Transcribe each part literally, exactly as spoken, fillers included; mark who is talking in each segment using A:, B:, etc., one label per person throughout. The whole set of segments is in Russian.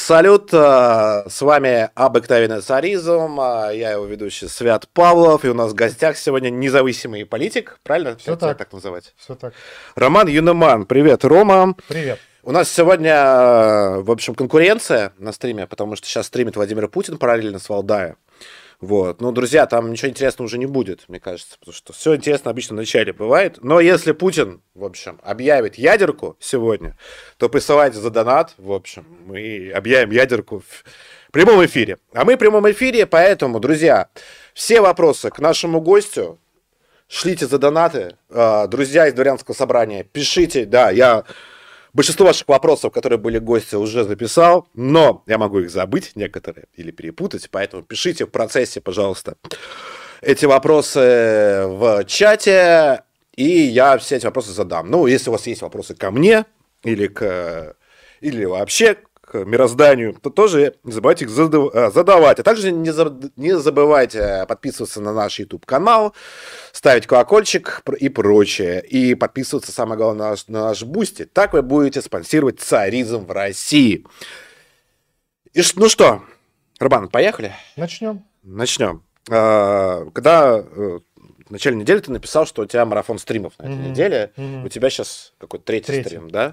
A: Салют, с вами обыкновенный царизм, я его ведущий Свят Павлов, и у нас в гостях сегодня независимый политик, правильно?
B: Все так.
A: так называть?
B: Все так.
A: Роман Юнеман. Привет, Рома.
B: Привет.
A: У нас сегодня, в общем, конкуренция на стриме, потому что сейчас стримит Владимир Путин параллельно с Валдая. Вот. Ну, друзья, там ничего интересного уже не будет, мне кажется, потому что все интересно обычно в начале бывает. Но если Путин, в общем, объявит ядерку сегодня, то присылайте за донат, в общем, мы объявим ядерку в прямом эфире. А мы в прямом эфире, поэтому, друзья, все вопросы к нашему гостю шлите за донаты. Друзья из дворянского собрания, пишите, да, я... Большинство ваших вопросов, которые были гости, уже записал, но я могу их забыть некоторые или перепутать, поэтому пишите в процессе, пожалуйста, эти вопросы в чате, и я все эти вопросы задам. Ну, если у вас есть вопросы ко мне или, к, или вообще к мирозданию, то тоже не забывайте их задавать. А также не, за, не забывайте подписываться на наш YouTube-канал, ставить колокольчик и прочее. И подписываться, самое главное, на наш, на наш Бусти. Так вы будете спонсировать царизм в России. И, ну что, Роман, поехали?
B: Начнем.
A: Начнем. Когда в начале недели ты написал, что у тебя марафон стримов на этой mm-hmm. неделе, mm-hmm. у тебя сейчас какой-то третий, третий стрим, да?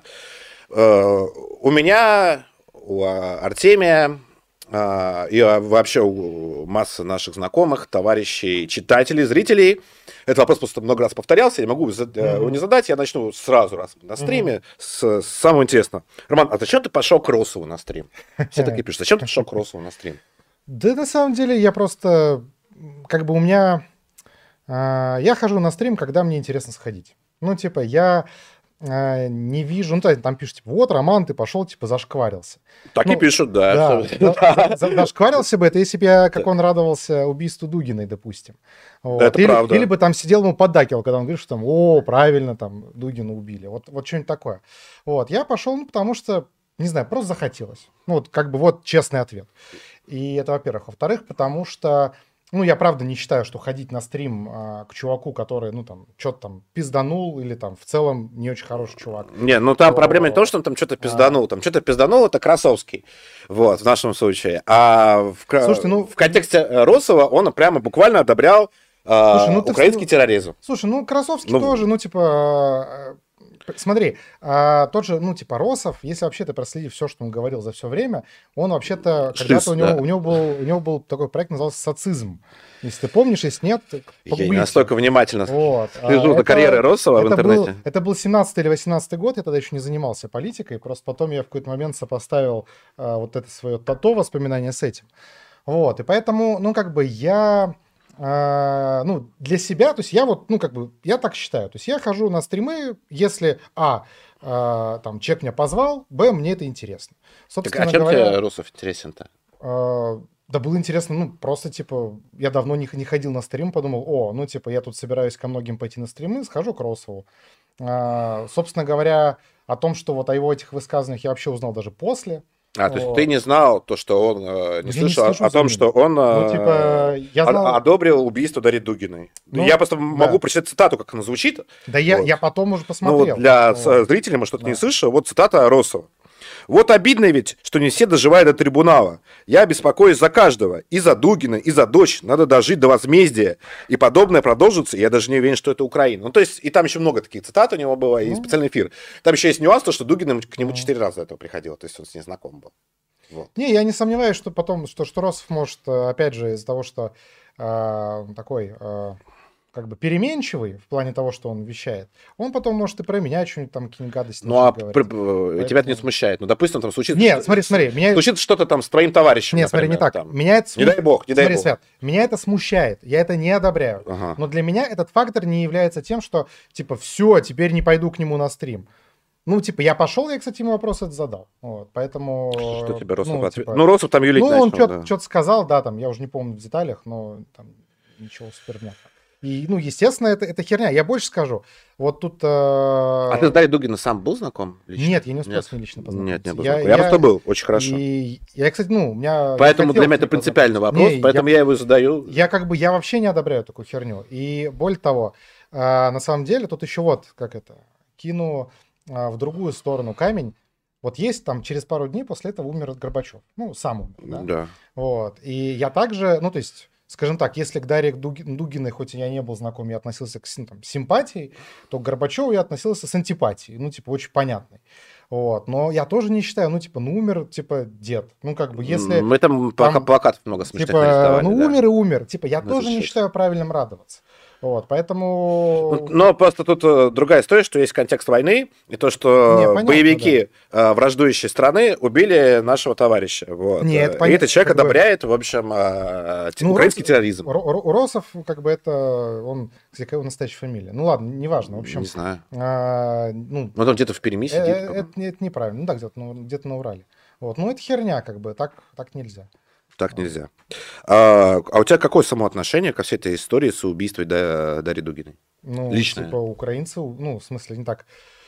A: У меня... у Артемия и вообще у массы наших знакомых, товарищей, читателей, зрителей. Этот вопрос просто много раз повторялся, я не могу его mm-hmm. не задать, я начну сразу раз на стриме mm-hmm. с, с самого интересного. Роман, а зачем ты пошел к Росову на стрим? Все такие пишут, зачем ты пошел к Росову на стрим?
B: Да на самом деле я просто, как бы у меня, я хожу на стрим, когда мне интересно сходить. Ну типа я... не вижу, ну, там пишут, типа, вот, Роман, ты пошел, типа, зашкварился.
A: Так
B: ну,
A: и пишут, да.
B: да за, зашкварился бы, это если бы я, как он радовался убийству Дугиной, допустим. Вот.
A: Это
B: или,
A: правда.
B: Или бы там сидел ему поддакивал, когда он говорит, что там, о, правильно, там, Дугину убили. Вот, вот что-нибудь такое. Вот, я пошел, ну, потому что, не знаю, просто захотелось. Ну, вот, как бы, вот честный ответ. И это, во-первых. Во-вторых, потому что ну, я правда не считаю, что ходить на стрим а, к чуваку, который, ну, там, что-то там пизданул или там в целом не очень хороший чувак.
A: Не, ну там
B: то...
A: проблема не в том, что он там что-то пизданул. А... Там что-то пизданул, это Красовский. Вот, в нашем случае. А в, Слушайте, ну... в контексте Росова он прямо буквально одобрял а, Слушай, ну, украинский ты... терроризм.
B: Слушай, ну, Красовский ну... тоже, ну, типа... Смотри, а, тот же, ну, типа, Росов, если вообще ты проследишь все, что он говорил за все время, он вообще-то, когда-то у него, да. у, него был, у него был такой проект, назывался «Социзм». Если ты помнишь, если нет,
A: погуглите. Я не настолько внимательно
B: вот.
A: слежу за карьерой Росова в интернете.
B: Был, это был семнадцатый или восемнадцатый год, я тогда еще не занимался политикой, просто потом я в какой-то момент сопоставил а, вот это свое то воспоминание с этим. Вот, и поэтому, ну, как бы я... Uh, ну, для себя, то есть я вот, ну, как бы, я так считаю, то есть я хожу на стримы, если, а, uh, там, человек меня позвал, б, мне это интересно.
A: Собственно так, а чем говоря, тебе Росов интересен-то?
B: Uh, да было интересно, ну, просто, типа, я давно не, не ходил на стрим, подумал, о, ну, типа, я тут собираюсь ко многим пойти на стримы, схожу к Росову. Uh, собственно говоря, о том, что вот о его этих высказываниях я вообще узнал даже после.
A: А, то есть ты не знал то, что он э, не я слышал не о, о том, что он
B: ну, типа, я знал...
A: одобрил убийство Дарьи Дугиной. Ну, я просто да. могу прочитать цитату, как она звучит.
B: Да я,
A: вот.
B: я потом уже посмотрел.
A: Ну, вот для
B: вот.
A: зрителей, может, кто-то да. не слышал, вот цитата Росова. Вот обидно ведь, что не все доживают до трибунала. Я беспокоюсь за каждого. И за Дугина, и за дочь. Надо дожить до возмездия. И подобное продолжится. И я даже не уверен, что это Украина. Ну, то есть, и там еще много таких цитат у него было, и специальный эфир. Там еще есть нюанс, то, что Дугина к нему четыре раза до этого приходила. То есть, он с ней знаком был. Вот.
B: Не, я не сомневаюсь, что потом, что, что Росов может, опять же, из-за того, что э, такой... Э, как бы переменчивый в плане того, что он вещает, он потом может и про меня что-нибудь там какие-нибудь гадости
A: ну, а
B: говорить.
A: Поэтому... тебя это не смущает? Ну, допустим, там случится...
B: Нет, смотри, смотри. Меня...
A: Случится что-то там с твоим товарищем,
B: Нет,
A: например,
B: смотри, не так.
A: Там.
B: Меня это
A: смущ... Не дай бог, не дай
B: смотри,
A: бог.
B: Свят, меня это смущает, я это не одобряю. Ага. Но для меня этот фактор не является тем, что, типа, все, теперь не пойду к нему на стрим. Ну, типа, я пошел, я, кстати, ему вопрос это задал. Вот, поэтому...
A: Что тебе Росов
B: ну,
A: ответил?
B: Типа...
A: Ну, Росов там юлить
B: Ну,
A: начал,
B: он что-то,
A: да.
B: что-то сказал, да, там, я уже не помню в деталях, но там ничего супермя. И, ну, естественно, это, это херня. Я больше скажу. Вот тут... Э...
A: А ты с Дарьей Дугиной сам был знаком лично?
B: Нет, я не успел Нет. с ней лично познакомиться.
A: Нет, не был я, я, я просто был, очень хорошо.
B: И я, кстати, ну, у меня...
A: Поэтому для меня это принципиальный вопрос, не, поэтому я, я его задаю.
B: Я как бы, я вообще не одобряю такую херню. И более того, э, на самом деле, тут еще вот, как это, кину э, в другую сторону камень. Вот есть там через пару дней после этого умер Горбачев. Ну, сам умер, да?
A: Да.
B: Вот. И я также, ну, то есть, скажем так, если к Дарье Дуги- Дугиной, хоть и я не был знаком, я относился к сим- там, симпатии, то к Горбачеву я относился с антипатией. Ну, типа, очень понятной. Вот. Но я тоже не считаю, ну, типа, ну, умер, типа, дед. Ну, как бы, если...
A: Мы там, плака-
B: там,
A: плакатов много смешных
B: Типа,
A: нарисовали,
B: ну,
A: да.
B: умер и умер. Типа, я
A: На
B: тоже
A: этот
B: не
A: счет.
B: считаю правильным радоваться. Вот,
A: Ну,
B: поэтому...
A: Но просто тут э, другая история, что есть контекст войны, и то,
B: Не,
A: что
B: понятно,
A: боевики э, враждующей страны убили нашего товарища. Вот.
B: Не, это
A: Э, И
B: понятно,
A: этот человек
B: как бы-
A: одобряет, в общем, э, те-
B: Ну,
A: украинский
B: Рос-
A: терроризм.
B: Ро- Ро- Уросов, как бы это, он, кстати, какая его настоящая фамилия? Ну ладно, неважно, в общем,
A: Не знаю.
B: а, ну,
A: Вот он где-то в Перми
B: э-
A: сидит.
B: э-
A: по-моему.
B: это, не- это неправильно, ну да, где-то, на- где-то на Урале. Вот, ну это херня, как бы, так, так нельзя.
A: Так нельзя. А, а у тебя какое самоотношение ко всей этой истории с убийством Да- Дарьи Дугиной?
B: Ну,
A: Личное.
B: типа, украинцы, ну, в смысле, не так.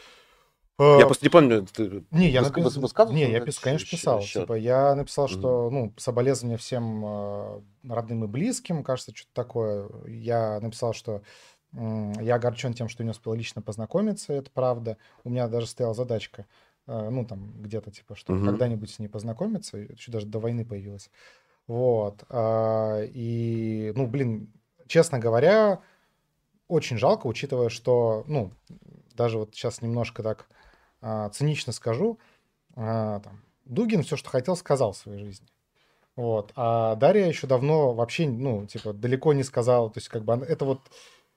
A: Я
B: Э,
A: просто не помню, ты
B: Не, я
A: выс-
B: напис-
A: выс- высказывался
B: не, я
A: на
B: пис-
A: этот
B: конечно,
A: щ-
B: писал.
A: счет?
B: Типа, я написал,
A: Мгм.
B: что, ну, соболезнования всем э, родным и близким, кажется, что-то такое. Я написал, что м, я огорчен тем, что не успел лично познакомиться, это правда. У меня даже стояла задачка, э, ну, там, где-то, типа, что
A: Мгм.
B: когда-нибудь с ней познакомиться. Это еще даже до войны появилось. Вот. а, И, ну, блин, честно говоря, очень жалко, учитывая, что, ну, даже вот сейчас немножко так а, цинично скажу, а, там, Дугин все, что хотел, сказал в своей жизни. Вот. А Дарья еще давно вообще, ну, типа, далеко не сказала. То есть, как бы, она- это вот,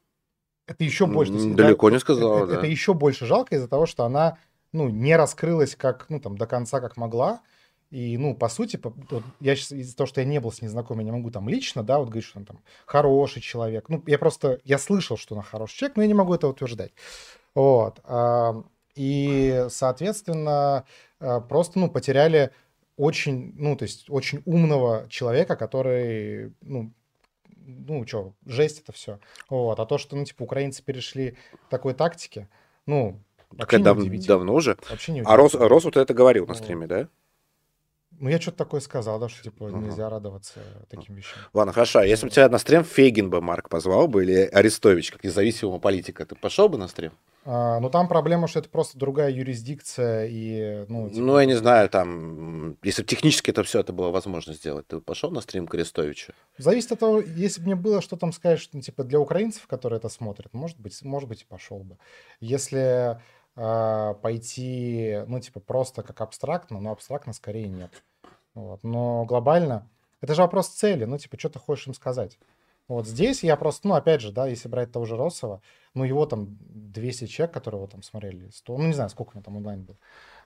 B: это еще больше. То есть,
A: М,
B: да,
A: Далеко не
B: это,
A: сказала,
B: это- это
A: да.
B: еще больше жалко из-за того, что она, ну, не раскрылась как, ну, там, до конца, как могла. И, ну, по сути, по- вот я сейчас из-за того, что я не был с ней знаком, я не могу там лично, да, вот говорить, что он там хороший человек. Ну, я просто, я слышал, что он хороший человек, но я не могу это утверждать. Вот. а, И, соответственно, а, просто, ну, потеряли очень, ну, то есть очень умного человека, который, ну, ну, что, жесть это все. Вот. А то, что, ну, типа, украинцы перешли к такой тактике, ну, вообще
A: Так
B: не
A: дав-
B: удивительно.
A: давно уже.
B: Вообще не
A: А Рос,
B: удивительно.
A: Рос вот это говорил на
B: Вот.
A: стриме, да?
B: Ну, я что-то такое сказал, да, что, типа,
A: Ага.
B: нельзя радоваться таким вещам.
A: Ладно, хорошо. А если бы тебя на стрим Фейгин бы Марк позвал бы или Арестович, как независимого политика, ты пошел бы на стрим?
B: А, но там проблема, что это просто другая юрисдикция, и, ну, типа,
A: Ну, я не знаю, там, м, если бы технически это все это было возможно сделать, ты бы пошел на стрим к Арестовичу?
B: зависит от того, если бы мне было что там сказать, что, ну, типа, для украинцев, которые это смотрят, может быть, может быть, и пошел бы. Если а, пойти, ну, типа, просто как абстрактно, но абстрактно скорее нет. Вот. Но глобально, это же вопрос цели, ну, типа, что ты хочешь им сказать? Вот здесь я просто, ну, опять же, да, если брать того же Росова, ну, его там двести человек, которые его там смотрели, сто, ну, не знаю, сколько у него там онлайн был.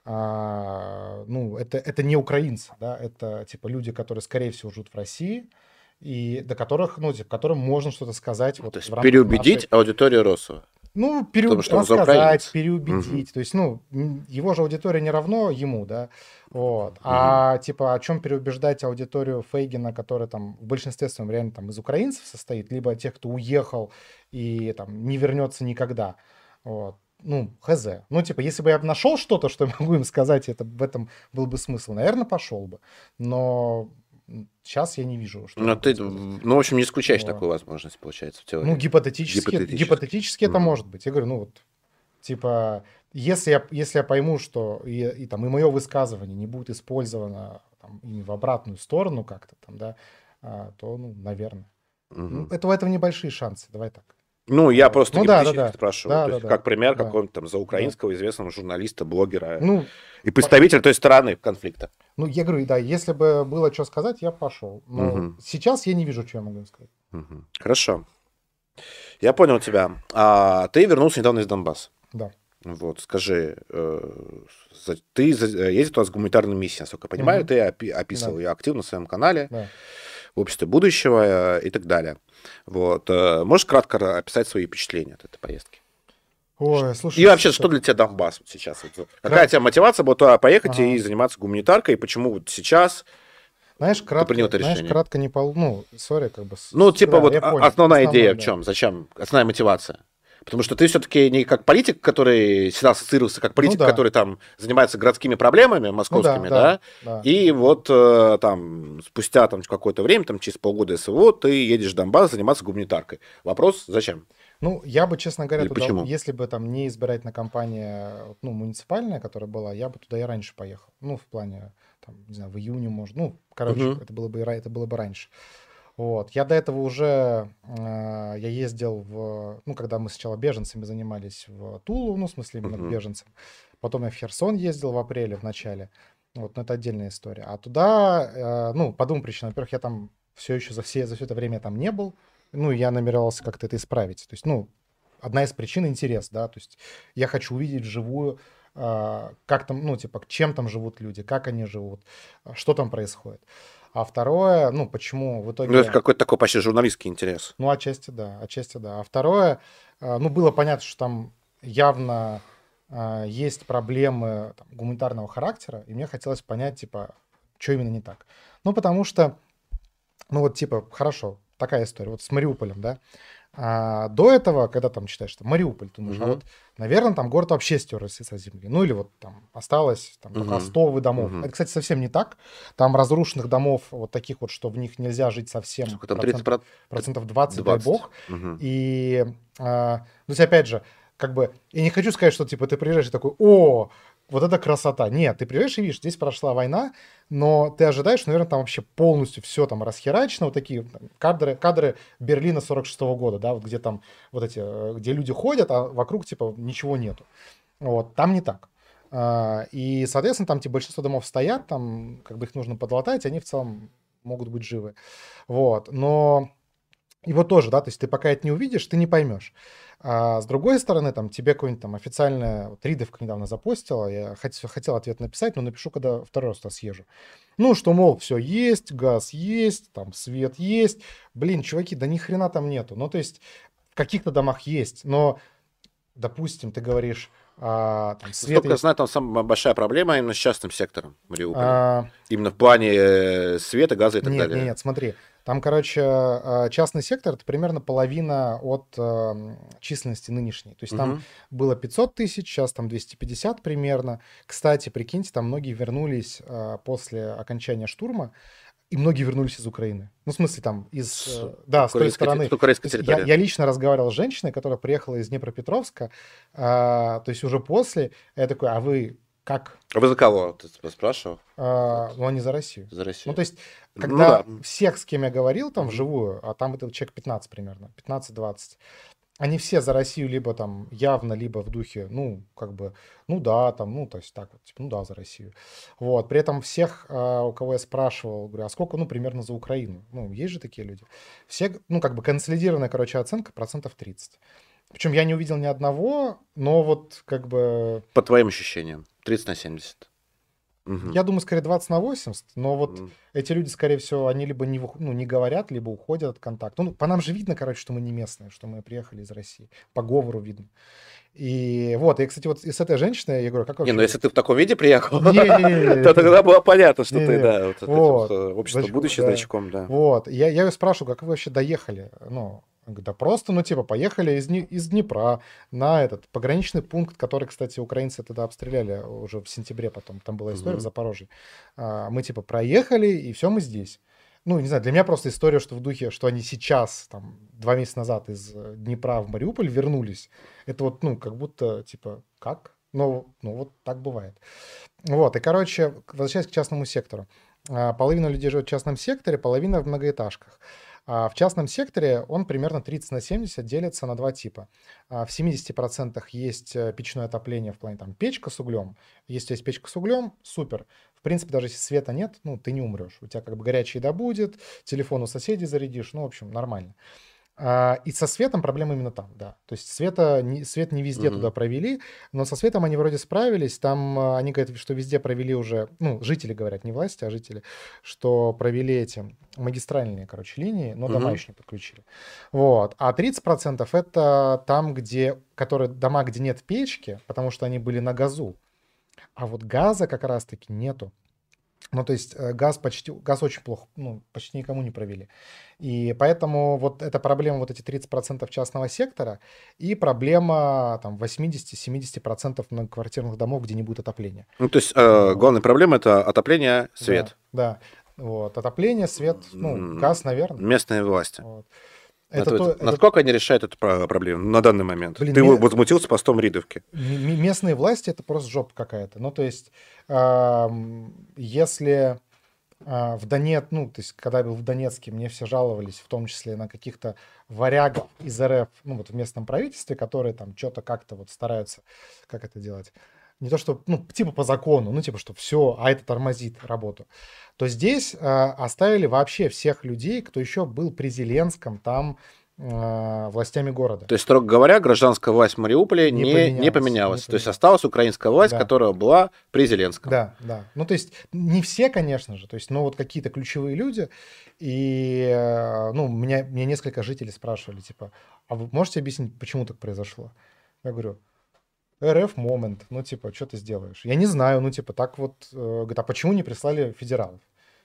B: А, ну, это, это не украинцы, да, это, типа, люди, которые, скорее всего, живут в России, и до которых, ну, типа, которым можно что-то сказать. Вот
A: То есть
B: в рамках
A: переубедить
B: нашей-
A: аудиторию Росова.
B: Ну, переуб-
A: Потому что он за
B: рассказать,
A: украинец.
B: переубедить. То есть, ну, м, его же аудитория не равно ему, да. Вот. А типа о чем переубеждать аудиторию Фейгина, которая там в большинстве своем реально там из украинцев состоит, либо тех, кто уехал и там не вернется никогда. Вот. Ну, хз. Ну, типа, если бы я нашел что-то, что я могу им сказать, это, в этом был бы смысл, наверное, пошел бы. Но сейчас я не вижу, что... я
A: Ну,
B: могу
A: ты,
B: сказать.
A: ну, в общем, не исключаешь
B: Вот.
A: такую возможность, получается, в теории.
B: Ну, гипотетически,
A: Гипотетически.
B: гипотетически, это
A: Мгм.
B: может быть. Я говорю, ну вот, типа, если я, если я пойму, что и, и, там, и мое высказывание не будет использовано там, ими в обратную сторону как-то там, да, а, то, ну, наверное.
A: Мгм.
B: Ну, это, у этого небольшие шансы, давай так.
A: Ну, я
B: Вот.
A: просто
B: Ну да, да,
A: гипотетически
B: да.
A: спрашиваю.
B: Да,
A: То
B: да,
A: есть,
B: да.
A: как пример
B: Да.
A: какого-нибудь там заукраинского известного журналиста, блогера
B: Ну,
A: и представителя той стороны конфликта.
B: ну, я говорю, да, если бы было что сказать, я пошел. Но
A: Мгм.
B: сейчас я не вижу, что я могу им сказать.
A: Мгм. Хорошо. Я понял тебя. А, ты вернулся недавно из Донбасса.
B: Да.
A: Вот, скажи, э, за- ты за- ездил туда с гуманитарной миссией, насколько я понимаю,
B: Мгм.
A: ты опи- описывал
B: Да.
A: ее активно в своем канале,
B: Да.
A: в обществе будущего э, и так далее. Вот. э, Можешь кратко ра- описать свои впечатления от этой поездки?
B: Ой, слушай.
A: И вообще,
B: это-
A: что для тебя Донбасс вот сейчас? Вот, какая
B: Кратко.
A: у тебя мотивация была туда поехать
B: Ага.
A: и заниматься гуманитаркой, и почему вот сейчас?
B: Знаешь, кратко,
A: принял это
B: знаешь,
A: решение?
B: кратко не пол... Ну, сори, как бы... с-
A: Ну, типа,
B: да,
A: вот
B: я
A: а-
B: понял.
A: основная идея в
B: да.
A: чем? Зачем? Основная мотивация? Потому что ты все-таки не как политик, который всегда ассоциировался как политик,
B: да.
A: который там занимается городскими проблемами московскими, да,
B: да.
A: и вот э, там спустя там какое-то время, там через полгода СВО, ты едешь в Донбасс заниматься гуманитаркой. Вопрос, зачем?
B: Ну, я бы, честно говоря,
A: Или
B: туда,
A: почему?
B: если бы там не избирательная кампания, ну, муниципальная, которая была, я бы туда и раньше поехал. Ну, в плане, там, не знаю, в июне, может, ну, короче,
A: Мгм.
B: это было бы, и ра- это было бы раньше. Вот. Я до этого уже, э, я ездил в, ну, когда мы сначала беженцами занимались в Тулу, ну, в смысле именно к
A: Мгм.
B: беженцам. Потом я в Херсон ездил в апреле, в начале. Вот, но это отдельная история. А туда, э, ну, по двум причинам. Во-первых, я там все еще за все, за все это время там не был. Ну, и я намеревался как-то это исправить. То есть, ну, одна из причин — интерес, да, то есть я хочу увидеть вживую, а, как там, ну, типа, чем там живут люди, как они живут, а, что там происходит. А второе, ну, почему в
A: Ну, это
B: итоге,
A: какой-то такой почти журналистский интерес.
B: ну, отчасти да, отчасти да. А второе, а, ну, было понятно, что там явно а, есть проблемы там, гуманитарного характера, и мне хотелось понять, типа, что именно не так. Ну, потому что, ну, вот, типа, хорошо, такая история, вот с Мариуполем, да. А до этого, когда там читаешь, что Мариуполь, думаешь, а
A: Мгм.
B: вот, наверное, там город вообще стерся со земли. Ну или вот там осталось там только
A: Мгм.
B: остовы домов.
A: Мгм.
B: Это, кстати, совсем не так. Там разрушенных домов вот таких вот, что в них нельзя жить совсем,
A: Сколько там, тридцать
B: процентов,
A: про
B: процентов двадцать, дай
A: двадцать.
B: бог.
A: Мгм.
B: И, а, то есть, опять же, как бы, я не хочу сказать, что, типа, ты приезжаешь и такой, о, вот это красота. Нет, ты приезжаешь и видишь, здесь прошла война, но ты ожидаешь, наверное, там вообще полностью все там расхерачено, вот такие там кадры, кадры Берлина сорок шестого года, да, вот где там вот эти, э, где люди ходят, а вокруг, типа, ничего нету. Вот, там не так. А, И, соответственно, там, типа, большинство домов стоят, там, как бы их нужно подлатать, они в целом могут быть живы. Вот, но его тоже, да, то есть ты пока это не увидишь, ты не поймешь. А с другой стороны, там, тебе какое-нибудь там официальное, вот Ридовка недавно запостила, я хотел, хотел ответ написать, но напишу, когда второй раз туда съезжу. Ну, что, мол, все есть, газ есть, там, свет есть. Блин, чуваки, да ни хрена там нету. Ну, то есть в каких-то домах есть, но, допустим, ты говоришь, а, там, свет
A: Насколько я
B: есть.
A: знаю, там самая большая проблема именно с частным сектором Мариуполя.
B: а,
A: Именно в плане э, света, газа и так
B: Нет, нет,
A: далее.
B: нет, смотри. Там, короче, а, частный сектор — это примерно половина от ам, численности нынешней. То есть там
A: Мгм.
B: было пятьсот тысяч, сейчас там двести пятьдесят примерно. Кстати, прикиньте, там многие вернулись а, после окончания штурма, и многие вернулись из Украины. Ну, в смысле, там, из...
A: С
B: э, Да, с той
A: украинской, те-
B: стороны.
A: с
B: То
A: украинской
B: есть я,
A: территории.
B: я лично разговаривал с женщиной, которая приехала из Днепропетровска, а, то есть уже после. Я такой, а вы как?
A: А вы за кого? Ты сп- спрашивал?
B: А,
A: Вот.
B: ну, они за Россию.
A: За
B: Ну, то
A: Россию.
B: есть,
A: Ну да.
B: когда всех, с кем я говорил там
A: Мгм.
B: вживую, а там это человек пятнадцать примерно, пятнадцать-двадцать, они все за Россию либо там явно, либо в духе, ну, как бы, ну да, там, ну, то есть так вот, типа, ну да, за Россию. Вот, при этом всех, а, у кого я спрашивал, говорю, а сколько, ну, примерно за Украину? Ну, есть же такие люди. Все, г- ну, как бы консолидированная, короче, оценка процентов тридцать. Причем я не увидел ни одного, но вот как бы
A: По твоим ощущениям. тридцать на семьдесят. Мгм.
B: я думаю, скорее двадцать на восемьдесят, но вот
A: М.
B: эти люди, скорее всего, они либо не, вых- ну, не говорят, либо уходят от контакта. Ну, по нам же видно, короче, что мы не местные, что мы приехали из России. По говору видно. И вот, и, кстати, вот и с этой женщиной, я говорю, как
A: Не, ну
B: вообще...
A: если ты в таком виде приехал, то
B: Не-не-не,
A: тогда было понятно, что ты,
B: не-не,
A: да, вот от этим
B: вот,
A: э, общество
B: значком,
A: будущее
B: да,
A: значком, да.
B: вот. Я, я ее спрашиваю, как вы вообще доехали? Ну, он говорит, да просто, ну, типа, поехали из, Дни- из Днепра на этот пограничный пункт, который, кстати, украинцы тогда обстреляли уже в сентябре потом, там была история в
A: Мгм.
B: Запорожье. А, мы, типа, проехали, и все, мы здесь. Ну, не знаю, для меня просто история, что в духе, что они сейчас, там, два месяца назад из э, Днепра в Мариуполь вернулись. Это вот, ну, как будто, типа, как? Ну, ну, вот так бывает. Вот, и, короче, к- возвращаясь к частному сектору. А, Половина людей живет в частном секторе, половина в многоэтажках. А В частном секторе он примерно тридцать на семьдесят делится на два типа. А В семидесяти процентах есть э, печное отопление в плане там печка с углем. Если есть печка с углем, супер. В принципе, даже если света нет, ну, ты не умрешь. У тебя как бы горячая еда будет, телефон у соседей зарядишь, ну, в общем, нормально. А, и со светом проблема именно там, да. То есть света, не- свет не везде
A: Мгм.
B: туда провели, но со светом они вроде справились. Там а, они говорят, что везде провели уже, ну, жители говорят, не власти, а жители, что провели эти магистральные, короче, линии, но дома
A: Мгм.
B: еще не подключили. Вот. А тридцать процентов это там, где, которые, дома, где нет печки, потому что они были на газу. А вот газа как раз-таки нету. Ну, то есть э, газ почти, газ очень плохо, ну, почти никому не провели. И поэтому вот эта проблема, вот эти тридцать процентов частного сектора и проблема там восемьдесят-семьдесят процентов многоквартирных домов, где не будет отопления.
A: Ну, то есть э,
B: Вот.
A: главная проблема это отопление,
B: Да,
A: свет.
B: да. Вот. Отопление, свет, ну,
A: М,
B: газ, наверное.
A: Местные власти.
B: Вот. Это
A: А
B: то,
A: вот
B: это-
A: насколько они решают эту про- проблему на данный момент?
B: Блин,
A: Ты
B: мне-
A: возмутился постом Ридовки.
B: м- м- местные власти это просто жопа какая-то. Ну, то есть, ам, если а, в Донец, ну, то есть, когда я был в Донецке, мне все жаловались, в том числе на каких-то варягов из РФ, ну, вот в местном правительстве, которые там что-то как-то вот стараются, как это делать? Не то, что, ну, типа по закону, ну, типа, что все, а это тормозит работу. То здесь а, оставили вообще всех людей, кто еще был при Зеленском там а, властями города.
A: То есть, строго говоря, гражданская власть в Мариуполе
B: Не
A: не,
B: поменялась,
A: не поменялась.
B: не
A: То есть
B: поменялась.
A: осталась украинская власть,
B: Да.
A: которая была при Зеленском.
B: Да, да. Ну, то есть не все, конечно же, то есть, но вот какие-то ключевые люди. И, э, ну, меня, меня несколько жителей спрашивали, типа, а вы можете объяснить, почему так произошло? Я говорю, РФ момент, ну, типа, что ты сделаешь? Я не знаю, ну, типа, так вот, э, говорит, а почему не прислали федералов?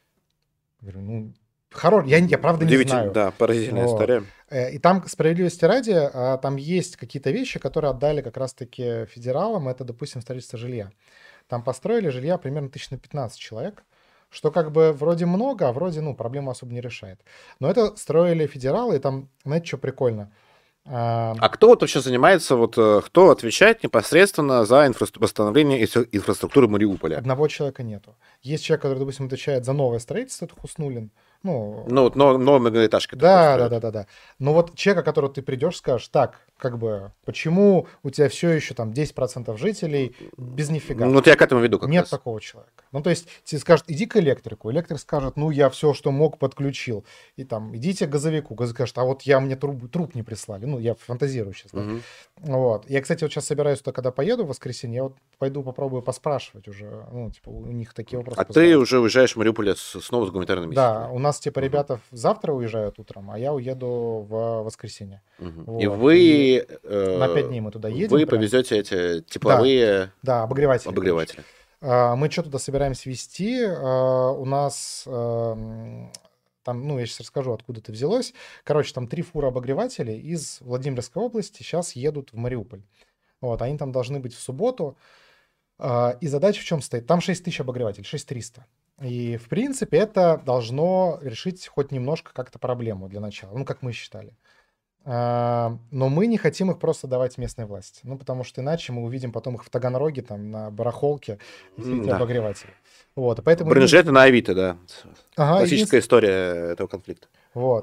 B: Я говорю, ну, хорош, я, я правда не
A: Удивительно,
B: знаю.
A: да, поразительная
B: Вот.
A: история.
B: Э, И там, справедливости ради, а, там есть какие-то вещи, которые отдали как раз-таки федералам. Это, допустим, строительство жилья. Там построили жилья примерно тысяч на пятнадцать человек, что как бы вроде много, а вроде, ну, проблему особо не решает. Но это строили федералы, и там, знаете, что прикольно? А,
A: А кто вот вообще занимается, вот э, кто отвечает непосредственно за инфра- восстановление инфра- инфраструктуры Мариуполя?
B: Одного человека нету. Есть человек, который, допустим, отвечает за новое строительство, это Хуснулин. Ну,
A: Ну, вот но- новые многоэтажки.
B: Да, да,
A: строят.
B: да, да, да. Но вот человека, которого ты придешь, скажешь, так, как бы, почему у тебя все еще там десять процентов жителей без нифига?
A: Ну, вот я к этому веду как
B: Нет
A: раз.
B: такого человека. Ну, то есть тебе скажут, иди к электрику. Электрик скажет, ну, я все, что мог, подключил. И там, идите к газовику. Газовик скажет, а вот я, мне труб, труб не прислали. Ну, я фантазирую сейчас. Да?
A: Мгм.
B: Вот. Я, кстати, вот сейчас собираюсь туда, когда поеду в воскресенье, я вот пойду попробую поспрашивать уже. Ну, типа, у них такие вопросы.
A: А ты
B: позадавать.
A: уже уезжаешь в Мариуполь с- снова с гуманитарными
B: Да,
A: миссиями.
B: у нас типа
A: Мгм.
B: ребята завтра уезжают утром, а я уеду в воскресенье.
A: Мгм. И
B: Вот.
A: вы...
B: И
A: э,
B: на пять дней мы туда едем.
A: Вы
B: прям.
A: повезете эти тепловые
B: Да, обогреватели.
A: обогреватели.
B: А, Мы что туда собираемся везти? А, У нас эм, там, ну, я сейчас расскажу, откуда это взялось. Короче, там три фура обогревателей из Владимирской области сейчас едут в Мариуполь. Вот, они там должны быть в субботу. А, И задача в чем стоит? Там шесть тысяч обогревателей, шесть тысяч триста. И, в принципе, это должно решить хоть немножко как-то проблему для начала, ну, как мы считали. А, Но мы не хотим их просто давать местной власти. Ну, потому что иначе мы увидим потом их в Таганроге, там, на барахолке, все эти
A: Да.
B: обогреватели. Вот, и поэтому...
A: Бронежилеты на Авито, да.
B: Ага,
A: Классическая история этого конфликта.
B: Вот.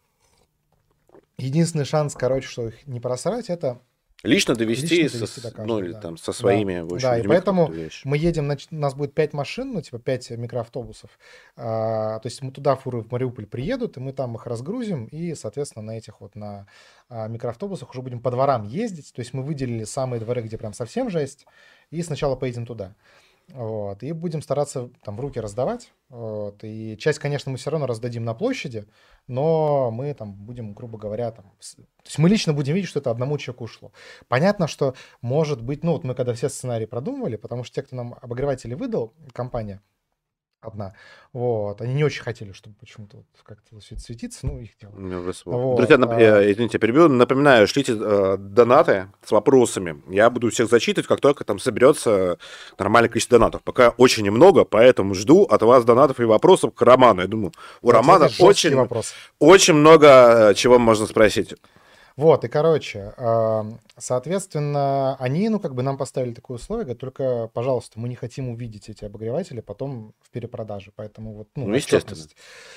B: Единственный шанс, короче, что их не просрать, это
A: Лично довести,
B: лично
A: со,
B: довести до
A: ну,
B: каждого,
A: или
B: да.
A: там со
B: Да,
A: своими в общем,
B: да, и
A: людьми,
B: поэтому
A: кто доведешь.
B: мы едем, нач- у нас будет пять машин, ну, типа пять микроавтобусов. А, то есть мы туда фуры в Мариуполь приедут, и мы там их разгрузим, и, соответственно, на этих вот на а, микроавтобусах уже будем по дворам ездить. То есть мы выделили самые дворы, где прям совсем жесть, и сначала поедем туда. Вот, и будем стараться там в руки раздавать. Вот, и часть, конечно, мы все равно раздадим на площади, но мы там будем, грубо говоря, там... с- То есть мы лично будем видеть, что это одному человеку ушло. Понятно, что может быть, ну вот мы когда все сценарии продумывали, потому что те, кто нам обогреватели выдал, компания одна, вот, они не очень хотели, чтобы почему-то вот как-то все это светиться, ну, их дело.
A: Ну, вы свой.
B: Вот,
A: Друзья, нап-
B: а-
A: э, извините, я перебью. Напоминаю, шлите э, донаты с вопросами. Я буду всех зачитывать, как только там соберется нормальное количество донатов. Пока очень немного, поэтому жду от вас донатов и вопросов к Роману. Я думаю, у
B: Вот,
A: Романа
B: кстати, жесткий
A: очень,
B: вопрос.
A: очень много э, чего можно спросить.
B: Вот, и, короче, ам, соответственно, они, ну, как бы нам поставили такое условие, говорят, только, пожалуйста, мы не хотим увидеть эти обогреватели потом в перепродаже, поэтому вот, ну,
A: Ну, естественно.
B: отчетность.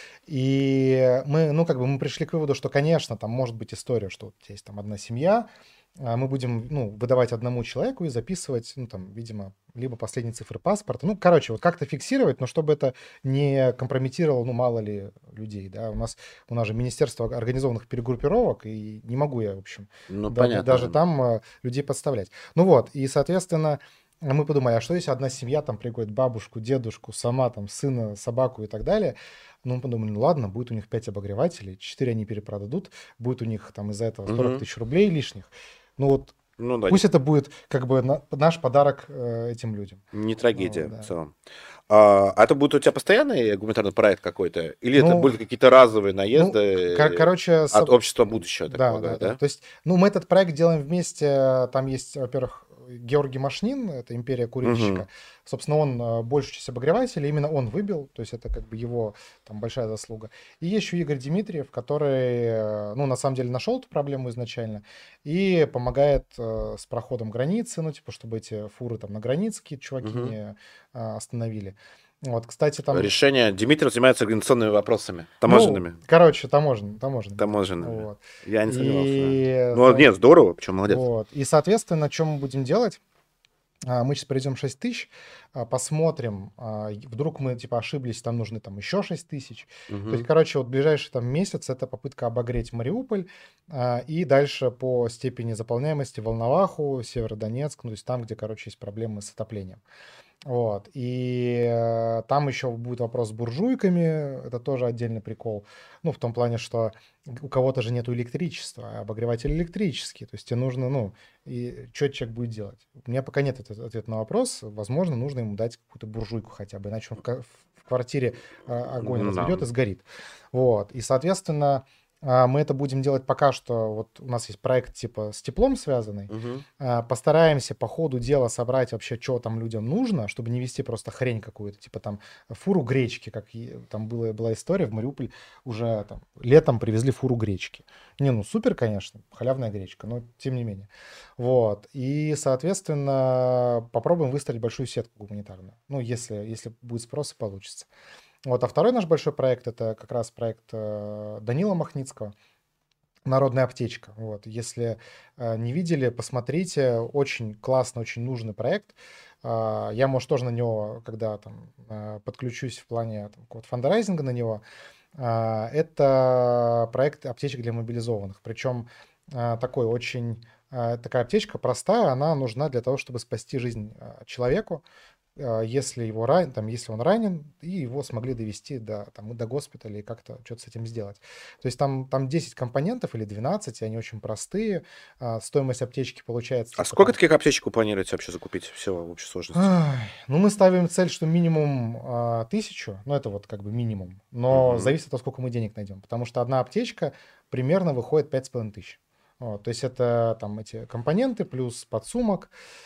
B: И мы, ну, как бы мы пришли к выводу, что, конечно, там может быть история, что вот есть там одна семья, а мы будем, ну, выдавать одному человеку и записывать, ну, там, видимо, либо последние цифры паспорта. Ну, короче, вот как-то фиксировать, но чтобы это не компрометировало, ну, мало ли людей, да. У нас, у нас же Министерство организованных перегруппировок, и не могу я, в общем,
A: Ну,
B: да-
A: понятно.
B: даже там э, людей подставлять. Ну вот, и, соответственно, мы подумали, а что если одна семья там приходит бабушку, дедушку, сама там сына, собаку и так далее? Ну, мы подумали, ну ладно, будет у них пять обогревателей, четыре они перепродадут, будет у них там из-за этого сорок
A: Мгм.
B: тысяч рублей лишних. Ну вот,
A: Ну, да,
B: пусть это будет как бы на- наш подарок э, этим людям.
A: не трагедия
B: Ну, да.
A: в целом. А, а это будет у тебя постоянный гуманитарный проект какой-то? Или это
B: Ну,
A: будут какие-то разовые
B: Ну,
A: наезды
B: кор- короче,
A: от
B: со-
A: общества будущего, я так
B: да,
A: полагаю,
B: да, да.
A: да?
B: То есть, ну, мы этот проект делаем вместе. Там есть, во-первых, Георгий Машнин, это империя курильщика.
A: Мгм.
B: Собственно, он э, большую часть обогревателей, именно он выбил, то есть это как бы его там большая заслуга. И есть еще Игорь Дмитриев, который, э, ну, на самом деле нашел эту проблему изначально и помогает э, с проходом границы, ну, типа, чтобы эти фуры там на границе какие-то чуваки
A: Мгм.
B: не э, остановили. Вот, кстати, там,
A: Решение. Дмитрий занимается организационными вопросами,
B: ну,
A: таможенными.
B: короче, таможенными, таможенными, да.
A: Таможенными.
B: Вот.
A: Я не сомневался, да.
B: И,
A: Ну,
B: за-
A: нет, здорово, почему, молодец.
B: вот. И, соответственно, что мы будем делать? А, Мы сейчас перейдем шесть тысяч, а, посмотрим, а, и вдруг мы типа ошиблись, там нужны там еще шесть тысяч. То есть,
A: Мгм.
B: короче, вот ближайший там месяц это попытка обогреть Мариуполь, а, и дальше по степени заполняемости Волноваху, Северодонецк, ну, то есть там, где, короче, есть проблемы с отоплением. Вот. И э, там еще будет вопрос с буржуйками, это тоже отдельный прикол. Ну, в том плане, что у кого-то же нету электричества, а обогреватель электрический. То есть тебе нужно, ну, и что человек будет делать? У меня пока нет ответа ответа на вопрос. Возможно, нужно ему дать какую-то буржуйку хотя бы, иначе он в, ка- в квартире а, огонь
A: Да.
B: разведет и сгорит. Вот. И, соответственно, а, мы это будем делать пока что. Вот у нас есть проект типа с теплом связанный.
A: Мгм.
B: А, Постараемся по ходу дела собрать вообще, что там людям нужно, чтобы не вести просто хрень какую-то, типа там фуру гречки, как и- там была, была история в Мариуполь, уже там летом привезли фуру гречки. Не, ну супер, конечно, халявная гречка, но тем не менее. Вот. И, соответственно, попробуем выстроить большую сетку гуманитарную. Ну, если, если будет спрос и получится. Вот. А второй наш большой проект — это как раз проект э, Данила Махницкого. Народная аптечка. Вот. Если э, не видели, посмотрите. Очень классный, очень нужный проект. А, Я, может, тоже на него, когда там э, подключусь в плане там, какого-то фандрайзинга на него. А, Это проект аптечек для мобилизованных. Причем а, такой очень а, такая аптечка простая, она нужна для того, чтобы спасти жизнь а, человеку, а, если его ран... там, если он ранен, и его смогли довести до, там, до госпиталя и как-то что-то с этим сделать. То есть там, там десять компонентов или двенадцать, и они очень простые. А, Стоимость аптечки получается
A: А
B: типа
A: сколько
B: там...
A: таких аптечек вы планируете вообще закупить всего в общей сложности?
B: Ай, Ну, мы ставим цель, что минимум а, тысячу, ну, это вот как бы минимум, но
A: Мгм.
B: зависит от того, сколько мы денег найдем, потому что одна аптечка примерно выходит пять с половиной тысяч. Вот, то есть это там эти компоненты плюс подсумок.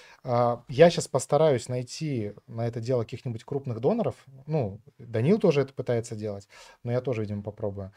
B: А, Я сейчас постараюсь найти на это дело каких-нибудь крупных доноров. Ну, Данил тоже это пытается делать, но я тоже, видимо, попробую.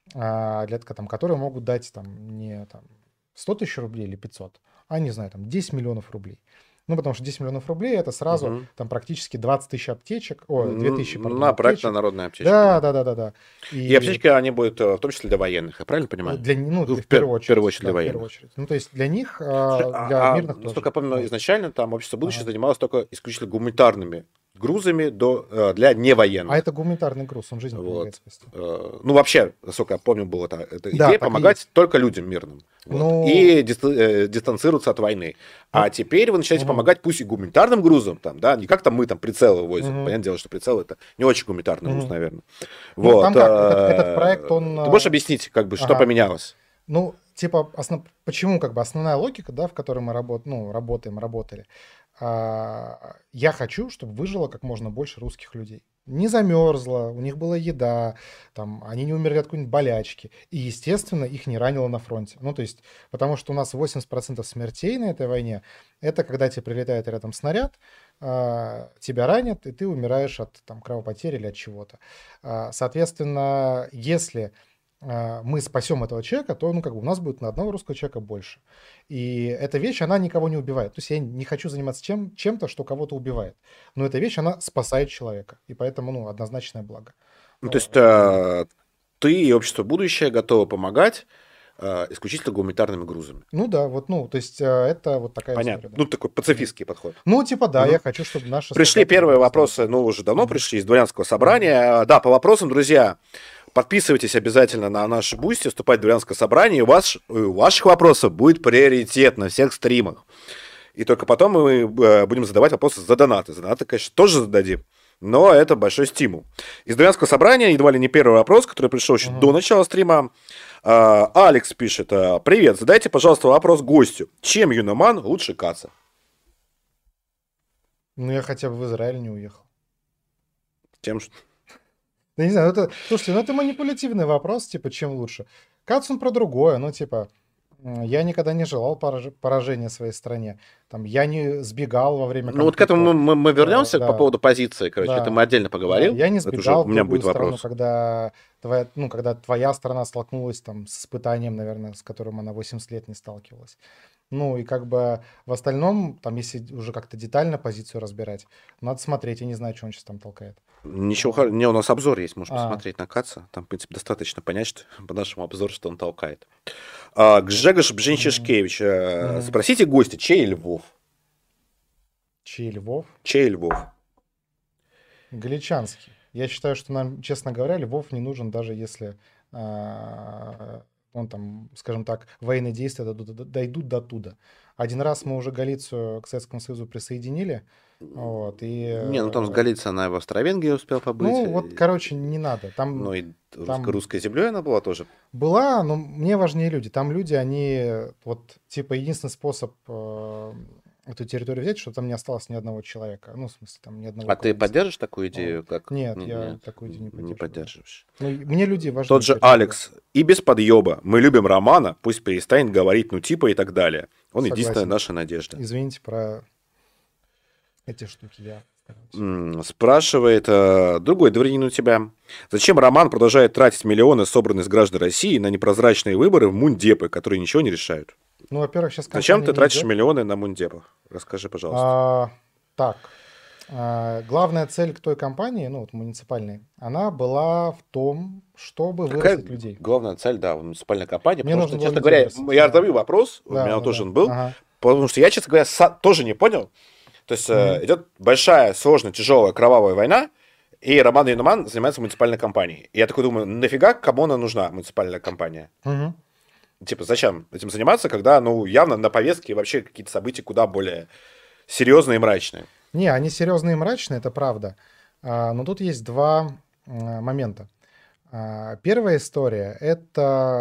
B: А, Для там, которые могут дать там не там сто тысяч рублей или пятьсот, а не знаю, там десять миллионов рублей. Ну, потому что десять миллионов рублей это сразу
A: Мгм.
B: там практически двадцать тысяч аптечек, ой, две тысячи,
A: М,
B: пардон,
A: На проект на
B: аптечек.
A: народные аптечки,
B: Да,
A: да.
B: да, да, да, да.
A: И
B: И
A: аптечки, они будут э, в том числе для военных, я правильно
B: э,
A: понимаю?
B: для, ни- ну,
A: Ну,
B: для,
A: в
B: в
A: пер-
B: первую
A: в первую
B: очередь,
A: очередь
B: да,
A: для
B: в первую
A: военных.
B: очередь. Ну, то есть для них,
A: Слушай,
B: а, для
A: а, а,
B: мирных тоже.
A: насколько я помню,
B: Вот.
A: изначально там общество будущее
B: Ага.
A: занималось только исключительно гуманитарными грузами до, э, для
B: А
A: невоенных.
B: это гуманитарный груз, он жизнь помогает
A: Вот.
B: спасти.
A: Э, Ну, вообще, насколько я помню, была эта, эта
B: Да,
A: идея
B: так и
A: помогать
B: есть.
A: только людям мирным. Вот.
B: Ну,
A: И дис- э, дистанцироваться от войны. А
B: ну,
A: теперь вы начинаете
B: мгм,
A: помогать пусть и гуманитарным грузам, там, да, не как там мы там прицелы возим.
B: мгм,
A: Понятное дело, что прицел это не очень гуманитарный груз,
B: мгм.
A: наверное.
B: Ну,
A: Вот.
B: там как, этот, этот проект,
A: э,
B: он,
A: Ты можешь
B: а,
A: объяснить, как бы, что
B: ага,
A: поменялось?
B: ну, типа, основ- почему, как бы, основная логика, да, в которой мы работ... ну, работаем, работали, а, я хочу, чтобы выжило как можно больше русских людей. Не замерзло, у них была еда, там, они не умерли от какой-нибудь болячки. И, естественно, их не ранило на фронте. Ну, то есть, потому что у нас восемьдесят процентов смертей на этой войне, это когда тебе прилетает рядом снаряд, а, тебя ранят, и ты умираешь от там, кровопотери или от чего-то. А, Соответственно, если а, мы спасем этого человека, то ну, как бы у нас будет на одного русского человека больше. И эта вещь, она никого не убивает. То есть я не хочу заниматься чем, чем-то, что кого-то убивает. Но эта вещь, она спасает человека. И поэтому, ну, однозначное благо.
A: Ну, то есть
B: Вот. И,
A: э, ты и общество будущее готовы помогать э, исключительно гуманитарными грузами.
B: ну да, вот, ну, то есть а, это вот такая
A: Понятно.
B: история, да.
A: Ну, такой
B: Мгм.
A: пацифистский подход.
B: Ну, типа, да, я
A: Мгм.
B: хочу, чтобы наши
A: Пришли
B: солдаты
A: первые
B: вернулись домой.
A: вопросы, ну, уже давно
B: Мгм.
A: пришли из дворянского
B: Мгм.
A: собрания. Э, Да, по вопросам, друзья, подписывайтесь обязательно на наш Бусти, вступайте в дворянское собрание, и у, вас, у ваших вопросов будет приоритет на всех стримах. И только потом мы э, будем задавать вопросы за донаты. За донаты, конечно, тоже зададим, но это большой стимул. Из дворянского собрания едва ли не первый вопрос, который пришел еще до
B: Мгм.
A: начала стрима. А, Алекс пишет: а, привет, задайте, пожалуйста, вопрос гостю. Чем Юноман лучше Каца?
B: Ну, я хотя бы в Израиль не уехал.
A: Тем, что...
B: Да не знаю, ну это, слушайте, ну это манипулятивный вопрос, типа, чем лучше. Кац он про другое, ну, типа, Я никогда не желал пораж- поражения своей стране. Там, я не сбегал во время
A: Ну вот к этому
B: конфликта.
A: мы, мы, мы
B: Э,
A: вернемся по
B: Да,
A: поводу позиции, короче, это
B: да,
A: мы отдельно
B: да.
A: поговорим.
B: Я не
A: Это уже
B: сбегал
A: у
B: в
A: меня
B: другую
A: будет
B: страну,
A: вопрос.
B: когда твоя, ну, когда твоя страна столкнулась там с испытанием, наверное, с которым она восемьдесят лет не сталкивалась. Ну и как бы в остальном, там, если уже как-то детально позицию разбирать, надо смотреть. Я не знаю, что он сейчас там толкает.
A: Ничего,
B: Вот.
A: хор- не, у нас обзор есть, можешь
B: А,
A: посмотреть на Каца. Там, в принципе, достаточно понять, что по нашему обзору, что он толкает. А, Гжегош
B: м,
A: Бженчишкевич, э,
B: мгм.
A: спросите гостя, чей Львов?
B: Чей Львов?
A: Чей Львов?
B: Галичанский. Я считаю, что нам, честно говоря, Львов не нужен, даже если а, он там, скажем так, военные действия дойдут, до- дойдут до туда. Один раз мы уже Галицию к Советскому Союзу присоединили, вот, и,
A: Не, ну там с
B: э,
A: Галицией она и в Австро-Венгрии успела побыть.
B: ну, вот,
A: и-
B: короче, не надо.
A: Ну
B: Там,
A: и русско-
B: там
A: русской землей она была тоже.
B: была, но мне важнее люди. Там люди, они, вот, типа, единственный способ э, эту территорию взять, что там не осталось ни одного человека. Ну, в смысле, там ни одного
A: А ты
B: украинца.
A: поддержишь такую
B: Вот.
A: идею, как...
B: Нет,
A: Не-
B: я
A: Нет,
B: такую идею не
A: не
B: поддерживаю. Да.
A: поддерживаешь.
B: Ну, и мне люди важнее
A: Тот же
B: территория.
A: Алекс. И без подъеба. Мы любим Романа, пусть перестанет говорить ну типа и так далее. Он единственная
B: Согласен.
A: наша надежда.
B: Извините про эти штуки. Я стараюсь.
A: М, Спрашивает э, другой дворянин у тебя. Зачем Роман продолжает тратить миллионы, собранные с граждан России, на непрозрачные выборы в мундепы, которые ничего не решают?
B: Ну, во-первых, сейчас
A: Зачем
B: компания
A: ты
B: не
A: тратишь
B: идет.
A: миллионы на мундепы? Расскажи, пожалуйста.
B: А, так, а, главная цель той компании, ну, вот муниципальной, она была в том, чтобы
A: Какая
B: вырастить людей.
A: главная цель, да, муниципальной компании?
B: Мне
A: Потому
B: нужно
A: что,
B: было
A: честно
B: людей
A: говоря,
B: вырастить.
A: я
B: Да,
A: задаю вопрос, у меня
B: да,
A: он
B: да.
A: тоже
B: да.
A: он был,
B: Ага.
A: потому что я, честно говоря, са- тоже не понял. То есть э,
B: Мгм.
A: идет большая, сложная, тяжелая, кровавая война, и Роман Юноман занимается муниципальной компанией. И я такой думаю, нафига кому она нужна, муниципальная компания?
B: Мгм.
A: Типа, зачем этим заниматься, когда, ну, явно на повестке вообще какие-то события куда более серьезные и мрачные.
B: Не, они серьезные и мрачные, это правда. А, Но тут есть два а, момента. А, Первая история — это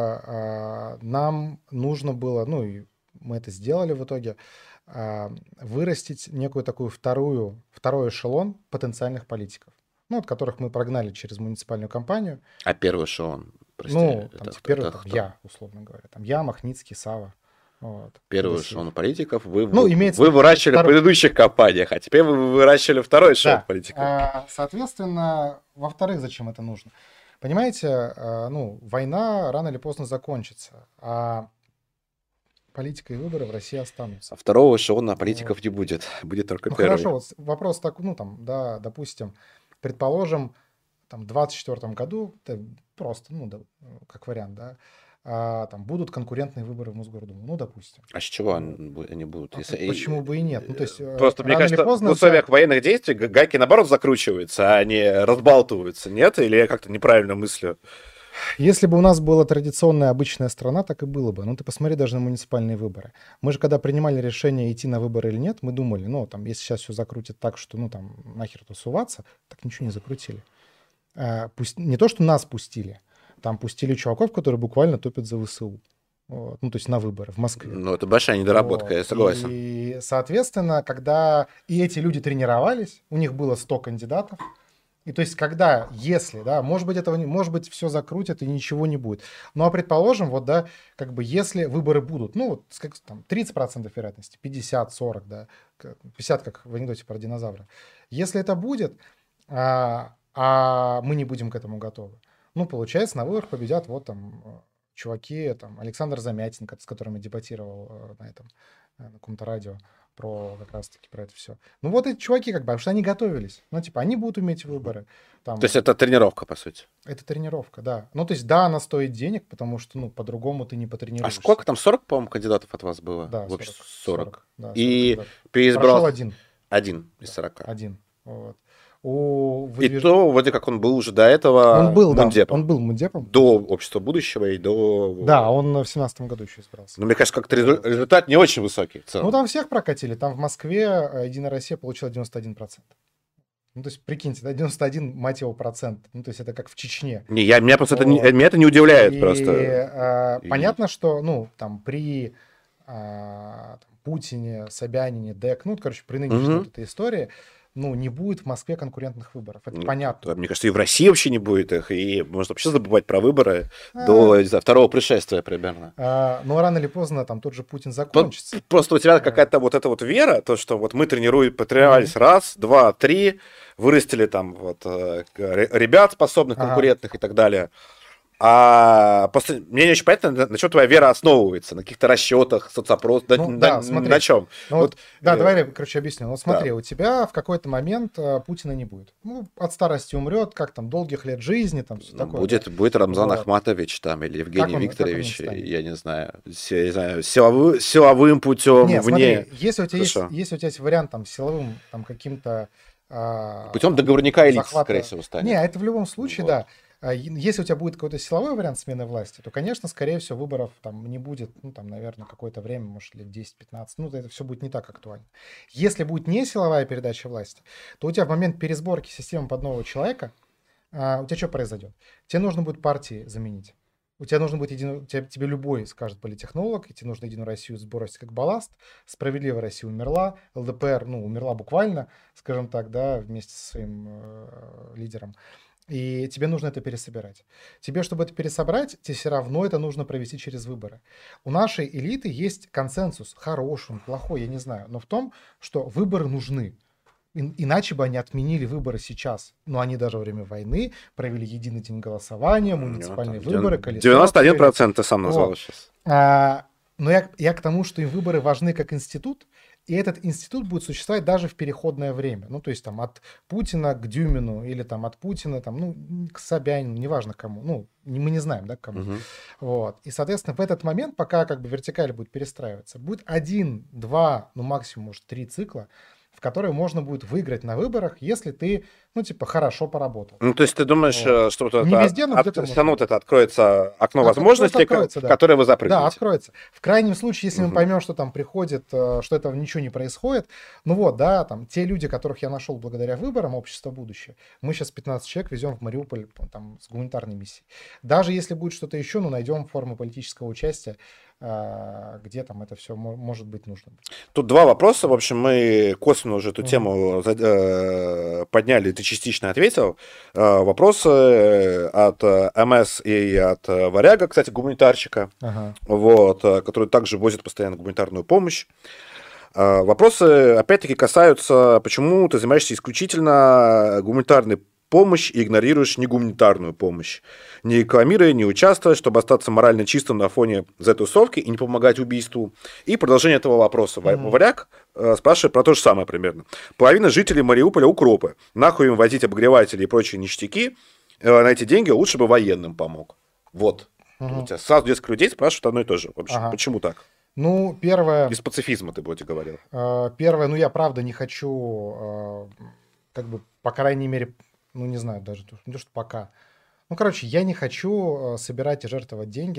B: а, нам нужно было, ну и мы это сделали в итоге, а, вырастить некую такую вторую, второй эшелон потенциальных политиков, ну, от которых мы прогнали через муниципальную кампанию.
A: А первый эшелон, прости,
B: Ну,
A: это,
B: там,
A: это,
B: первый,
A: это
B: там,
A: кто?
B: я, условно говоря, там, я, Махницкий, Сава, вот,
A: Первый
B: Федосеев.
A: эшелон политиков вы,
B: Ну,
A: вы,
B: имеется в
A: вы
B: виду
A: выращивали в
B: второй.
A: предыдущих компаниях, а теперь вы выращивали второй эшелон
B: Да,
A: политиков.
B: а, соответственно, во-вторых, зачем это нужно? Понимаете, а, ну, война рано или поздно закончится, а политика и выборы в России останутся.
A: А второго эшелона
B: Вот.
A: политиков не будет, будет только
B: Ну
A: первый.
B: хорошо, вот с- вопрос так, ну там, да, допустим, предположим, там в двадцать четвёртом году, это просто, ну, да, э, как вариант, да, а, там будут конкурентные выборы в Мосгордуму, ну, допустим.
A: А с чего
B: Вот.
A: они бу- они будут?
B: А
A: Если-
B: п- почему бы и нет? Ну, то есть, э,
A: Просто, мне
B: рано или
A: кажется, в
B: поздно это...
A: условиях военных действий га- гайки, наоборот, закручиваются, а они разбалтываются, нет? Или я как-то неправильно мыслю?
B: Если бы у нас была традиционная обычная страна, так и было бы. Ну, ты посмотри даже на муниципальные выборы. Мы же, когда принимали решение, идти на выборы или нет, мы думали, ну, там, если сейчас все закрутит так, что, ну, там, нахер тусоваться, так ничего не закрутили. А, пусть, не то, что нас пустили, там пустили чуваков, которые буквально топят за ВСУ. Вот. Ну, то есть на выборы в Москве.
A: Ну, это большая недоработка,
B: Вот.
A: я согласен.
B: И, соответственно, когда и эти люди тренировались, у них было сто кандидатов, и то есть, когда, если, да, может быть, этого не, может быть, все закрутят и ничего не будет. Ну, а предположим, вот, да, как бы, если выборы будут, ну, вот, как, там, тридцать процентов вероятности, пятьдесят сорок, да, к- пятьдесят, как в анекдоте про динозавра. Если это будет, а, а мы не будем к этому готовы, ну, получается, на выборах победят вот там э, чуваки, там, Александр Замятин, ко- с которым я дебатировал э, на этом, э, на каком-то радио, про как раз-таки про это все. Ну вот эти чуваки как бы, потому что они готовились. Ну типа они будут уметь выборы. Там,
A: То есть это тренировка, по сути.
B: это тренировка, да. Ну то есть да, она стоит денег, потому что ну по-другому ты не
A: А
B: потренируешься.
A: сколько там, сорок, по-моему, кандидатов от вас было?
B: Да,
A: В общем,
B: сорок.
A: сорок.
B: Да, сорок
A: И
B: кандидатов. Прошел
A: переизбрал
B: один.
A: один из
B: Да,
A: сорока.
B: один. Вот. У
A: И
B: выдвиж-
A: то, вроде как он был уже до этого
B: Он был, да,
A: мундепом.
B: он был мундепом.
A: До общества будущего и до...
B: Да, он в семнадцатом году еще избрался.
A: Ну, мне кажется, как-то резу- результат не очень высокий в целом.
B: Ну там всех прокатили. Там в Москве э, Единая Россия получила девяносто один процент. Ну, то есть, прикиньте, да, девяносто один, мать его, процент. Ну, то есть, это как в Чечне.
A: Не, я, меня просто это, не-
B: Вот.
A: меня это не удивляет
B: И
A: просто.
B: э,
A: И-
B: понятно, что, ну, там, при а, там, Путине, Собянине, ДЭК, ну, короче, при нынешней
A: Мгм.
B: вот этой истории, ну, не будет в Москве конкурентных выборов. Это
A: Ну,
B: понятно.
A: то, мне кажется, и в России вообще не будет их, и можно вообще забывать про выборы
B: А,
A: до, не знаю, второго пришествия примерно.
B: а, но рано или поздно там тот же Путин
A: По-
B: закончится.
A: Просто у тебя
B: Вот.
A: какая-то вот эта вот вера, то, что вот мы тренируем,
B: Мгм.
A: потренировались раз, два, три, вырастили там вот э, к- ре- ребят способных,
B: Ага.
A: конкурентных и так далее. А просто мне не очень понятно, на, на чем твоя вера основывается, на каких-то расчетах, соцопрос, на,
B: Ну
A: на-
B: да,
A: на
B: смотри.
A: чем?
B: Ну вот,
A: Вот,
B: да,
A: э,
B: давай я, короче, объясню. Вот
A: да.
B: смотри, у тебя в какой-то момент э, Путина не будет. Ну, от старости умрет, как там, долгих лет жизни, там, все
A: Ну,
B: такое, да.
A: будет, будет Рамзан
B: Вот.
A: Ахматович там или
B: Как
A: Евгений
B: он, как он не
A: Викторович,
B: станет?
A: я не знаю, се- не знаю, силовы- силовым путем
B: Не,
A: вне.
B: смотри, если у тебя есть,
A: Хорошо.
B: если у тебя есть вариант там силовым, там, каким-то а,
A: Путем договорника элиты,
B: захвата...
A: скорее всего, станет.
B: Не, это в любом случае,
A: Вот.
B: да. А, е- Если у тебя будет какой-то силовой вариант смены власти, то, конечно, скорее всего, выборов там не будет, ну, там, наверное, какое-то время, может, лет десять-пятнадцать, ну, это все будет не так актуально. Если будет не силовая передача власти, то у тебя в момент пересборки системы под нового человека, а, у тебя что произойдет? Тебе нужно будет партии заменить. У тебя нужно будет едино... тебе, тебе любой скажет политтехнолог, и тебе нужно Единую Россию сбросить как балласт. Справедливая Россия умерла, ЛДПР, ну, умерла буквально, скажем так, да, вместе со своим э, лидером. И тебе нужно это пересобирать. Тебе, чтобы это пересобрать, тебе все равно это нужно провести через выборы. У нашей элиты есть консенсус, хороший, он плохой, я не знаю, но в том, что выборы нужны. Ин- Иначе бы они отменили выборы сейчас. Но они даже во время войны провели единый день голосования,
A: Ну,
B: муниципальные
A: там
B: выборы,
A: девян-
B: колесо
A: девяносто один
B: открыли.
A: процент ты сам назвал
B: Вот.
A: сейчас.
B: А, но я, я к тому, что им выборы важны как институт, и этот институт будет существовать даже в переходное время. Ну, то есть там от Путина к Дюмину или там от Путина там, ну, к Собянину, неважно кому. Ну, не- мы не знаем, да, к кому.
A: Мгм.
B: Вот. И, соответственно, в этот момент, пока как бы вертикаль будет перестраиваться, будет один, два, ну, максимум, может, три цикла, в которые можно будет выиграть на выборах, если ты, ну, типа, хорошо поработал.
A: Ну, то есть ты думаешь,
B: Вот.
A: э, что вот
B: Не
A: это,
B: везде, но
A: от-
B: где-то
A: все равно
B: можно.
A: вот это откроется окно
B: От- Откроется,
A: возможностей, ко-
B: откроется,
A: в
B: да.
A: которое вы
B: Да,
A: запрыгнете.
B: откроется. В крайнем случае, если мы
A: Мгм.
B: поймем, что там приходит, э, что этого ничего не происходит, ну вот, да, там те люди, которых я нашел благодаря выборам общества будущее, мы сейчас пятнадцать человек везем в Мариуполь п- там с гуманитарной миссией. Даже если будет что-то еще, ну найдем формы политического участия, а, где там это все может быть нужно.
A: Тут два вопроса. В общем, мы косвенно уже эту
B: Мгм.
A: тему за- э, подняли, ты частично ответил. Э, Вопросы э, от э, МС и от э, Варяга, кстати, гуманитарщика,
B: Ага.
A: вот, э, который также возит постоянно гуманитарную помощь. Э, Вопросы, опять-таки, касаются, почему ты занимаешься исключительно гуманитарной помощью и игнорируешь негуманитарную помощь, не рекламируя, не участвуя, чтобы остаться морально чистым на фоне Z-тусовки и не помогать убийству. И продолжение этого вопроса. Ва-
B: Мгм.
A: Варяг э, спрашивает про то же самое примерно. Половина жителей Мариуполя укропы. Нахуй им возить обогреватели и прочие ништяки. Э, На эти деньги лучше бы военным помог. Вот.
B: Мгм.
A: У тебя сразу несколько людей спрашивают одно и то же. Вообще,
B: Ага.
A: почему так?
B: Ну, первое,
A: Из пацифизма ты вроде говорил.
B: э, первое, ну я правда не хочу, э, как бы, по крайней мере, ну не знаю даже, то- не то, что пока. Ну, короче, я не хочу э, собирать и жертвовать деньги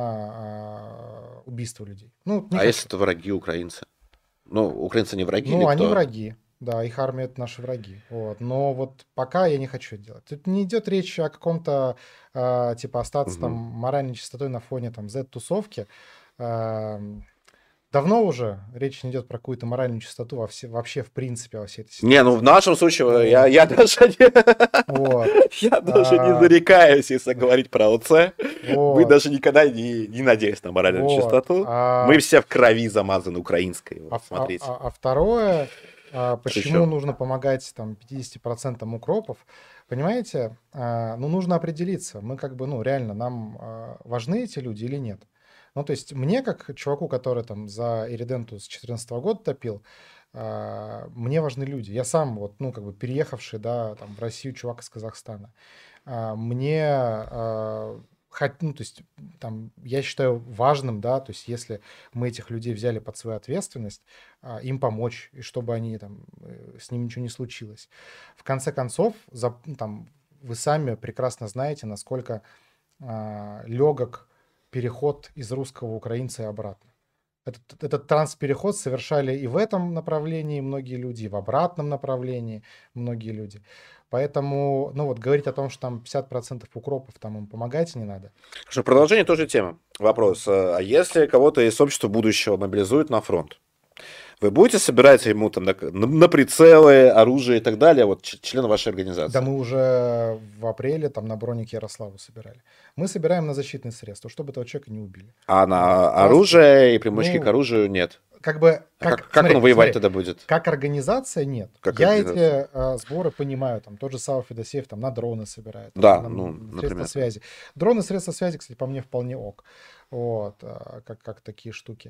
B: на э, убийство людей. Ну, не
A: А
B: хочу.
A: если это враги украинцы? Ну, украинцы не враги или
B: Ну, они
A: кто?
B: враги. Да, их армия это наши враги. Вот. Но вот пока я не хочу это делать. Тут не идет речь о каком-то, э, типа, остаться там
A: Мгм.
B: моральной чистотой на фоне там Z-тусовки. Эм, Давно уже речь не идет про какую-то моральную чистоту во все, вообще, в принципе, во всей этой
A: Не, ну в
B: ситуации.
A: нашем случае
B: Вот.
A: я, я даже не,
B: Вот.
A: я даже не
B: А,
A: зарекаюсь, если говорить про ЛЦ. Мы
B: вот.
A: даже никогда не, не надеялись на моральную
B: Вот.
A: чистоту. Мы
B: А,
A: все в крови замазаны украинской.
B: а,
A: Вот,
B: а-
A: смотрите.
B: а- а второе, а,
A: Ты
B: почему
A: чё?
B: нужно помогать там пятьдесят процентов укропов? Понимаете, А, ну нужно определиться. Мы как бы, ну реально, нам а, важны эти люди или нет? Ну то есть мне, как чуваку, который там за Ириденту с две тысячи четырнадцатого года топил, а, мне важны люди. Я сам вот, ну как бы переехавший, да, там в Россию чувак из Казахстана. А, Мне а, хот- ну, то есть, там, я считаю важным, да, то есть, если мы этих людей взяли под свою ответственность, а, им помочь, и чтобы они там, э, с ними ничего не случилось. В конце концов, за, ну, там, вы сами прекрасно знаете, насколько а, легок переход из русского в украинца и обратно. Этот, этот транспереход совершали и в этом направлении многие люди, и в обратном направлении многие люди. Поэтому, ну вот, говорить о том, что там пятьдесят процентов укропов там им помогать не надо.
A: Хорошо, продолжение той же темы. Вопрос. А если кого-то из общества будущего мобилизуют на фронт, Вы будете собирать ему там на, на, на прицелы, оружие и так далее, вот члены вашей организации?
B: Да мы уже в апреле там на броник Ярославу собирали. Мы собираем на защитные средства, чтобы этого человека не убили.
A: А на
B: Просто,
A: оружие и примочки
B: ну,
A: к оружию нет?
B: Как бы,
A: как,
B: как,
A: как, как
B: смотри,
A: он воевать
B: смотри,
A: тогда будет?
B: Как организация нет.
A: Как
B: Я
A: организация?
B: эти а, сборы понимаю, там тот же Сава Федосеев там на дроны собирает, там,
A: Да,
B: на,
A: ну,
B: средства
A: например.
B: связи. Дроны, средства связи, кстати, по мне вполне ок. Вот, а, как, как такие штуки.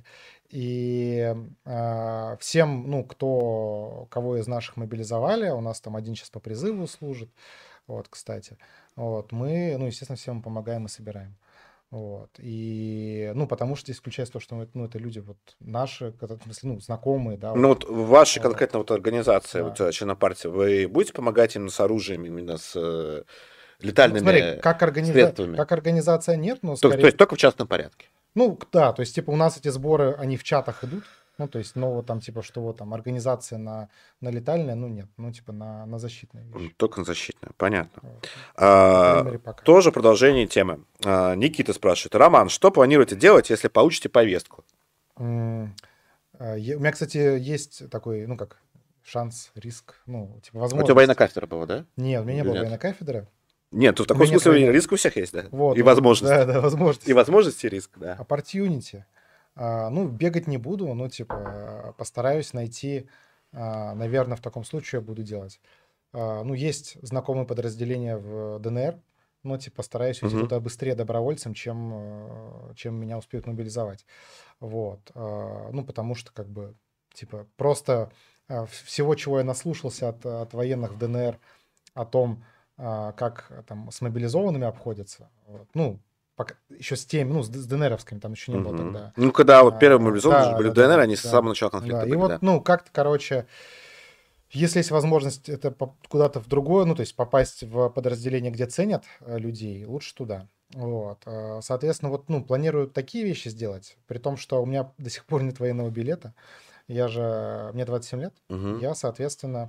B: И а, всем, ну, кто, кого из наших мобилизовали, у нас там один сейчас по призыву служит, вот, кстати, вот, мы, ну, естественно, всем помогаем и собираем. Вот. И, ну, потому что здесь включается то, что ну, это люди вот наши, в смысле, ну, знакомые, да.
A: Ну,
B: вот,
A: вот ваша
B: вот.
A: конкретно вот организация,
B: Да.
A: вот члена партии, вы будете помогать именно с оружием, именно с э, летальными
B: ну, смотри, как, организа...
A: средствами?
B: как организация нет, но
A: То,
B: скорее...
A: то есть только в частном порядке?
B: Ну, да, то есть, типа, у нас эти сборы, они в чатах идут, ну, то есть, ну, вот там, типа, что вот там, организация на, на летальное, ну, нет, ну, типа, на, на защитные вещи.
A: Только на защитное, понятно.
B: Вот.
A: А,
B: мере, пока.
A: тоже продолжение темы. А, Никита спрашивает. Роман, что планируете делать, если получите повестку?
B: М, а, я- У меня, кстати, есть такой, ну, как, шанс, риск, ну, типа,
A: У
B: возможность.
A: тебя военная кафедра была, да?
B: Нет, у меня не
A: Или
B: было
A: нет?
B: военной кафедры.
A: Нет, в
B: У
A: таком
B: меня нет
A: смысле
B: военной-
A: риск у всех есть, да?
B: Вот,
A: И
B: вот,
A: возможность.
B: Да, да, возможность.
A: И возможность, и риск, да.
B: Opportunity. А, ну, бегать не буду, но, типа, постараюсь найти, а, наверное, в таком случае я буду делать. А, ну, есть знакомые подразделения в ДНР, но, типа, стараюсь уйти
A: Мгм.
B: туда быстрее добровольцем, чем, э, чем меня успеют мобилизовать. Вот. А, ну, потому что, как бы, типа, просто а, в- всего, чего я наслушался от, от военных в ДНР о том, а, как а, там с мобилизованными обходятся. Вот. Ну, пока, еще с теми, ну, с, д- с ДНРовскими там еще не было
A: Мгм.
B: тогда.
A: Ну, когда вот первые
B: А,
A: мобилизованные же
B: да,
A: были
B: да,
A: в
B: да,
A: ДНР,
B: да,
A: они с
B: да.
A: самого начала конфликта
B: Да, и
A: были,
B: вот,
A: да.
B: ну, как-то, короче, если есть возможность это поп- куда-то в другое, ну, то есть попасть в подразделение, где ценят э, людей, лучше туда. Вот. А, Соответственно, вот, ну, планирую такие вещи сделать, при том, что у меня до сих пор нет военного билета. Я же, мне двадцать семь лет,
A: Мгм.
B: я, соответственно,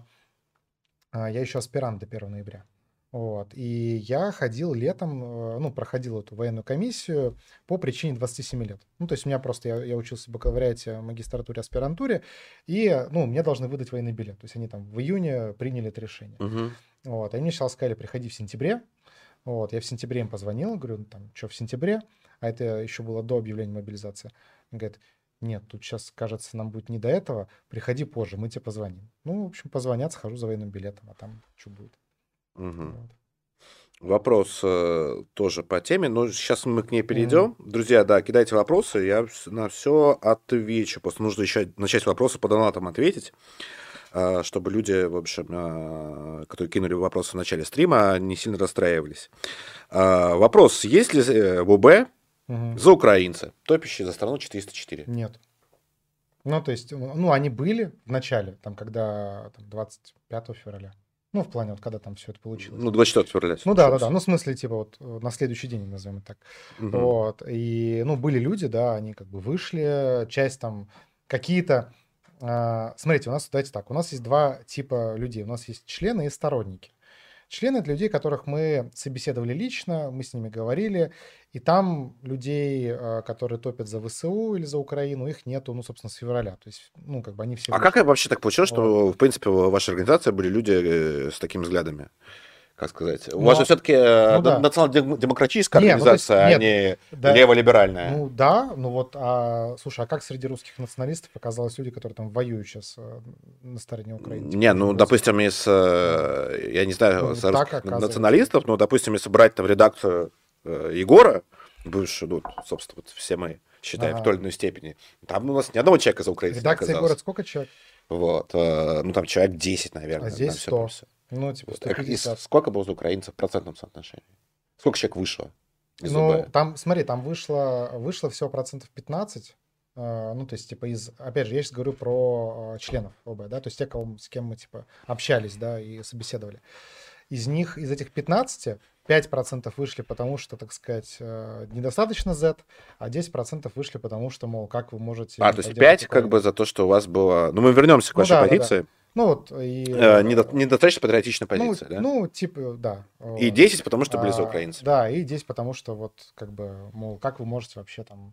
B: а, я еще аспирант до первого ноября. Вот. И я ходил летом, э, ну, проходил эту военную комиссию по причине двадцати семи лет. Ну, то есть у меня просто, я, я учился в бакалавриате, магистратуре, аспирантуре, и, ну, мне должны выдать военный билет. То есть они там в июне приняли это решение.
A: Мгм.
B: Вот. И они мне сначала сказали, приходи в сентябре. Вот. Я в сентябре им позвонил, говорю, ну, там, что в сентябре? А это еще было до объявления мобилизации. Он говорит, нет, тут сейчас, кажется, нам будет не до этого, приходи позже, мы тебе позвоним. Ну, в общем, позвонят, схожу за военным билетом, а там что будет.
A: Мгм.
B: Вот.
A: Вопрос э, тоже по теме, но сейчас мы к ней
B: Мгм.
A: перейдем. Друзья, да, кидайте вопросы, я вс- на все отвечу. Просто нужно еще на часть вопросов по донатам ответить, э, чтобы люди, в общем, э, которые кинули вопросы в начале стрима, не сильно расстраивались. Э, Вопрос, есть ли э, ВБ
B: Мгм.
A: за украинца, топящий за страну четыреста четыре?
B: Нет. Ну, то есть, ну, они были в начале, там, когда там, двадцать пятого февраля. Ну, в плане, вот когда там все это получилось.
A: Ну, двадцать четвёртого февраля.
B: Ну да, да, да.
A: случилось.
B: Ну, в смысле, типа, вот э, на следующий день, назовем это так.
A: Мгм.
B: Вот. И, ну, были люди, да, они как бы вышли, часть там какие-то... а, смотрите, у нас, давайте так, у нас есть два типа людей. У нас есть члены и сторонники. Члены — это людей, которых мы собеседовали лично, мы с ними говорили, и там людей, а, которые топят за ВСУ или за Украину, их нету, ну, собственно, с февраля. То есть, ну, как бы они все
A: А
B: вышли.
A: как вообще так получилось,
B: Вот.
A: что, в принципе, в вашей организации были люди э, с такими взглядами? Как сказать? У
B: Ну,
A: вас же
B: а-
A: все-таки
B: ну да.
A: национал-демократическая
B: Не, ну, то есть,
A: организация, а
B: нет,
A: не
B: да,
A: лево-либеральная.
B: ну да, ну вот, а, слушай, а как среди русских националистов оказалось люди, которые там воюют сейчас на стороне Украины? Типа,
A: Не,
B: тоже
A: ну,
B: бросили?
A: допустим, из, э, я не знаю,
B: Ну,
A: с
B: вот так
A: русских
B: оказывается.
A: националистов, но, допустим, если брать там редакцию э, Егора, бывшую, ну, собственно, вот все мы считаем в
B: Ага.
A: той или иной степени, там у нас ни одного человека за украинцев не
B: Редакция
A: оказалось.
B: город сколько человек?
A: Вот, э, ну, там человек десять, наверное.
B: А здесь
A: на всё
B: сто.
A: про всё.
B: Ну, типа
A: Вот.
B: сто
A: И
B: пятьдесят.
A: сколько было за украинцев в процентном соотношении? Сколько человек вышло из
B: Ну,
A: УБ?
B: там, смотри, там вышло, вышло всего процентов пятнадцать. э, Ну, то есть, типа, из, опять же, я сейчас говорю про э, членов ОБ, да, то есть те, кого, мы- с кем мы, типа, общались, да, и собеседовали. Из них, из этих пятнадцати, пять процентов вышли, потому что, так сказать, э, недостаточно Z, а десять процентов вышли, потому что, мол, как вы можете
A: А,
B: не
A: то есть
B: поддерживать
A: пять как бы
B: Украину?
A: за то, что у вас было... Ну, мы вернемся к
B: Ну
A: вашей
B: да, да, да.
A: позиции.
B: Ну вот, и...
A: Э,
B: э,
A: недо- Недостаточно патриотичная
B: Ну,
A: позиция, да?
B: ну, типа, да.
A: И
B: вот.
A: десять, потому что были за
B: А,
A: украинцев.
B: Да, и десять, потому что вот, как бы, мол, как вы можете вообще там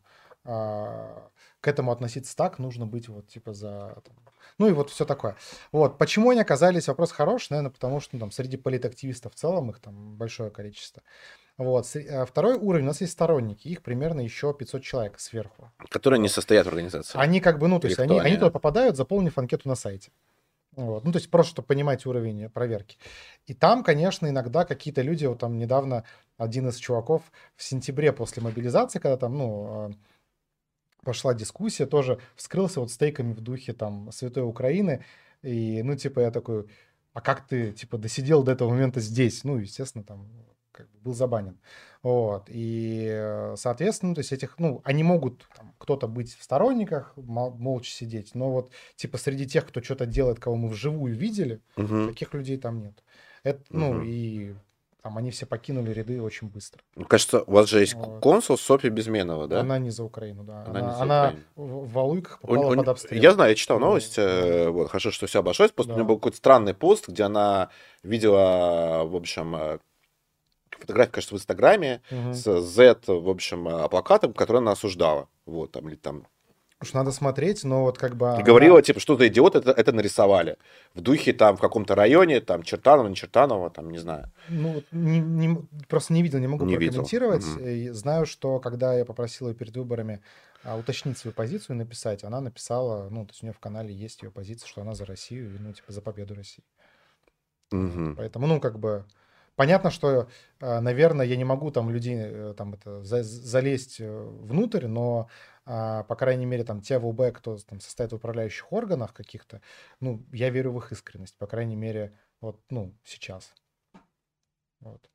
B: а, к этому относиться так, нужно быть вот типа за... там, ну и вот все такое. Вот. Почему они оказались, вопрос хороший, наверное, потому что ну, там среди политактивистов в целом их там большое количество. Вот. Сре- а Второй уровень, у нас есть сторонники, их примерно еще пятьсот человек сверху.
A: Которые не
B: Вот.
A: состоят в организации.
B: Они как бы, ну, то
A: Или
B: есть
A: кто
B: они, они
A: они?
B: туда попадают, заполнив анкету на сайте. Вот. Ну, то есть просто, чтобы понимать уровень проверки. И там, конечно, иногда какие-то люди, вот там недавно один из чуваков в сентябре после мобилизации, когда там, ну, а, пошла дискуссия, тоже вскрылся вот стейками в духе там Святой Украины. И, ну, типа, я такой, а как ты, типа, досидел до этого момента здесь? Ну, естественно, там как бы был забанен. Вот. И, э, соответственно, то есть этих, ну, они могут там, кто-то быть в сторонниках, мол- молча сидеть, но вот, типа, среди тех, кто что-то делает, кого мы вживую видели,
A: Мгм.
B: таких людей там нет. Это, ну,
A: Мгм.
B: и там они все покинули ряды очень быстро.
A: Мне кажется, у вас же есть к-
B: Вот.
A: консул Софья Безменова, да?
B: Она не за Украину, да.
A: Она не
B: Она,
A: за
B: она
A: Украину.
B: в в Валуйках
A: Он-
B: попала
A: он-
B: под обстрел.
A: Я знаю, я читал
B: Да,
A: новость,
B: да,
A: э, вот, хорошо, что все обошлось, просто у нее
B: да.
A: был какой-то странный пост, где она видела, в общем, э, фотографию, кажется, в Инстаграме
B: Мгм.
A: с Z, в общем, э, плакатом, который она осуждала, вот, там, или там,
B: Уж надо смотреть, но вот как бы
A: и
B: она...
A: говорила, типа, что за идиот это, это нарисовали, в духе, там, в каком-то районе, там, Чертанова, не Чертанова, там, не знаю,
B: Ну, вот не- не- просто не видел, не могу
A: не видел.
B: прокомментировать.
A: Мгм.
B: И знаю, что когда я попросил ее перед выборами а, уточнить свою позицию, написать, она написала, ну, то есть у нее в канале есть ее позиция, что она за Россию, и, ну, типа, за победу России. Вот.
A: Мгм.
B: Поэтому, ну, как бы, понятно, что, а, наверное, я не могу там людей э, там это за- залезть э, внутрь, но, а, по крайней мере, там те ВУБ, кто там состоит в управляющих органах каких-то, ну, я верю в их искренность, по крайней мере, вот, ну, сейчас. Вот.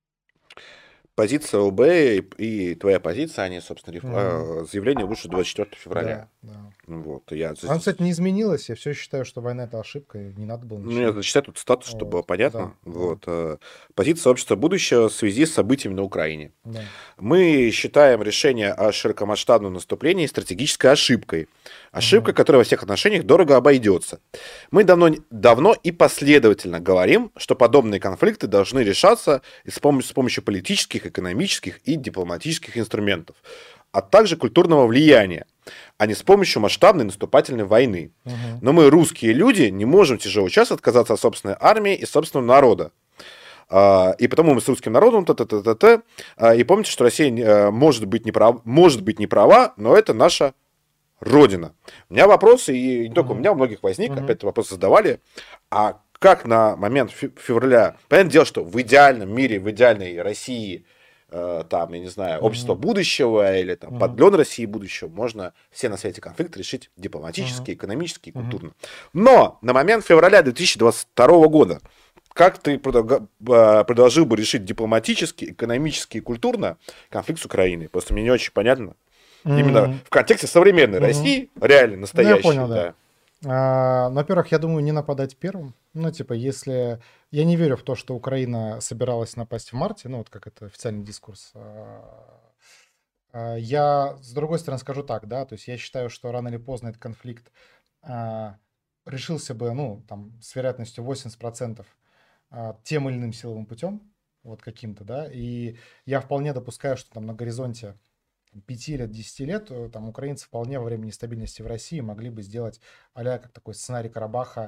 A: Позиция ОБ и, и твоя позиция, они, собственно, реф-
B: Мгм.
A: э, заявление вышло двадцать четвёртого февраля.
B: Да, да.
A: Вот, я
B: Она, кстати, не изменилась. Я все считаю, что война — это ошибка, и не надо было
A: Ну, я
B: начинать.
A: зачитаю тут статус, чтобы было
B: Вот.
A: понятно.
B: Да, да,
A: Вот. э, Позиция общества будущего в связи с событиями на Украине.
B: да.
A: Мы считаем решение о широкомасштабном наступлении стратегической ошибкой. Ошибка,
B: Мгм.
A: которая во всех отношениях дорого обойдется. Мы давно, давно и последовательно говорим, что подобные конфликты должны решаться с помощью, с помощью политических, экономических и дипломатических инструментов, а также культурного влияния, а не с помощью масштабной наступательной войны.
B: Мгм.
A: Но мы, русские люди, не можем тяжелый час отказаться от собственной армии и собственного народа. А, И потому мы с русским народом, т-т-т-т-т. А, и помните, что Россия э, может быть не права, может быть не права, но это наша родина. У меня вопросы, и не только у
B: Мгм.
A: меня, у многих возник,
B: Мгм.
A: опять вопрос задавали, а как на момент фе- февраля, понятное дело, что в идеальном мире, в идеальной России, э, там, я не знаю, общество
B: Мгм.
A: будущего или там
B: Мгм.
A: подлен России будущего, можно все на свете конфликты решить дипломатически,
B: Мгм.
A: экономически и
B: Мгм.
A: культурно. Но на момент февраля две тысячи двадцать второго года, как ты продолга- э, предложил бы решить дипломатически, экономически и культурно конфликт с Украиной? Просто мне не очень понятно. Именно
B: Мгм.
A: в контексте современной
B: Мгм.
A: России, реально
B: Ну, я
A: настоящей,
B: понял, да.
A: да.
B: А, ну, во-первых, я думаю, не нападать первым. Ну, типа, если... Я не верю в то, что Украина собиралась напасть в марте, ну, вот как это официальный дискурс. А, а, Я, с другой стороны, скажу так, да, то есть я считаю, что рано или поздно этот конфликт а, решился бы, ну, там, с вероятностью восемьдесят процентов а, тем или иным силовым путем, вот каким-то, да, и я вполне допускаю, что там на горизонте пяти лет, десяти лет, э, там украинцы вполне во время нестабильности в России могли бы сделать а как такой сценарий Карабаха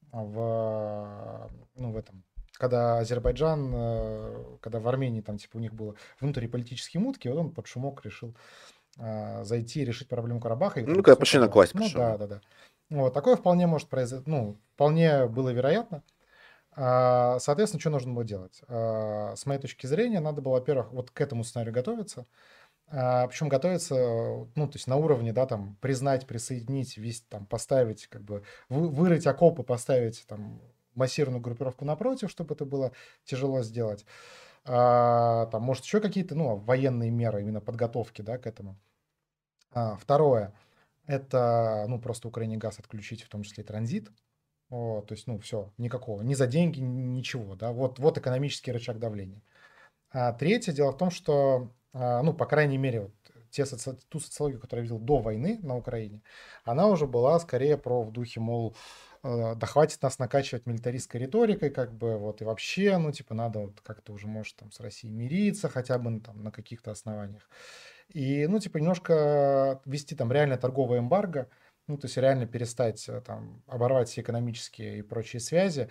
B: в, ну, в этом, когда Азербайджан, э, когда в Армении там типа у них было внутриполитические мутки, вот он под шумок решил а, зайти и решить проблему Карабаха, и
A: Ну,
B: там
A: когда
B: все
A: пошли на
B: пожалуйста.
A: класть
B: Ну да,
A: почему?
B: да, да. Вот, такое вполне может произойти, ну, вполне было вероятно. А, Соответственно, что нужно было делать? А, С моей точки зрения, надо было, во-первых, вот к этому сценарию готовиться, а, причем готовиться, э, ну, то есть на уровне, да, там, признать, присоединить, весь, там, поставить, как бы, вы- вырыть окопы, поставить, там, массированную группировку напротив, чтобы это было тяжело сделать. А, там, может, еще какие-то, ну, военные меры именно подготовки, да, к этому. А, второе, это, ну, просто Украине газ отключить, в том числе и транзит. О, то есть, ну, все, никакого, ни за деньги, ни- ничего, да, вот, вот экономический рычаг давления. А третье дело в том, что, а, ну, по крайней мере, вот те соци- ту социологию, которую я видел до войны на Украине, она уже была скорее про в духе, мол, э, да хватит нас накачивать милитаристской риторикой, как бы, вот, и вообще, ну, типа, надо вот как-то уже, может, там, с Россией мириться, хотя бы ну, там на каких-то основаниях. И, ну, типа, немножко ввести там реально торговое эмбарго, ну, то есть реально перестать э, там оборвать все экономические и прочие связи,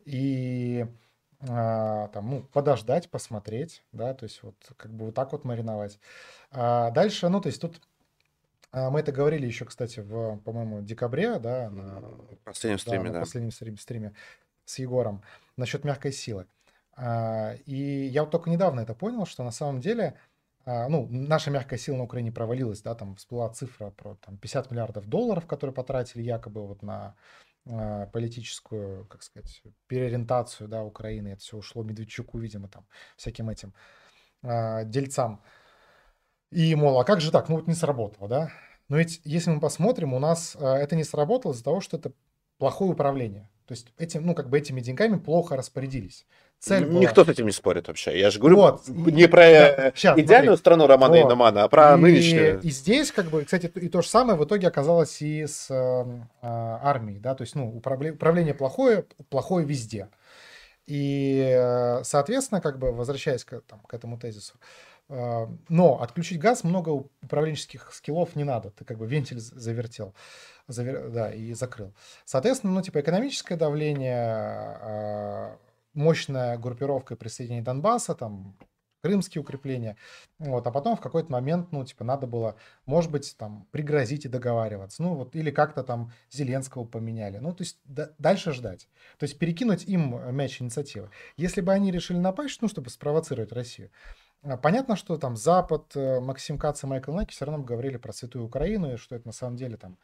B: и а, там, ну, подождать, посмотреть, да, то есть вот как бы вот так вот мариновать. А дальше, ну, то есть тут а, мы это говорили еще, кстати, в, по-моему, декабре, да, на,
A: В последнем
B: да,
A: стриме,
B: на
A: да.
B: последнем стрим- стриме с Егором насчет мягкой силы. А, И я вот только недавно это понял, что на самом деле, а, ну, наша мягкая сила на Украине провалилась, да, там всплыла цифра про там, пятьдесят миллиардов долларов, которые потратили якобы вот на а, политическую, как сказать, переориентацию, да, Украины. Это все ушло Медведчуку, видимо, там, всяким этим а, дельцам. И, мол, а как же так? Ну вот не сработало, да? Но ведь если мы посмотрим, у нас э, это не сработало из-за того, что это плохое управление. То есть этим, ну, как бы этими деньгами плохо распорядились. Цель была...
A: Никто с этим не спорит вообще. Я же говорю
B: Вот,
A: не
B: и,
A: про
B: да,
A: э,
B: сейчас,
A: идеальную
B: смотри.
A: страну Романа
B: Вот.
A: Иномана, а про
B: И,
A: нынешнюю.
B: и здесь, как бы, кстати, и то же самое в итоге оказалось и с э, а, армией, да, то есть, ну, управле- управление плохое, плохое везде. И, э, соответственно, как бы возвращаясь к, там, к этому тезису, э, но отключить газ много управленческих скиллов не надо. Ты как бы вентиль з- завертел, завер- да, и закрыл. Соответственно, ну, типа экономическое давление, э, мощная группировка и присоединение Донбасса, там, крымские укрепления, вот, а потом в какой-то момент, ну, типа, надо было, может быть, там, пригрозить и договариваться, ну, вот, или как-то там Зеленского поменяли, ну, то есть да- дальше ждать. То есть перекинуть им э, мяч инициативы. Если бы они решили напасть, ну, чтобы спровоцировать Россию, а, понятно, что там Запад, э, Максим Кац и Майкл Наки все равно бы говорили про святую Украину, и что это на самом деле там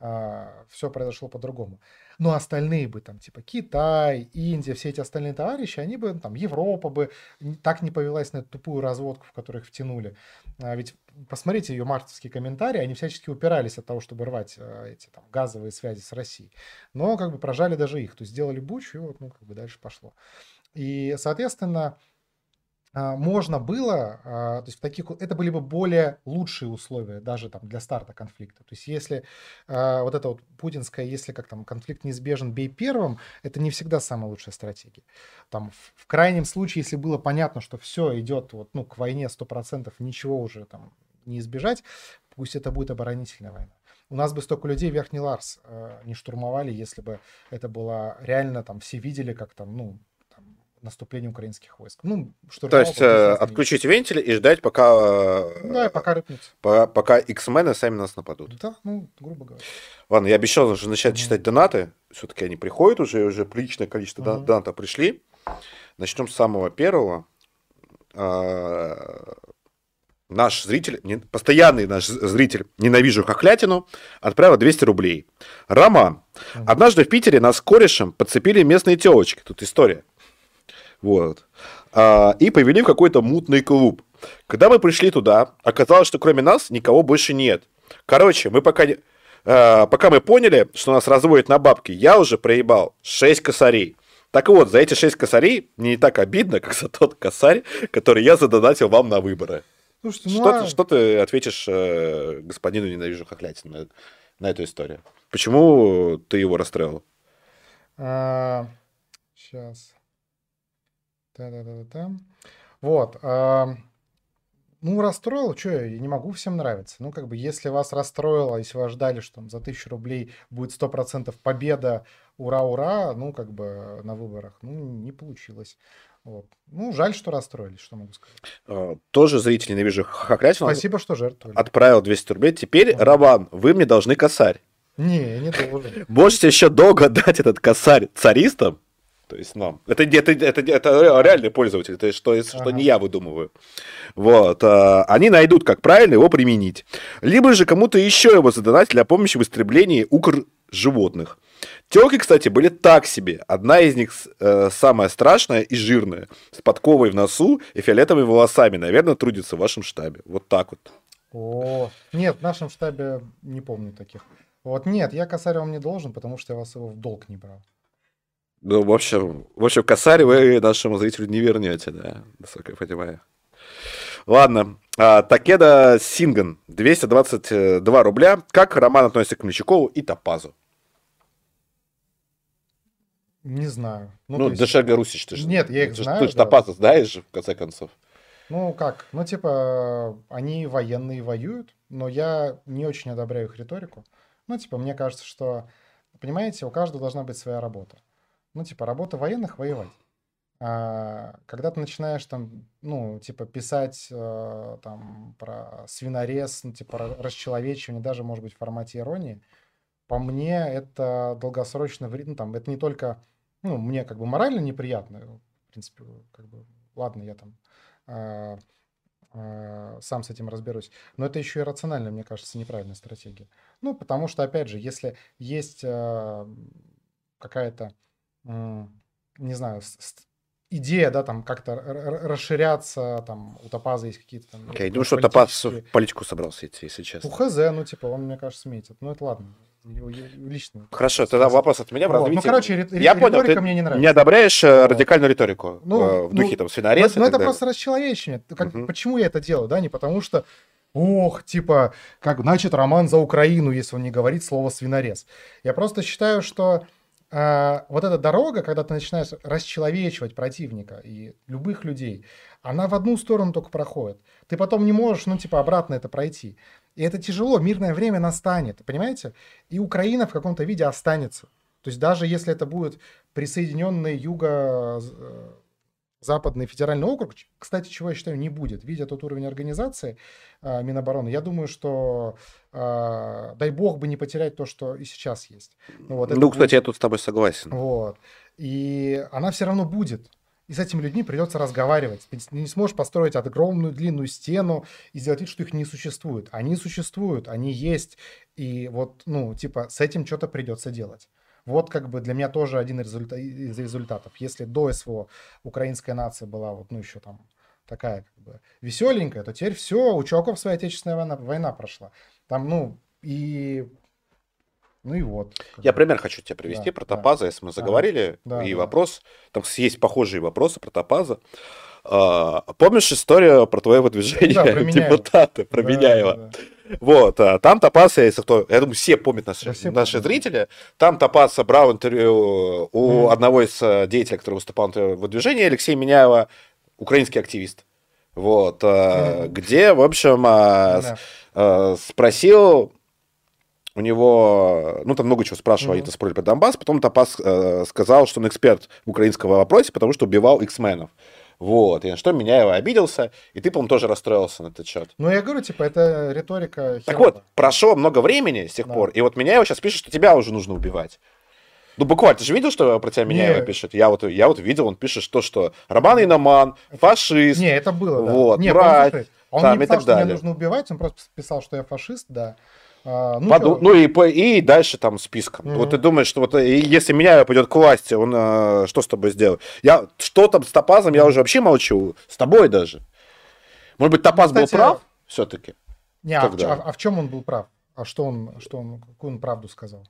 B: все произошло по-другому. Но остальные бы там, типа Китай, Индия, все эти остальные товарищи, они бы, там, Европа бы н- так не повелась на эту тупую разводку, в которую их втянули. А ведь посмотрите ее мартовские комментарии, они всячески упирались от того, чтобы рвать э, эти там газовые связи с Россией. Но как бы прожали даже их, то есть сделали бучу, и вот, ну, как бы дальше пошло. И, соответственно, а, можно было, а, то есть в таких, у- это были бы более лучшие условия даже там для старта конфликта. То есть если а, вот это вот путинское, если как там конфликт неизбежен, бей первым, это не всегда самая лучшая стратегия. Там в, в крайнем случае, если было понятно, что все идет вот, ну, к войне сто процентов, ничего уже там не избежать, пусть это будет оборонительная война. У нас бы столько людей Верхний Ларс э, не штурмовали, если бы это было реально, там все видели, как там, ну, там, наступление украинских войск. Ну,
A: То
B: штурмовал
A: есть
B: бы
A: э,
B: государственный.
A: отключить вентили и ждать, пока,
B: Ну да, и
A: э,
B: пока рыпнется.
A: по- пока X-мены сами нас нападут.
B: Да, ну, грубо говоря.
A: Ладно, я обещал уже начать
B: Мгм.
A: читать донаты. Все-таки они приходят уже, уже приличное количество дон-
B: Мгм.
A: донатов пришли. Начнем с самого первого. А, Наш зритель, не- постоянный наш зритель «Ненавижу хохлятину» отправил двести рублей. Роман.
B: Мгм.
A: Однажды в Питере нас с корешем подцепили местные телочки. Тут история. Вот. А, и повели в какой-то мутный клуб. Когда мы пришли туда, оказалось, что кроме нас никого больше нет. Короче, мы пока, не- а, пока мы поняли, что нас разводят на бабки, я уже проебал шесть косарей. Так вот, за эти шесть косарей мне не так обидно, как за тот косарь, который я задонатил вам на выборы.
B: Слушайте, ну
A: Что, ты-
B: а
A: что ты ответишь э, господину «Ненавижу хохлятину» на, на эту историю? Почему ты его расстроил?
B: сейчас. Да-да-да-да. Вот. а, Ну, расстроил, что, я не могу всем нравиться. Ну, как бы, если вас расстроило, если вы ждали, что там за тысячу рублей будет сто процентов победа, ура-ура, ну, как бы на выборах, ну, не получилось. Вот. Ну, жаль, что расстроились, что могу сказать.
A: Э, Тоже зритель «Ненавижу хохлятину»
B: Спасибо, что жертвовали.
A: отправил двести рублей. Теперь,
B: Ага.
A: Роман, вы мне должны косарь.
B: Не, не должен.
A: Можете еще долго дать этот косарь царистам, то есть нам. Это, не- это, это, это реальный пользователь, то есть что, что не
B: Ага.
A: я выдумываю. Вот. а, Они найдут, как правильно его применить. Либо же кому-то еще его задонать для помощи в истреблении укр животных. Телки, кстати, были так себе. Одна из них э, самая страшная и жирная, с подковой в носу и фиолетовыми волосами. Наверное, трудится в вашем штабе. Вот так вот.
B: О, нет, в нашем штабе не помню таких. Вот нет, я косарь вам не должен, потому что я вас его в долг не брал.
A: Ну, в общем, в общем, косарь вы нашему зрителю не вернете, да, насколько я понимаю. Ладно. А, Такеда Синган, двести двадцать два рубля. Как Роман относится к Мельчукову и Топазу?
B: Не знаю. Ну,
A: Ну,
B: то есть,
A: Дешерга Русич, ты же,
B: нет, я их
A: ты, ж-
B: знаю,
A: ты ж
B: да.
A: Топаза знаешь же, в конце концов.
B: Ну, как? Ну, типа, они военные воюют, но я не очень одобряю их риторику. Ну, типа, мне кажется, что, понимаете, у каждого должна быть своя работа. Ну, типа, работа военных — воевать. А, когда ты начинаешь там, ну, типа, писать э, там про свинорез, ну, типа, ра- расчеловечивание, даже, может быть, в формате иронии, по мне, это долгосрочно вред, ну, там, это не только, ну, мне как бы морально неприятно, в принципе, как бы, ладно, я там а, а, сам с этим разберусь, но это еще и рационально, мне кажется, неправильная стратегия. Ну, потому что, опять же, если есть а, какая-то, м, не знаю, с- с- идея, да, там как-то р- р- расширяться, там у Топаза есть какие-то там,
A: Я
B: например,
A: думаю, что Топаз в
B: политические.
A: политику собрался идти, если
B: Ну,
A: честно.
B: хз, ну, типа, он, мне кажется, метит. Ну, это ладно, его, его личный
A: Хорошо,
B: вопрос,
A: тогда
B: хз.
A: вопрос от меня в
B: Вот, ну,
A: развитии.
B: короче, рит- ри-
A: Я понял,
B: риторика
A: ты
B: мне не
A: не
B: нравится.
A: одобряешь э,
B: Вот.
A: радикальную риторику
B: Ну,
A: э, в духе
B: ну,
A: там
B: ну,
A: свинорез и
B: ну,
A: так
B: это
A: далее.
B: просто расчеловечивание. Как,
A: Мгм.
B: почему я это делаю, да? Не потому что, ох, типа, как, значит, Роман за Украину, если он не говорит слово свинорез. Я просто считаю, что а, вот эта дорога, когда ты начинаешь расчеловечивать противника и любых людей, она в одну сторону только проходит. Ты потом не можешь, ну, типа, обратно это пройти. И это тяжело, мирное время настанет, понимаете? И Украина в каком-то виде останется. То есть даже если это будет присоединенный юго э, Западный федеральный округ, ч- кстати, чего я считаю, не будет. Видя тот уровень организации а, Минобороны, я думаю, что а, дай бог бы не потерять то, что и сейчас есть. Ну вот это
A: Ну, кстати,
B: будет,
A: я тут с тобой согласен.
B: вот. И она все равно будет. И с этими людьми придется разговаривать. Ты не сможешь построить огромную длинную стену и сделать вид, что их не существует. Они существуют, они есть. И вот, ну, типа, с этим что-то придется делать. Вот как бы для меня тоже один результа- из результатов. Если до СВО украинская нация была вот, ну, еще там такая как бы веселенькая, то теперь все, у чуваков своя отечественная война, война прошла. Там, ну, и, ну и вот, как
A: Я
B: бы,
A: пример хочу тебе привести
B: да,
A: про
B: да,
A: Топаза, если мы
B: ага,
A: заговорили,
B: да,
A: и
B: да.
A: вопрос, там есть похожие вопросы про Топаза. А, помнишь историю про твое
B: Ну да, про
A: выдвижение
B: Миняева.
A: депутата, про
B: Да, да,
A: Миняева?
B: да.
A: Вот, а, там Топаз, если кто, я думаю, все помнят
B: Да
A: наши,
B: все
A: наши
B: помнят, да.
A: зрители, там Топаз брал интервью у
B: Мгм.
A: одного из э, деятелей, который выступал на твоем выдвижении, Алексей Миняева, украинский активист. Вот, а,
B: Мгм.
A: где, в общем, а, с-
B: Да.
A: а, спросил у него, ну, там много чего спрашивал, они-то
B: Мгм.
A: спорили про Донбасс, потом Топас э, сказал, что он эксперт в украинском вопросе, потому что убивал иксменов. Вот, и на что Миняева обиделся, и ты, по-моему, тоже расстроился на этот счет.
B: Ну, я говорю, типа, это риторика
A: Так вот,
B: херовая. Да.
A: прошло много времени с тех
B: Да.
A: пор, и вот Миняева сейчас пишет, что тебя уже нужно убивать. Ну, буквально, ты же видел, что про тебя Миняева
B: Не,
A: пишет? Я вот, я вот видел, он пишет то, что Роман Иноман,
B: это... не,
A: фашист,
B: это было, да.
A: вот,
B: Не, он,
A: мразь,
B: слушай, он не
A: там и
B: писал,
A: так
B: что меня
A: далее.
B: нужно убивать, он просто писал, что я фашист, да. А, ну,
A: Поду-
B: что?
A: Ну и, по- и дальше там списком. Вот ты думаешь, что вот э, и если меня пойдет к власти, он э, что с тобой сделает? Я, что там с Топазом, я уже вообще молчу. С тобой даже. Может быть,
B: Ну,
A: Топаз был
B: кстати,
A: прав все-таки
B: не, а в, чё-
A: тогда?
B: а- а в чем он был прав? А что он, что он, какую он правду сказал?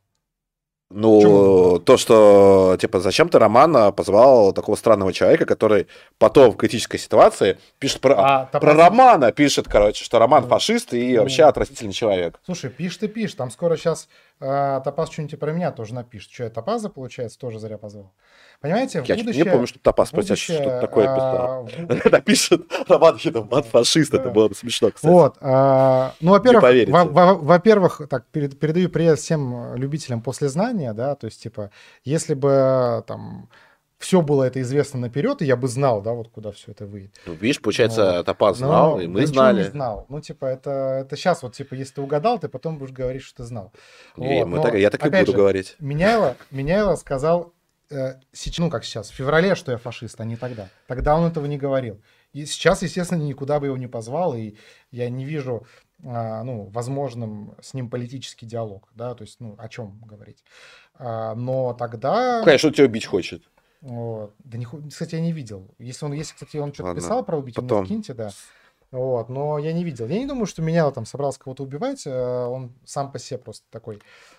B: В чем он был прав?
A: Ну, то, что, типа, зачем ты Романа позвал такого странного человека, который потом в критической ситуации пишет про,
B: А
A: про
B: Топаз...
A: Романа, пишет, короче, что Роман
B: Ну,
A: фашист и вообще
B: ну,
A: отвратительный человек.
B: слушай, пишешь ты пишешь, там скоро сейчас Топаз что-нибудь и про меня тоже напишет. Что я Топаза, получается, тоже зря позвал. Понимаете, в
A: Я что-то не помню,
B: будущее,
A: что Топаз
B: в
A: про тебя что-то
B: будущее,
A: такое писал.
B: а, в бу-
A: Напишет Роман Хидоман фашист, это
B: да.
A: было бы смешно, кстати.
B: Вот, а, ну,
A: Не
B: во-первых, во-
A: поверите.
B: во- во-первых, так, перед- передаю привет всем любителям послезнания, да, то есть, типа, если бы там все было это известно наперед, и я бы знал, да, вот куда все это выйдет.
A: Ну, видишь,
B: Вот.
A: получается, Топаз знал, и
B: Но
A: мы
B: да ничего не
A: знали.
B: знал. Ну, типа, это, это сейчас вот, типа, если ты угадал, ты потом будешь говорить, что ты знал.
A: И
B: Вот.
A: мы так,
B: Но,
A: я так и
B: опять
A: буду
B: же,
A: говорить.
B: Меняйло, Меняйло сказал, э, сеч- ну, как сейчас, в феврале, что я фашист, а не тогда. Тогда он этого не говорил. И сейчас, естественно, никуда бы его не позвал, и я не вижу, а, ну, возможным с ним политический диалог, да, то есть, ну, о чем говорить. А, но тогда...
A: Конечно, он тебя убить хочет.
B: Вот. Да не, ху- кстати, я не видел. Если он, если, кстати, он что-то
A: Ладно,
B: писал про убить, мне
A: потом.
B: скиньте, да. Вот, но я не видел. Я не думаю, что меня там собрался кого-то убивать. э, Он сам по себе просто такой.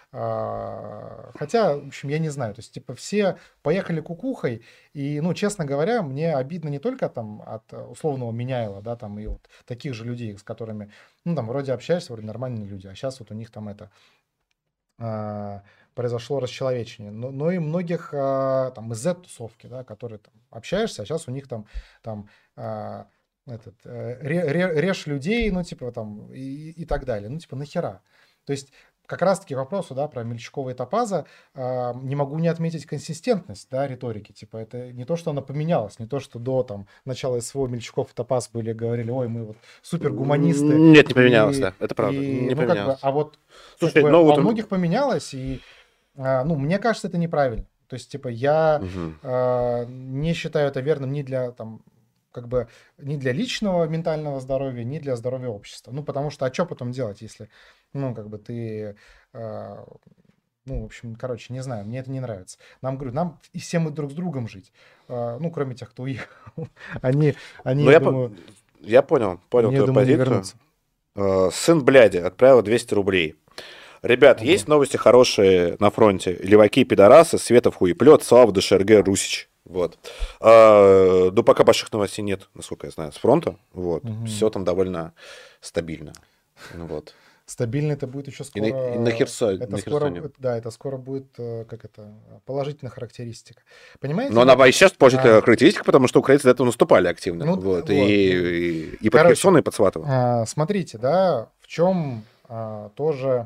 B: А, Хотя, в общем, я не знаю. То есть, типа, все поехали кукухой. И, ну, честно говоря, мне обидно не только там от э, условного Меняева, да, там и вот таких же людей, с которыми, ну, там, вроде общаешься, вроде нормальные люди, а сейчас вот у них там это а, произошло расчеловечение. Но, но и многих а, там из Z-тусовки, да, которые там общаешься, а сейчас у них там, там а, этот, э, ре- ре- режь людей, ну, типа, там, и, и так далее. Ну, типа, нахера? То есть, как раз-таки к вопросу, да, про Мельчукова и Топаза, а, не могу не отметить консистентность, да, риторики. Типа, это не то, что она поменялась, не то, что до, там, начала СВО Мельчуков и Топаз были, говорили, ой, мы вот супергуманисты,
A: Нет, не поменялось,
B: и,
A: да, это правда,
B: и,
A: не
B: ну, как бы,
A: поменялось.
B: а вот, как
A: Слушай,
B: бы,
A: ну
B: а у
A: вот...
B: многих поменялось, и, а, ну, мне кажется, это неправильно. То есть, типа, я
A: Мгм.
B: а, не считаю это верным ни для, там, как бы, ни для личного ментального здоровья, ни для здоровья общества. Ну, потому что, а что потом делать, если, ну, как бы ты, а, ну, в общем, короче, не знаю, мне это не нравится. Нам, говорю, нам и все мы друг с другом жить. А, ну, кроме тех, кто уехал. Они, они,
A: Ну,
B: я
A: я, по-
B: думаю,
A: я понял, понял
B: они, я
A: твою
B: думаю, не
A: позицию.
B: вернутся.
A: Э, Сын бляди отправил двести рублей. Ребят,
B: Ого.
A: есть новости хорошие на фронте? Леваки, пидорасы, Светов хуеплет, Слава ДШРГ, Русич. Вот. А, ну, пока больших новостей нет, насколько я знаю, с фронта. Вот.
B: Мгм.
A: Все там довольно стабильно. Ну, вот.
B: Стабильно это будет еще
A: И на, и на
B: скоро.
A: Херсоне,
B: Это
A: на
B: скоро,
A: Херсоне.
B: э, да, это скоро будет, э, как это, положительная характеристика.
A: Но
B: Понимаете,
A: она
B: вот,
A: и сейчас положительная
B: а,
A: характеристика, потому что украинцы до этого наступали активно.
B: ну, д-
A: Вот.
B: вот, ну,
A: И, и, и под
B: короче,
A: Херсон, и под Сватово.
B: а, смотрите, да, в чем а, тоже,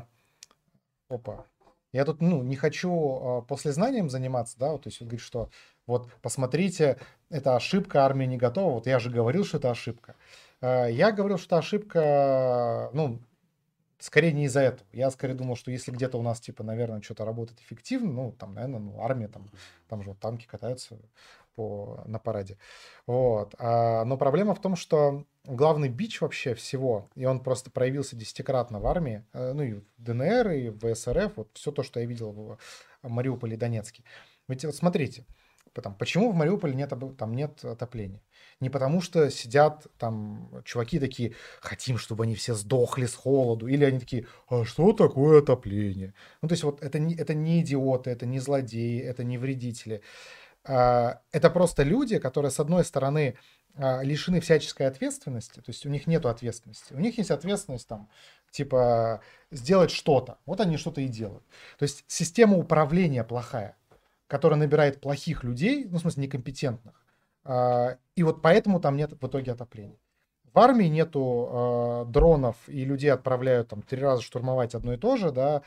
B: опа, я тут, ну, не хочу а, послезнанием заниматься, да, вот, то есть, вот говорит, что вот, посмотрите, это ошибка, армия не готова, вот я же говорил, что это ошибка. А, Я говорил, что это ошибка, ну, скорее не из-за этого. Я скорее думал, что если где-то у нас, типа, наверное, что-то работает эффективно, ну, там, наверное, ну, армия, там, там же вот танки катаются по, на параде. Вот. А, но проблема в том, что главный бич вообще всего, и он просто проявился десятикратно в армии, э, ну, и в ДНР, и в СРФ, вот все то, что я видел в Мариуполе и Донецке. Ведь вот смотрите, там, почему в Мариуполе нет, об- там нет отопления? Не потому что сидят там чуваки такие, хотим, чтобы они все сдохли с холоду, или они такие, а что такое отопление? Ну, то есть вот это не, это не идиоты, это не злодеи, это не вредители. А, Это просто люди, которые, с одной стороны, а, лишены всяческой ответственности, то есть у них нет ответственности. У них есть ответственность там, типа, сделать что-то. Вот они что-то и делают. То есть система управления плохая, которая набирает плохих людей, ну, в смысле, некомпетентных. А, И вот поэтому там нет в итоге отопления. В армии нету э, дронов, и людей отправляют там три раза штурмовать одно и то же, да,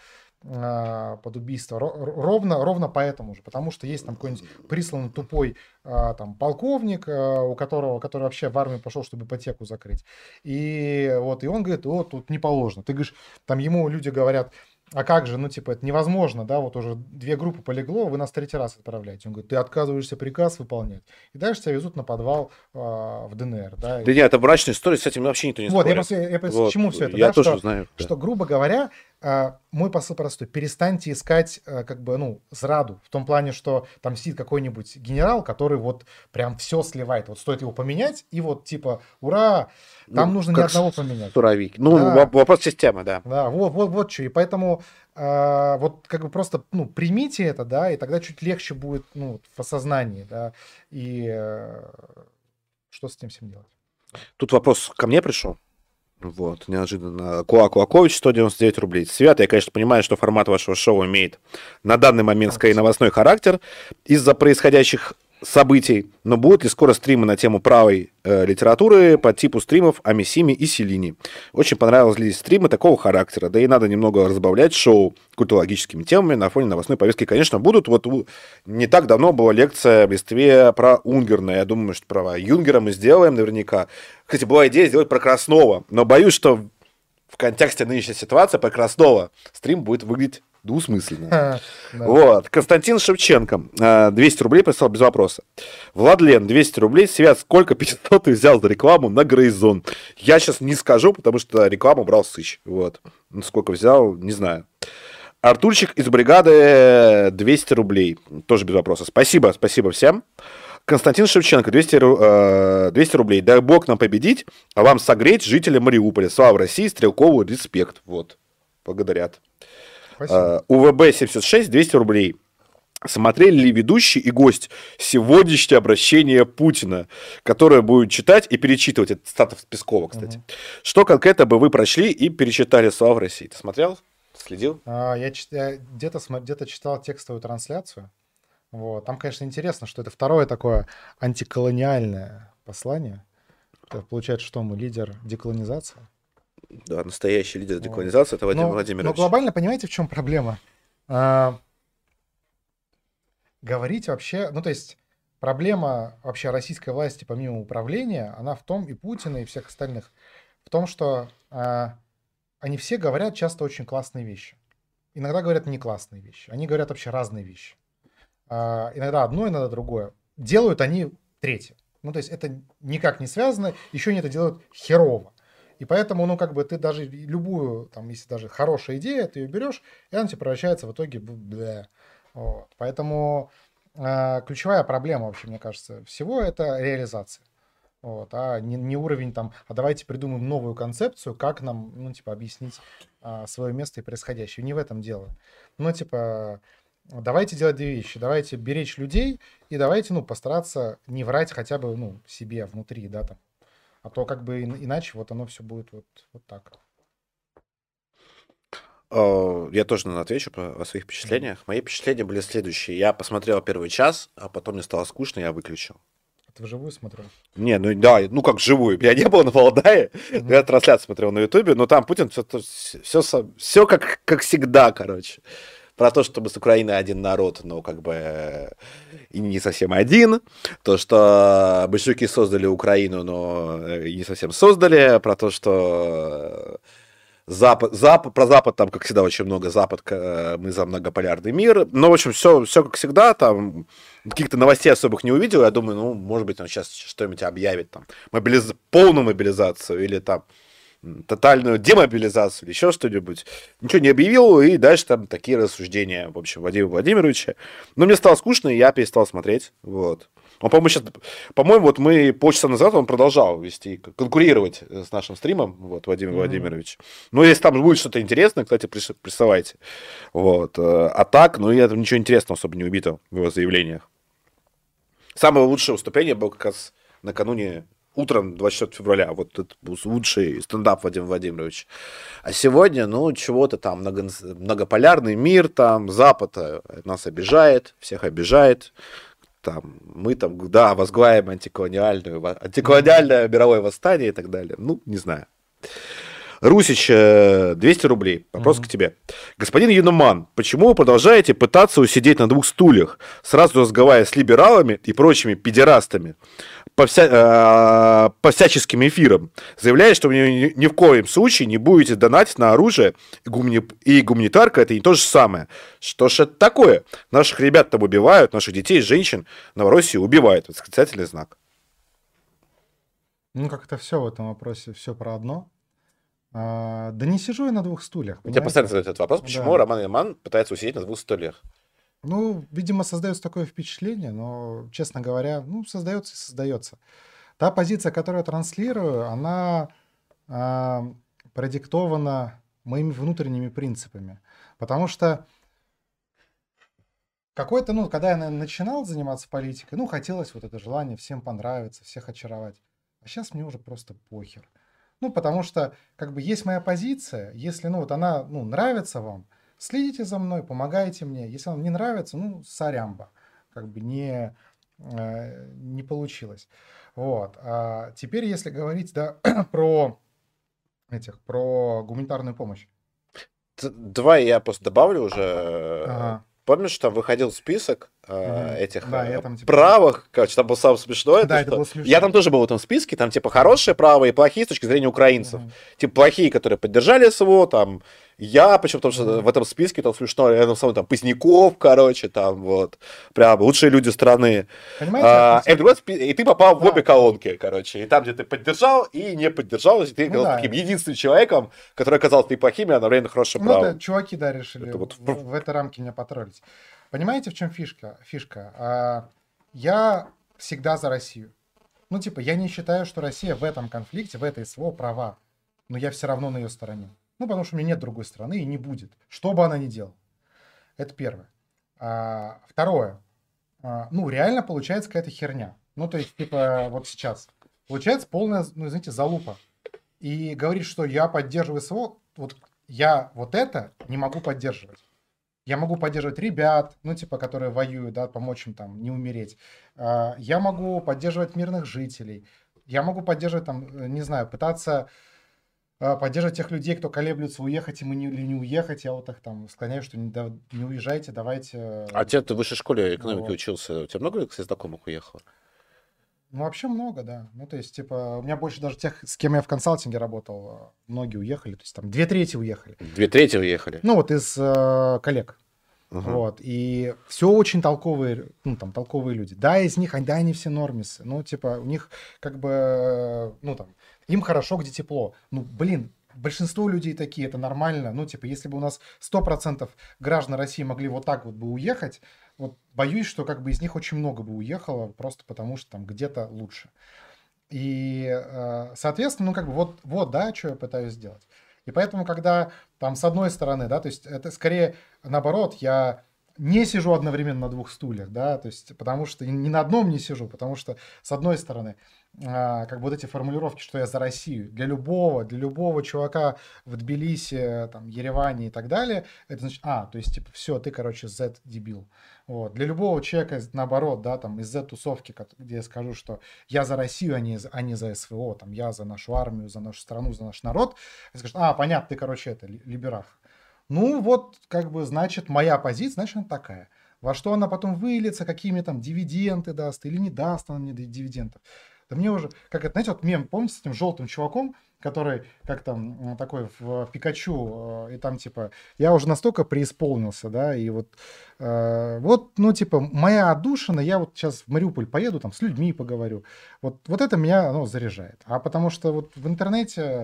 B: а, под убийство. Ро- ровно, ровно поэтому же, потому что есть там какой-нибудь присланный тупой а, там полковник, а, у которого, который вообще в армию пошел, чтобы ипотеку закрыть. И вот, и он говорит, о, тут не положено. Ты говоришь, там ему люди говорят, а как же, ну, типа, это невозможно, да, вот уже две группы полегло, вы нас третий раз отправляете. Он говорит, ты отказываешься приказ выполнять. И дальше тебя везут на подвал а, в ДНР, да.
A: Да нет, это брачная история, с этим вообще никто не
B: Вот, я
A: спорит.
B: просто, я просто к
A: Вот.
B: чему все это,
A: Я
B: да,
A: тоже
B: что,
A: знаю. Да.
B: что, грубо говоря, а, мой посыл простой, перестаньте искать, а, как бы, ну, зраду, в том плане, что там сидит какой-нибудь генерал, который вот прям все сливает, вот стоит его поменять, и вот, типа, ура, там
A: Ну,
B: нужно ни
A: как
B: одного поменять.
A: суровик. Ну,
B: Да,
A: воп- вопрос системы, да.
B: да, вот, вот, вот что. И поэтому а, вот как бы просто, ну, примите это, да, и тогда чуть легче будет, ну, в осознании, да, и э, что с этим всем делать.
A: Тут вопрос ко мне пришел. Вот, неожиданно. Куа Кулакович, сто девяносто девять рублей. Свят, я, конечно, понимаю, что формат вашего шоу имеет на данный момент
B: О,
A: скорее
B: спасибо.
A: новостной характер из-за происходящих событий. Но будут ли скоро стримы на тему правой э, литературы по типу стримов о Миссиме и Селине? Очень понравились ли стримы такого характера. Да и надо немного разбавлять шоу культурологическими темами на фоне новостной повестки. Конечно, будут. Вот у- не так давно была лекция в Листве про Унгерна. Я думаю, что про Юнгера мы сделаем наверняка. Кстати, была идея сделать про Краснова. Но боюсь, что в контексте нынешней ситуации про Краснова стрим будет выглядеть двусмысленно.
B: Ха, да.
A: Вот. Константин Шевченко. э, двести рублей прислал без вопроса. Владлен, двести рублей. Свят, сколько пятьсот ты взял за рекламу на Грейзон? Я сейчас не скажу, потому что рекламу брал Сыч. Вот. Ну, сколько взял, не знаю. Артурчик из бригады двести рублей. Тоже без вопроса. Спасибо, спасибо всем. Константин Шевченко, двести, ру- э, двести рублей. Дай бог нам победить, а вам согреть жителя Мариуполя. Слава России, Стрелкову, респект. Вот. Благодарят.
B: Спасибо.
A: Э, УВБ семьдесят шесть, двести рублей. Смотрели ли ведущий и гость сегодняшнее обращение Путина, которое будет читать и перечитывать? Это цитата с Пескова, кстати.
B: Мгм.
A: Что конкретно бы вы прочли и перечитали «Слава России»? Ты смотрел? Следил?
B: А, Я чит- я где-то смо- где-то читал текстовую трансляцию. Вот. Там, конечно, интересно, что это второе такое антиколониальное послание. Это получается, что мы лидер деколонизации?
A: Да, настоящий лидер
B: Вот.
A: деколонизации — это Владимир
B: Но, но
A: Владимирович.
B: глобально, понимаете, в чем проблема? А, говорить вообще, ну то есть проблема вообще российской власти помимо управления, она в том, и Путина, и всех остальных, в том, что а, они все говорят часто очень классные вещи. Иногда говорят не классные вещи. Они говорят вообще разные вещи. А, иногда одно, иногда другое. Делают они третье. Ну, то есть это никак не связано, еще они это делают херово. И поэтому, ну, как бы ты даже любую, там, если даже хорошая идея, ты ее берешь, и она тебе превращается в итоге в бля. Вот. Поэтому э, ключевая проблема, вообще, мне кажется, всего это реализация. Вот, а не, не уровень там, а давайте придумаем новую концепцию, как нам, ну, типа, объяснить а, свое место и происходящее. Не в этом дело. Ну, типа, давайте делать две вещи. Давайте беречь людей и давайте, ну, постараться не врать хотя бы, ну, себе внутри, да, там. А то как бы ин- иначе вот оно все будет вот, вот так.
A: Э, Я тоже, наверное, отвечу про- о своих
B: Мгм.
A: впечатлениях. Мои впечатления были следующие. Я посмотрел первый час, а потом мне стало скучно, я выключил.
B: Это вживую смотрю.
A: Не, ну да, ну как живую. Меня не было на Валдае. Я
B: Мгм.
A: трансляцию смотрел на Ютубе, но там Путин все, все, все как, как всегда, короче. Про то, что мы с Украиной один народ, но как бы э, и не совсем один. То, что большевики создали Украину, но э, и не совсем создали. Про то, что Запад, Запад, про Запад там, как всегда, очень много. Запад, э, мы за многополярный мир. Ну, в общем, все, все как всегда. Там каких-то новостей особых не увидел. Я думаю, ну, может быть, он сейчас что-нибудь объявит. Там, мобилиз... полную мобилизацию или там м, тотальную демобилизацию или еще что-нибудь. Ничего не объявил, и дальше там такие рассуждения, в общем, Владимира Владимировича. Но мне стало скучно, и я перестал смотреть. Вот. Он, по-моему, сейчас, по-моему, вот мы полчаса назад он продолжал вести, конкурировать с нашим стримом, вот, Владимир
B: Мгм.
A: Владимирович. Ну, если там будет что-то интересное, кстати, прис- присылайте. Вот. э, А так, ну, я там ничего интересного особо не увидел в его заявлениях. Самое лучшее выступление было как раз накануне утром двадцать четвёртого февраля. Вот это был лучший стендап Владимира Владимировича. А сегодня, ну, чего-то там, много, многополярный мир, там, Запад э, нас обижает, всех обижает. Там, мы там, да, возглавим антиколониальную, во-
B: Мгм.
A: антиколониальное мировое восстание и так далее. Ну, не знаю. Русич, э, двести рублей. Вопрос к
B: Мгм.
A: тебе. Господин Юноман, почему вы продолжаете пытаться усидеть на двух стульях, сразу разговаривая с либералами и прочими педерастами по, вся, э, по всяческим эфирам, заявляя, что вы ни, ни в коем случае не будете донатить на оружие, и, гумани, и гуманитарка — это не то же самое. Что ж это такое? Наших ребят там убивают, наших детей, женщин, Новороссию убивают. Восклицательный знак.
B: Ну, как это все в этом вопросе, все про одно. А, да не сижу я на двух стульях,
A: Я тебя постоянно
B: понимаете?
A: задают этот вопрос, почему
B: Да.
A: Роман Ильман пытается усидеть на двух стульях.
B: Ну, видимо, создается такое впечатление, но, честно говоря, ну, создается и создается. Та позиция, которую я транслирую, она а, продиктована моими внутренними принципами. Потому что какой-то, ну, когда я наверно, начинал заниматься политикой, ну, хотелось вот это желание всем понравиться, всех очаровать. А сейчас мне уже просто похер. Ну, потому что, как бы, есть моя позиция, если, ну, вот она, ну, нравится вам, следите за мной, помогайте мне. Если вам не нравится, ну, сорямба. Как бы не, э, не получилось. Вот. А теперь, если говорить, да, про этих, про гуманитарную помощь.
A: Т- Давай я просто добавлю уже.
B: Ага.
A: Помнишь, там выходил список э,
B: Мгм.
A: этих
B: Да, я
A: э,
B: там, типа,
A: правых, короче, там было самое смешное, то,
B: да, это
A: что
B: было
A: я
B: смешно.
A: там тоже был в этом списке, там типа хорошие правые и плохие с точки зрения украинцев.
B: Мгм.
A: Типа плохие, которые поддержали СВО, там я, почему, потому что
B: Мгм.
A: в этом списке там смешно, рядом со мной там Поздняков, короче, там вот, прям лучшие люди страны.
B: Понимаете,
A: А,
B: вот
A: и, в другой спи- и ты попал в обе
B: да,
A: колонки, короче, и там, где ты поддержал и не поддержал, и ты
B: ну
A: оказался таким
B: да,
A: единственным человеком, который оказался и плохим, и одновременно хорошим
B: ну это
A: правым.
B: чуваки, да, решили
A: Это вот
B: в, в этой рамке меня потроллить. Понимаете, в чем фишка? Фишка. А, я всегда за Россию. Ну, типа, я не считаю, что Россия в этом конфликте, в этой СВО права. Но я все равно на ее стороне. Ну, потому что у меня нет другой страны и не будет. Что бы она ни делала. Это первое. А, второе. А, ну, реально получается какая-то херня. Ну, то есть, типа, вот сейчас. Получается полная, ну, извините, залупа. И говорить, что я поддерживаю СВО, вот я вот это не могу поддерживать. Я могу поддерживать ребят, ну, типа, которые воюют, да, помочь им там не умереть. А, Я могу поддерживать мирных жителей. я могу поддерживать там, э, не знаю, пытаться э, поддерживать тех людей, кто колеблется, уехать им и не- или не уехать. Я вот их там склоняю, что не, да- не уезжайте, давайте.
A: А
B: э,
A: те, ты в высшей школе экономики
B: Вот.
A: учился, у тебя много, кстати, знакомых уехало?
B: Ну, вообще много, да. Ну, то есть, типа, у меня больше даже тех, с кем я в консалтинге работал, э, многие уехали. То есть, там, две трети уехали.
A: Две трети уехали.
B: Ну, вот из э, коллег.
A: Мгм.
B: Вот. И все очень толковые, ну, там, толковые люди. Да, из них, да, они все нормисы. Ну, типа, у них, как бы, э, ну, там, им хорошо, где тепло. Ну, блин, большинство людей такие, это нормально. Ну, типа, если бы у нас сто процентов граждан России могли вот так вот бы уехать, вот боюсь, что как бы из них очень много бы уехало, просто потому что там где-то лучше. И, э, соответственно, ну, как бы вот, вот, да, что я пытаюсь сделать. И поэтому, когда там с одной стороны, да, то есть это скорее наоборот, я не сижу одновременно на двух стульях, да, то есть потому что и ни на одном не сижу, потому что с одной стороны, а, как бы вот эти формулировки, что я за Россию, для любого, для любого чувака в Тбилиси, там, Ереване и так далее, это значит, а, то есть, типа, все, ты, короче, Z-дебил. Вот. Для любого человека, наоборот, да, там, из Z-тусовки, кот- где я скажу, что я за Россию, а не, за- а не за СВО, там, я за нашу армию, за нашу страну, за наш народ, и скажут, а, понятно, ты, короче, это, ли- либерах. Ну, вот, как бы, значит, моя позиция, значит, она такая. Во что она потом выльется, какими там дивиденды даст или не даст она мне ди- дивидендов. Да мне уже, как это, знаете, вот мем, помните, с этим желтым чуваком, который, как там, м, такой в Пикачу, э, и там, типа, я уже настолько преисполнился, да, и вот, э, вот, ну, типа, моя отдушина, я вот сейчас в Мариуполь поеду, там, с людьми поговорю, вот, вот это меня, оно заряжает. А потому что вот в интернете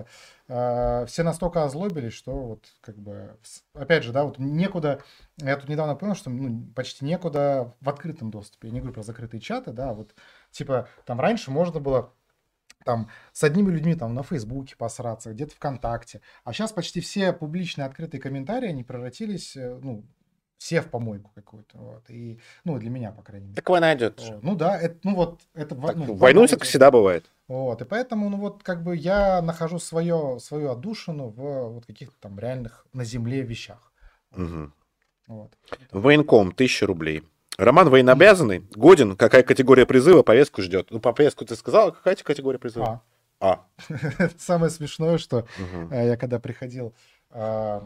B: э, все настолько озлобились, что вот, как бы, с- опять же, да, вот некуда, я тут недавно понял, что ну, почти некуда в открытом доступе, я не говорю про закрытые чаты, да, вот, типа, там раньше можно было там с одними людьми там на Фейсбуке посраться, где-то ВКонтакте. А сейчас почти все публичные открытые комментарии, они превратились, э, ну, все в помойку какую-то. Вот. И, ну, для меня, по крайней мере.
A: Так война идет же.
B: Вот. Ну да, это, ну вот, это во-
A: Так,
B: ну,
A: войну
B: война
A: так
B: идет.
A: всегда бывает.
B: Вот. И поэтому, ну вот, как бы я нахожу свое, свою отдушину в вот каких-то там реальных на земле вещах. Вот.
A: Мгм.
B: Вот.
A: Военком, тысяча рублей. Роман военнообязанный, годен, какая категория призыва, повестку ждет. Ну, по повестку ты сказала, какая категория призыва?
B: А,
A: А.
B: это самое смешное, что
A: Мгм.
B: э, я когда приходил, а,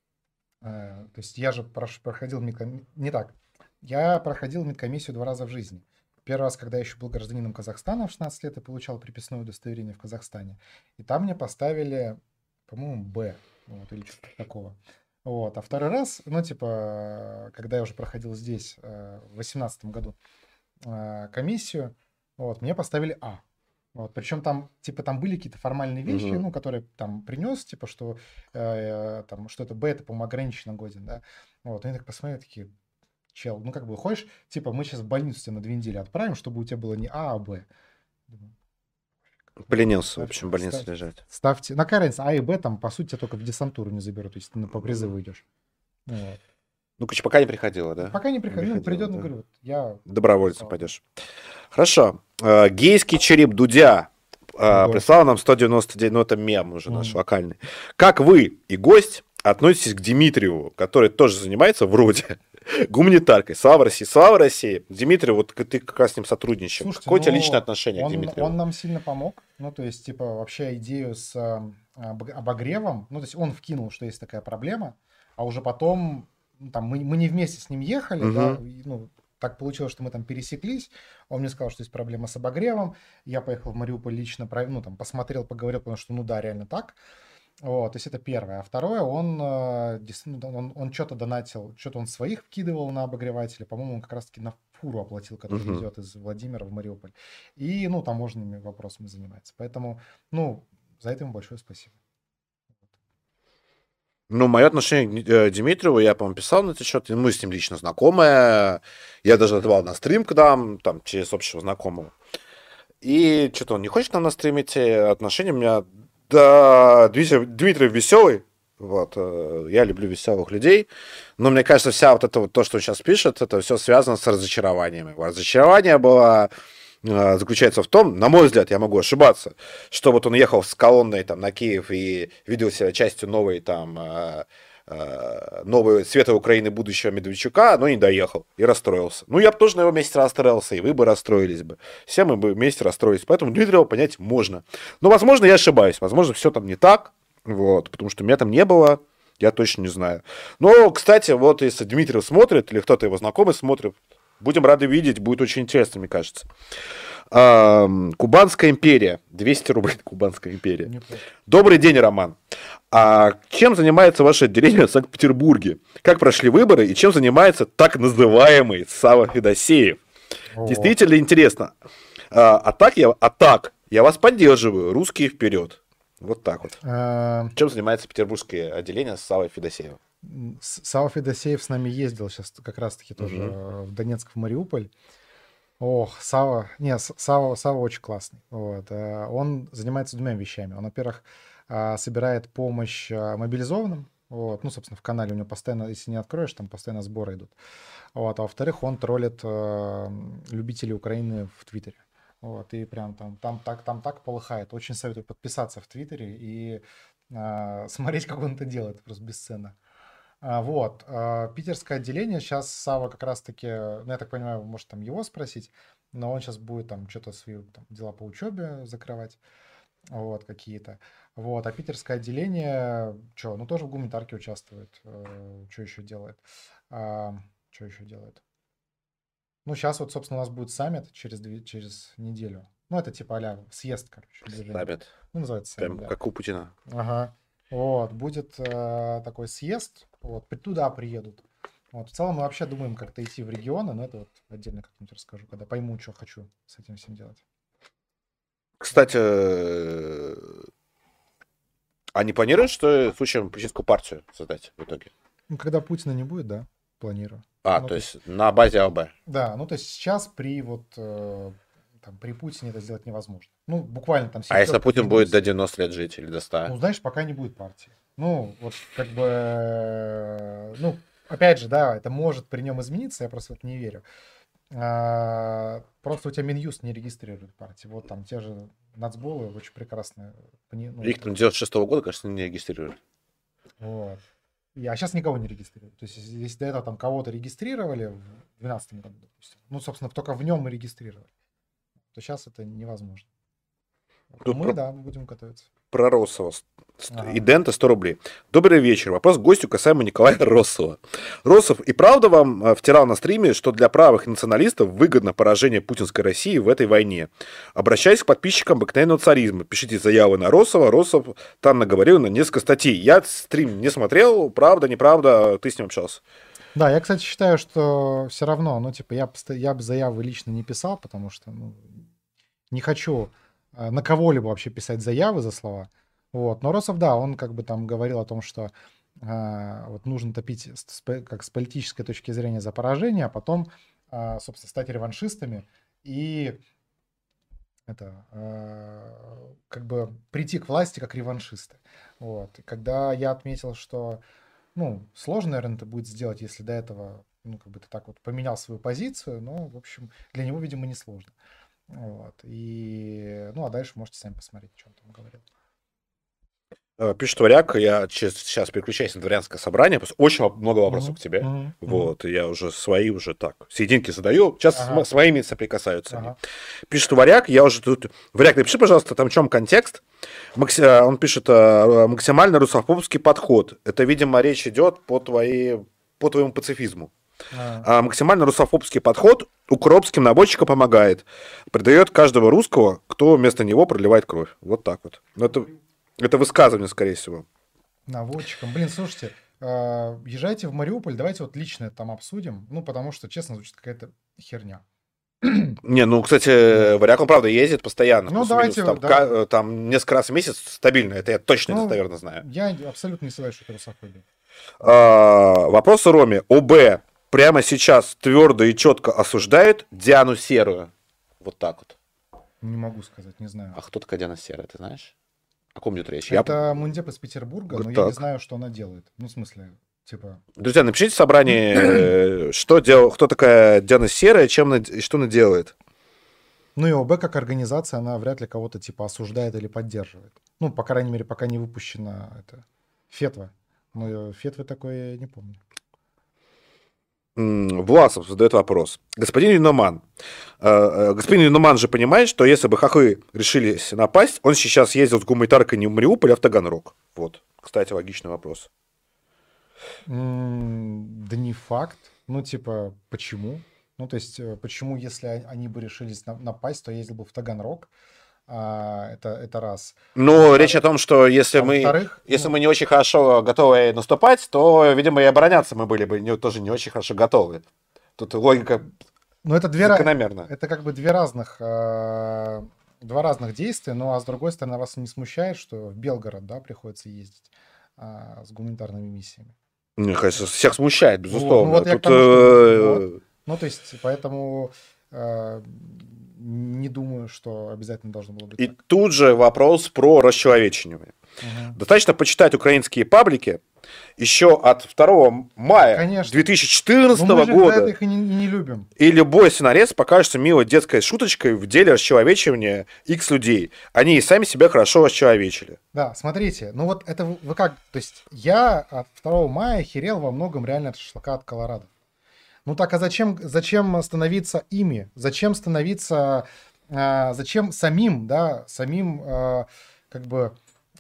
B: э, то есть я же прош- проходил медком- не так, я проходил медкомиссию два раза в жизни. Первый раз, когда я еще был гражданином Казахстана в шестнадцать лет и получал приписное удостоверение в Казахстане. И там мне поставили, по-моему, Б, вот, или что-то такого. Вот. А второй раз, ну, типа, когда я уже проходил здесь э, в восемнадцатом году э, комиссию, вот, мне поставили А. Вот, причем там, типа, там были какие-то формальные вещи,
A: Мгм.
B: ну, которые там принес, типа, что, э, там, что это Б, это, по-моему, ограниченно годен, да. Вот, они так посмотрели, такие, чел, ну, как бы, хочешь, типа, мы сейчас в больницу тебя на две недели отправим, чтобы у тебя было не А, а Б. Думаю,
A: Поленился, в
B: ставь-
A: общем, в больнице
B: ставь-
A: лежать.
B: ставьте, на какая разница, А и Б, там, по сути, тебя только в десантуру не заберут, если ты на- по призыву идешь. Вот.
A: Ну, короче, пока не приходило, да?
B: Пока не приходил, ну, придет,
A: да.
B: ну, говорю, вот я...
A: Добровольцем
B: Слава
A: пойдешь. Хорошо. Э, Гейский череп Дудя э,
B: Ого.
A: прислал нам сто девяносто девять, ну это мем уже наш
B: Мгм.
A: локальный. Как вы и гость относитесь к Дмитриеву, который тоже занимается вроде гуманитаркой? Слава России, слава России. Дмитрий, вот ты как раз с ним сотрудничал.
B: Слушайте,
A: Какое у тебя
B: ну,
A: личное отношение к
B: он,
A: Дмитриеву?
B: он нам сильно помог. Ну, то есть, типа, вообще идею с а, обог- обогревом. Ну, то есть, он вкинул, что есть такая проблема, а уже потом, ну, там, мы, мы не вместе с ним ехали, да,
A: Мгм.
B: и, ну, так получилось, что мы там пересеклись. Он мне сказал, что есть проблема с обогревом. Я поехал в Мариуполь лично, пров- ну, там, посмотрел, поговорил, потому что, ну, да, реально так. Вот, то есть это первое. А второе, он, э, дес- ну, он, он что-то донатил, что-то он своих вкидывал на обогреватели. По-моему, он как раз-таки на фуру оплатил, который
A: Мгм.
B: везет из Владимира в Мариуполь. И, ну, таможенными вопросами занимается. Поэтому, ну, за это ему большое спасибо.
A: Ну, мое отношение к э, Дмитриеву, я, по-моему, писал на этот счет, и мы с ним лично знакомы. Я даже давал на стрим к нам, там, через общего знакомого. И что-то он не хочет к нам на стрим идти. Отношения у меня... Да, Дмитрий, Дмитрий веселый. Вот, э, я люблю веселых людей. Но мне кажется, вся вот это вот то, что он сейчас пишет, это все связано с разочарованием. Его разочарование было... э, заключается в том, на мой взгляд, я могу ошибаться, что вот он ехал с колонной там на Киев и видел себя частью новой там э, э, новое светлое Украины будущего Медведчука, но не доехал и расстроился. Ну, я бы тоже на его месте расстроился, и вы бы расстроились бы. Все мы бы вместе расстроились. Поэтому Дмитриева понять можно. Но, возможно, я ошибаюсь. Возможно, все там не так. Вот, потому что меня там не было. Я точно не знаю. Но, кстати, вот если Дмитриев смотрит, или кто-то его знакомый смотрит, будем рады видеть, будет очень интересно, мне кажется. А, Кубанская империя. двести рублей Кубанская империя. Неплохо. Добрый день, Роман. А чем занимается ваше отделение в Санкт-Петербурге? Как прошли выборы и чем занимается так называемый Савва Федосеев? О. Действительно интересно. А, а, так я, а так я вас поддерживаю. Русские вперед. Вот так вот. А... Чем занимается петербургское отделение Савва Федосеева?
B: Савва Федосеев с нами ездил сейчас как раз-таки тоже угу. в Донецк, в Мариуполь. Ох, Савва, не, Савва, Савва очень классный. Вот. Он занимается двумя вещами. Он, во-первых, собирает помощь мобилизованным. Вот. Ну, собственно, в канале у него постоянно, если не откроешь, там постоянно сборы идут. Вот. А во-вторых, он троллит любителей Украины в Твиттере. Вот, и прям там, там, так, там так полыхает. Очень советую подписаться в Твиттере и э, смотреть, как он это делает. Это просто бесценно. А, вот. А, питерское отделение. Сейчас Савва как раз-таки, ну, я так понимаю, может там его спросить, но он сейчас будет там что-то свои там, дела по учебе закрывать. Вот, какие-то. Вот. А питерское отделение, что, ну, тоже в гуманитарке участвует. Э, что еще делает? А, что еще делает? Ну, сейчас вот, собственно, у нас будет саммит через, две, через неделю. Ну, это типа а-ля съезд, короче. Движение.
A: Саммит.
B: Ну, называется саммит,
A: прям
B: да.
A: как у Путина.
B: Ага. Вот, будет э, такой съезд, вот, туда приедут. Вот, в целом мы вообще думаем как-то идти в регионы, но это вот отдельно как-нибудь расскажу, когда пойму, что хочу с этим всем делать.
A: Кстати, а не планируешь, что случаем политическую партию создать в итоге?
B: Ну, когда Путина не будет, да, планирую.
A: А,
B: ну,
A: то есть, есть на базе АБ.
B: Да, ну то есть сейчас при вот э, там, при Путине это сделать невозможно. Ну, буквально там...
A: А если Путин будет до девяноста лет жить или до ста?
B: Ну, знаешь, пока не будет партии. Ну, вот как бы... Ну, опять же, да, это может при нем измениться, я просто вот не верю. А, просто у тебя Минюст не регистрирует партии. Вот там те же нацболы очень прекрасно...
A: Ну, их там девяносто шестого года, кажется, не регистрируют.
B: Вот. А сейчас никого не регистрируют. То есть, если до этого там кого-то регистрировали в двенадцатом году, допустим, ну, собственно, только в нем мы регистрировали, то сейчас это невозможно.
A: Тут
B: мы,
A: про...
B: да, будем готовиться.
A: Про Россова. Ага. Идента сто рублей. Добрый вечер. Вопрос к гостю касаемо Николая Россова. Россов и правда вам втирал на стриме, что для правых националистов выгодно поражение путинской России в этой войне? Обращаясь к подписчикам обыкновенного царизма, пишите заявы на Россова. Россов там наговорил на несколько статей. Я стрим не смотрел, правда, неправда, ты с ним общался?
B: Да, я, кстати, считаю, что все равно, ну, типа, я, я бы заявы лично не писал, потому что, ну, не хочу на кого-либо вообще писать заявы за слова. Вот. Но Россов, да, он как бы там говорил о том, что э, вот нужно топить с, как с политической точки зрения за поражение, а потом, э, собственно, стать реваншистами и это, э, как бы прийти к власти как реваншисты. Вот. И когда я отметил, что, ну, сложно, наверное, это будет сделать, если до этого, ну, как бы ты так вот поменял свою позицию, но, в общем, для него, видимо, не сложно. Вот. И, ну, а дальше можете сами посмотреть, что он там говорил.
A: Пишет Варяг, я сейчас переключаюсь на дворянское собрание, потому что очень много вопросов
B: Mm-hmm.
A: к тебе.
B: Mm-hmm.
A: Вот, и я уже свои уже так, серединки задаю. Сейчас ага. с, с моими соприкасаются ага. они. Пишет Варяг, я уже тут... Варяг, напиши, пожалуйста, там в чем контекст. Макси... Он пишет, максимально русофобский подход. Это, видимо, речь идет по, твоей... по твоему пацифизму. А. А максимально русофобский подход укропским наводчикам помогает. Придает каждого русского, кто вместо него проливает кровь. Вот так вот. Но это... Это высказывание, скорее всего.
B: Наводчиком. Блин, слушайте, э, езжайте в Мариуполь, давайте вот лично это там обсудим. Ну, потому что, честно, звучит какая-то херня.
A: Не, ну, кстати, Варяг, он, правда, ездит постоянно.
B: Ну, давайте.
A: Там, да. там несколько раз в месяц стабильно. Это я точно, ну, достоверно знаю.
B: Я абсолютно не соглашусь, что это русофобия.
A: А, вопрос о Роме. ОБ прямо сейчас твердо и четко осуждает Диану Серую. Вот так вот.
B: Не могу сказать, не знаю.
A: А кто такая Диана Серая, ты знаешь? О ком идет речь?
B: Это я... мундеп из Петербурга, вот но так. Я не знаю, что она делает. Ну, в смысле, типа...
A: Друзья, напишите в собрании, что дел... кто такая Диана Серая, чем она... и что она делает.
B: Ну, и ОБ как организация, она вряд ли кого-то типа осуждает или поддерживает. Ну, по крайней мере, пока не выпущена это... фетва Но фетвы такое я не помню.
A: Власов задает вопрос. Господин Юноман, э, господин Юноман же понимает, что если бы хохлы решились напасть, он сейчас ездил с гуманитаркой не в Мариуполь, а в Таганрог. Вот, кстати, логичный вопрос.
B: М, Да не факт. Ну, типа, почему? Ну, то есть, э, почему, если о- они бы решились на- напасть, то ездил бы в Таганрог? А, это, это раз. А
A: Но речь о
B: во-вторых,
A: том, что если
B: а
A: мы,
B: во-вторых,
A: если
B: ну,
A: мы не очень хорошо готовы наступать, то, видимо, и обороняться мы были бы не- тоже не очень хорошо готовы. Тут логика
B: ну, это две, ра-
A: закономерна.
B: это как бы две разных, а, два разных действия, ну, а с другой стороны, вас не смущает, что в Белгород, да, приходится ездить а, с гуманитарными миссиями?
A: Мне кажется, всех смущает,
B: Вот, ну
A: безусловно.
B: вот я к
A: Тут
B: тому, что вот.
A: э,
B: Ну, то есть, поэтому э, не думаю, что обязательно должно было быть
A: и
B: так.
A: тут же вопрос про расчеловечивание.
B: Мгм.
A: Достаточно почитать украинские паблики еще от второго мая
B: Конечно.
A: две тысячи
B: Но
A: четырнадцатого
B: мы же за это
A: года.
B: их и не, и не любим.
A: И любой сценарист покажется милой детской шуточкой в деле расчеловечивания X людей. Они и сами себя хорошо расчеловечили.
B: Да, смотрите, ну вот это вы вы как, то есть я от второго мая херел во многом реально от шашлыка от Колорадо. Ну так, а зачем, зачем становиться ими? Зачем становиться, а, зачем самим, да, самим а, как бы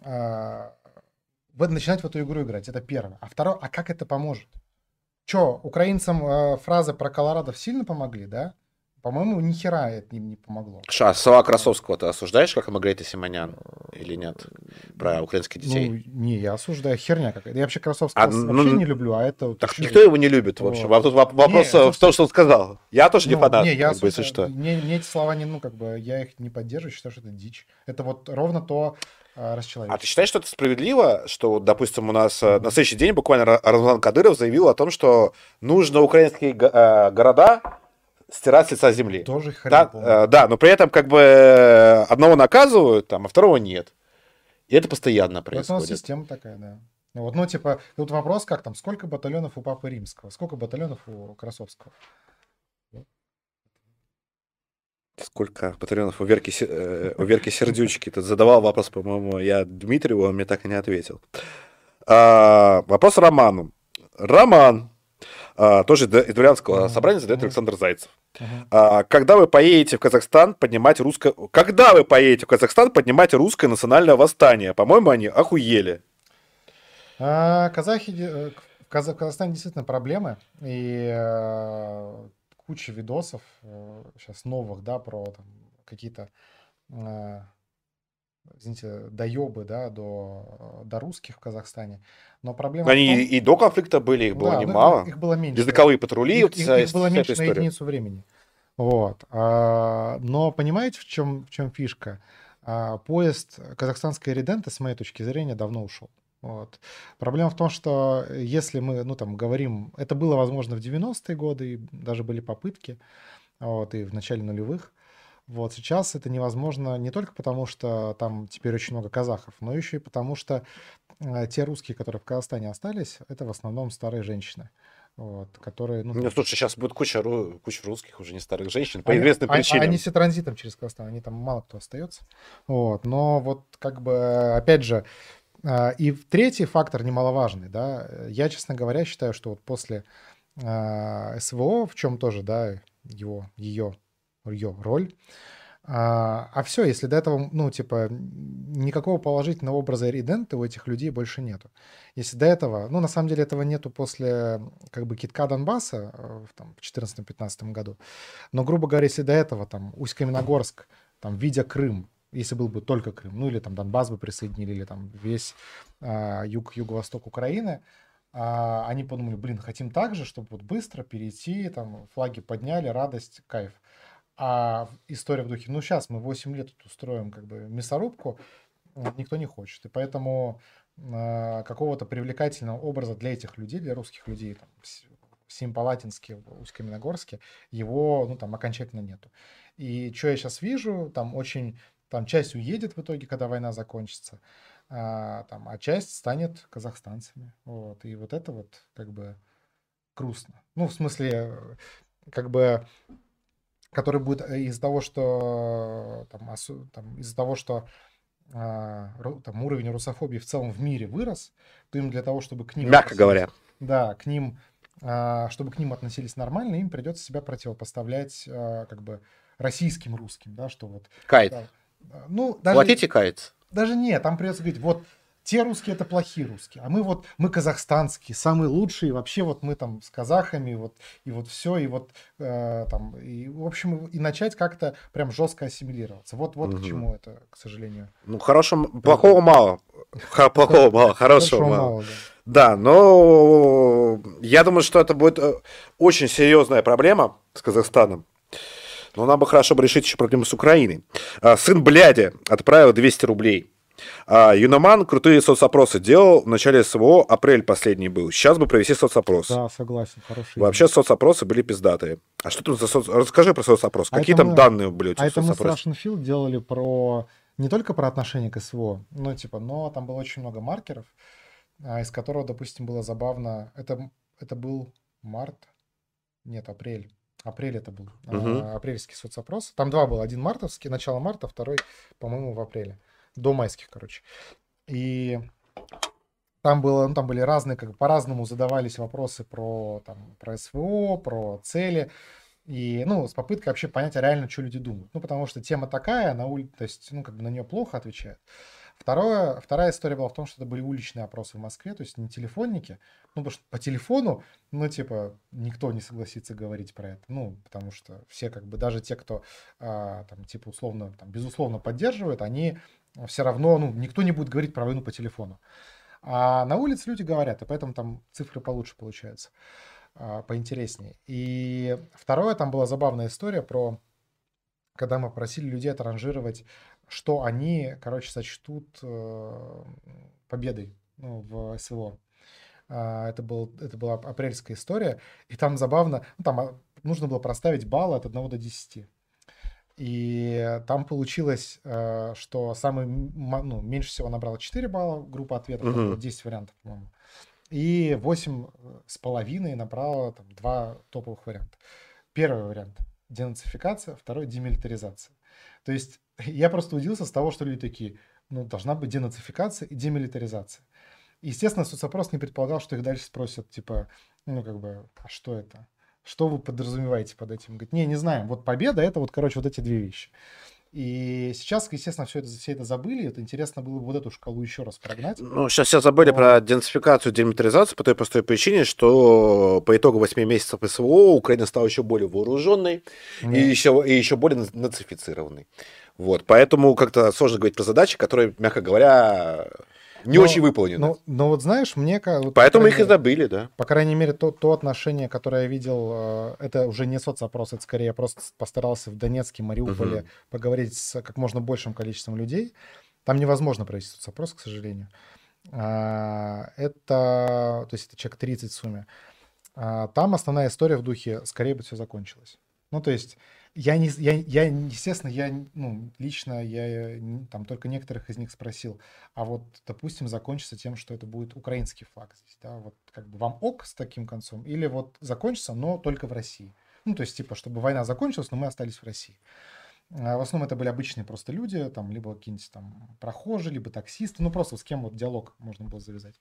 B: а, в- начинать в эту игру играть? Это первое. А второе, а как это поможет? Че, украинцам э, фразы про Колорадо сильно помогли, да? По-моему, ни хера это им не помогло.
A: Ша, а слова Красовского ты осуждаешь, как Амагрейта Симонян, или нет? Про украинских
B: Ну,
A: детей.
B: не, я осуждаю херня какая-то. Я вообще
A: А,
B: Красовского с-
A: ну,
B: вообще не люблю, а это вот
A: так
B: еще...
A: никто его не любит, в общем.
B: Вот.
A: А тут воп- вопрос
B: Не,
A: э, в том,
B: слушайте,
A: что он сказал. Я тоже не
B: ну,
A: фанат,
B: не, я
A: как бы, если
B: осуждаю,
A: что.
B: мне, мне эти слова не, ну, как бы, я их не поддерживаю, считаю, что это дичь. Это вот ровно то а,
A: А ты
B: расчеловечивание.
A: считаешь, что это справедливо, что, вот, допустим, у нас э, на следующий день буквально Ра- Рамзан Кадыров заявил о том, что нужно украинские го- э, города стирать с лица земли?
B: Тоже хрень
A: Да,
B: полная.
A: э, да, но при этом как бы э, одного наказывают, там, а второго нет. И это постоянно
B: Это у нас
A: происходит.
B: система такая, да. Ну, вот, ну, типа, тут вопрос, как там, сколько батальонов у Папы Римского, сколько батальонов у Красовского?
A: Сколько батальонов у Верки, Се- э, у Верки Сердючки? Тут задавал вопрос, по-моему, я Дмитрию, он мне так и не ответил. А, вопрос Роману. Роман, а, тоже из из дворянского
B: Мгм,
A: собрания, задает
B: мгм,
A: Александр Зайцев.
B: мгм.
A: А, когда вы поедете в Казахстан поднимать русское... Когда вы поедете в Казахстан поднимать русское национальное восстание? По-моему, они охуели.
B: А, казахи, де- э, в Каза- в Казахстане действительно проблемы, и э, куча видосов сейчас новых, да, про там какие-то, э, извините, доебы, да, до, до русских в Казахстане. Но проблема в
A: Они
B: том,
A: и до конфликта были, их было
B: да, ну, их,
A: немало.
B: их было меньше,
A: Языковые патрули,
B: их,
A: вот
B: их,
A: вся,
B: их было
A: вся эта
B: меньше на
A: история.
B: единицу времени. Вот. А, но понимаете, в чем, в чем фишка? А, поезд казахстанской реденты, с моей точки зрения, давно ушел. Вот. Проблема в том, что если мы, ну, там, говорим, это было возможно в девяностые годы, и даже были попытки, вот, и в начале нулевых. Вот сейчас это невозможно не только потому, что там теперь очень много казахов, но еще и потому, что э, те русские, которые в Казахстане остались, это в основном старые женщины, вот, которые, ну,
A: Ну,
B: там,
A: слушай, сейчас будет куча, ру- куча русских, уже не старых женщин, по
B: они,
A: известным
B: а- а- они
A: причинам.
B: все транзитом через Казахстан, они там мало кто остается. Вот. Но вот как бы, опять же, а, и третий фактор немаловажный, да, э, я, честно говоря, считаю, что вот после а, СВО, в чем тоже, да, его, ее, ее роль, а, а все, если до этого, ну, типа, н- никакого положительного образа иденты у этих людей больше нету. Если до этого, ну, на самом деле этого нету после, как бы, китка Донбасса э, в, там, в четырнадцатом-пятнадцатом году, но, грубо говоря, если до этого там Усть-Каменогорск, там, видя Крым, если был бы только Крым, ну или там Донбасс бы присоединили, или там весь а, юг, юго-восток Украины, а, они подумали, блин, хотим так же, чтобы вот быстро перейти, там, флаги подняли, радость, кайф. А в- история в духе, ну сейчас мы восемь лет тут устроим как бы мясорубку, м, никто не хочет. И поэтому а, какого-то привлекательного образа для этих людей, для русских людей, там, в С- в Семипалатинске, в Усть-Каменогорске, его, ну, там, окончательно нету. И что я сейчас вижу, там очень, там часть уедет в итоге, когда война закончится, а, там, а часть станет казахстанцами. Вот. И вот это вот как бы грустно. Ну, в смысле, э, как бы, который будет э, из-за того, что там, осу- там, из-за того, что а, ру- там, уровень русофобии в целом в мире вырос, то им для того, чтобы к ним
A: Мягко
B: относились,
A: говоря.
B: да, к ним, а, чтобы к ним относились нормально, им придется себя противопоставлять а, как бы российским русским, да, что вот,
A: Кайт.
B: да, а, ну, даже
A: Платите кайт.
B: даже нет, там придется говорить, вот те русские это плохие русские, а мы вот, мы казахстанские, самые лучшие, вообще вот мы там с казахами, вот, и вот все, и вот э, там, и, в общем, и начать как-то прям жестко ассимилироваться. Вот, вот к
A: Мгм.
B: чему это, к сожалению,
A: Ну, хорошего,
B: приводит.
A: плохого мало. Ха- Плохого мало, хорошего
B: Хорошего
A: мало.
B: мало, да.
A: Да, но я думаю, что это будет э, очень серьезная проблема с Казахстаном. Но нам бы хорошо бы решить еще проблему с Украиной. А, сын бляди отправил двести рублей. А, Юноман крутые соцопросы делал в начале СВО, апрель последний был. Сейчас бы провести соцопрос.
B: Да, согласен, хорошая
A: Вообще
B: идея.
A: соцопросы были пиздатые. А что тут за соц... Расскажи про соцопрос.
B: А
A: Какие
B: это
A: там
B: мы,
A: данные были у
B: а
A: тебя в
B: это мы с
A: соцопросе?
B: Russian Field делали про не только про отношение к СВО, ну, типа, но там было очень много маркеров, а, из которого, допустим, было забавно. Это, это был март, нет, апрель. Апрель это был.
A: Мгм.
B: а, Апрельский соцопрос. Там два было. Один мартовский, начало марта, второй, по-моему, в апреле. До майских, короче. И там было, ну, там были разные, как бы по-разному задавались вопросы про, там, про СВО, про цели. И, ну, с попыткой вообще понять, а реально, что люди думают. Ну, потому что тема такая, на улице, то есть, ну, как бы на нее плохо отвечают. Второе, вторая история была в том, что это были уличные опросы в Москве, то есть не телефонники. Ну, потому что по телефону, ну, типа, никто не согласится говорить про это. Ну, потому что все, как бы, даже те, кто, а, там, типа, условно, там, безусловно поддерживают, они все равно, ну, никто не будет говорить про войну по телефону. А на улице люди говорят, и поэтому там цифры получше получаются, а, поинтереснее. И второе, там была забавная история про, когда мы просили людей отранжировать, что они, короче, сочтут э, победой, ну, в СВО. А, Это, был, это была апрельская история, и там забавно, ну, там а, нужно было проставить баллы от одного до десяти. И там получилось, э, что самый, м- ну, меньше всего набрала четыре балла группа ответов, там было
A: Мгм.
B: десять вариантов, по-моему. И восемь с половиной набрала там два топовых варианта. Первый вариант — денацификация, второй — демилитаризация. То есть я просто удивился с того, что люди такие, ну, должна быть денацификация и демилитаризация. И, естественно, соцопрос не предполагал, что их дальше спросят, типа, ну, как бы, а что это? Что вы подразумеваете под этим? Говорит, не, не знаем. Вот победа — это вот, короче, вот эти две вещи. И сейчас, естественно, все это, все это забыли. Это интересно было бы вот эту шкалу еще раз прогнать.
A: Ну, сейчас все забыли
B: Но,
A: про денацификацию, демилитаризацию по той простой причине, что по итогу восьми месяцев СВО Украина стала еще более вооруженной и
B: не,
A: еще, и еще более на- нацифицированной. Вот, поэтому как-то сложно говорить про задачи, которые, мягко говоря, не очень
B: но,
A: выполнены.
B: но, но вот знаешь, мне, ка- вот, по
A: Поэтому
B: крайней
A: их и
B: мере,
A: забыли, да.
B: по крайней мере, то, то отношение, которое я видел, э, это уже не соцопрос, это скорее я просто постарался в Донецке, Мариуполе
A: Мгм.
B: поговорить с как можно большим количеством людей. Там невозможно провести соцопрос, к сожалению. А, Это, то есть это человек тридцать в сумме. А, Там основная история в духе «скорее бы все закончилось». Ну, то есть я, не, я, я естественно, я, ну, лично, я н- там только некоторых из них спросил, а вот, допустим, закончится тем, что это будет украинский флаг здесь, да, вот как бы вам ок с таким концом, или вот закончится, но только в России. Ну, то есть, типа, чтобы война закончилась, но мы остались в России. А В основном это были обычные просто люди, там, либо какие-нибудь там прохожие, либо таксисты, ну, просто с кем вот диалог можно было завязать.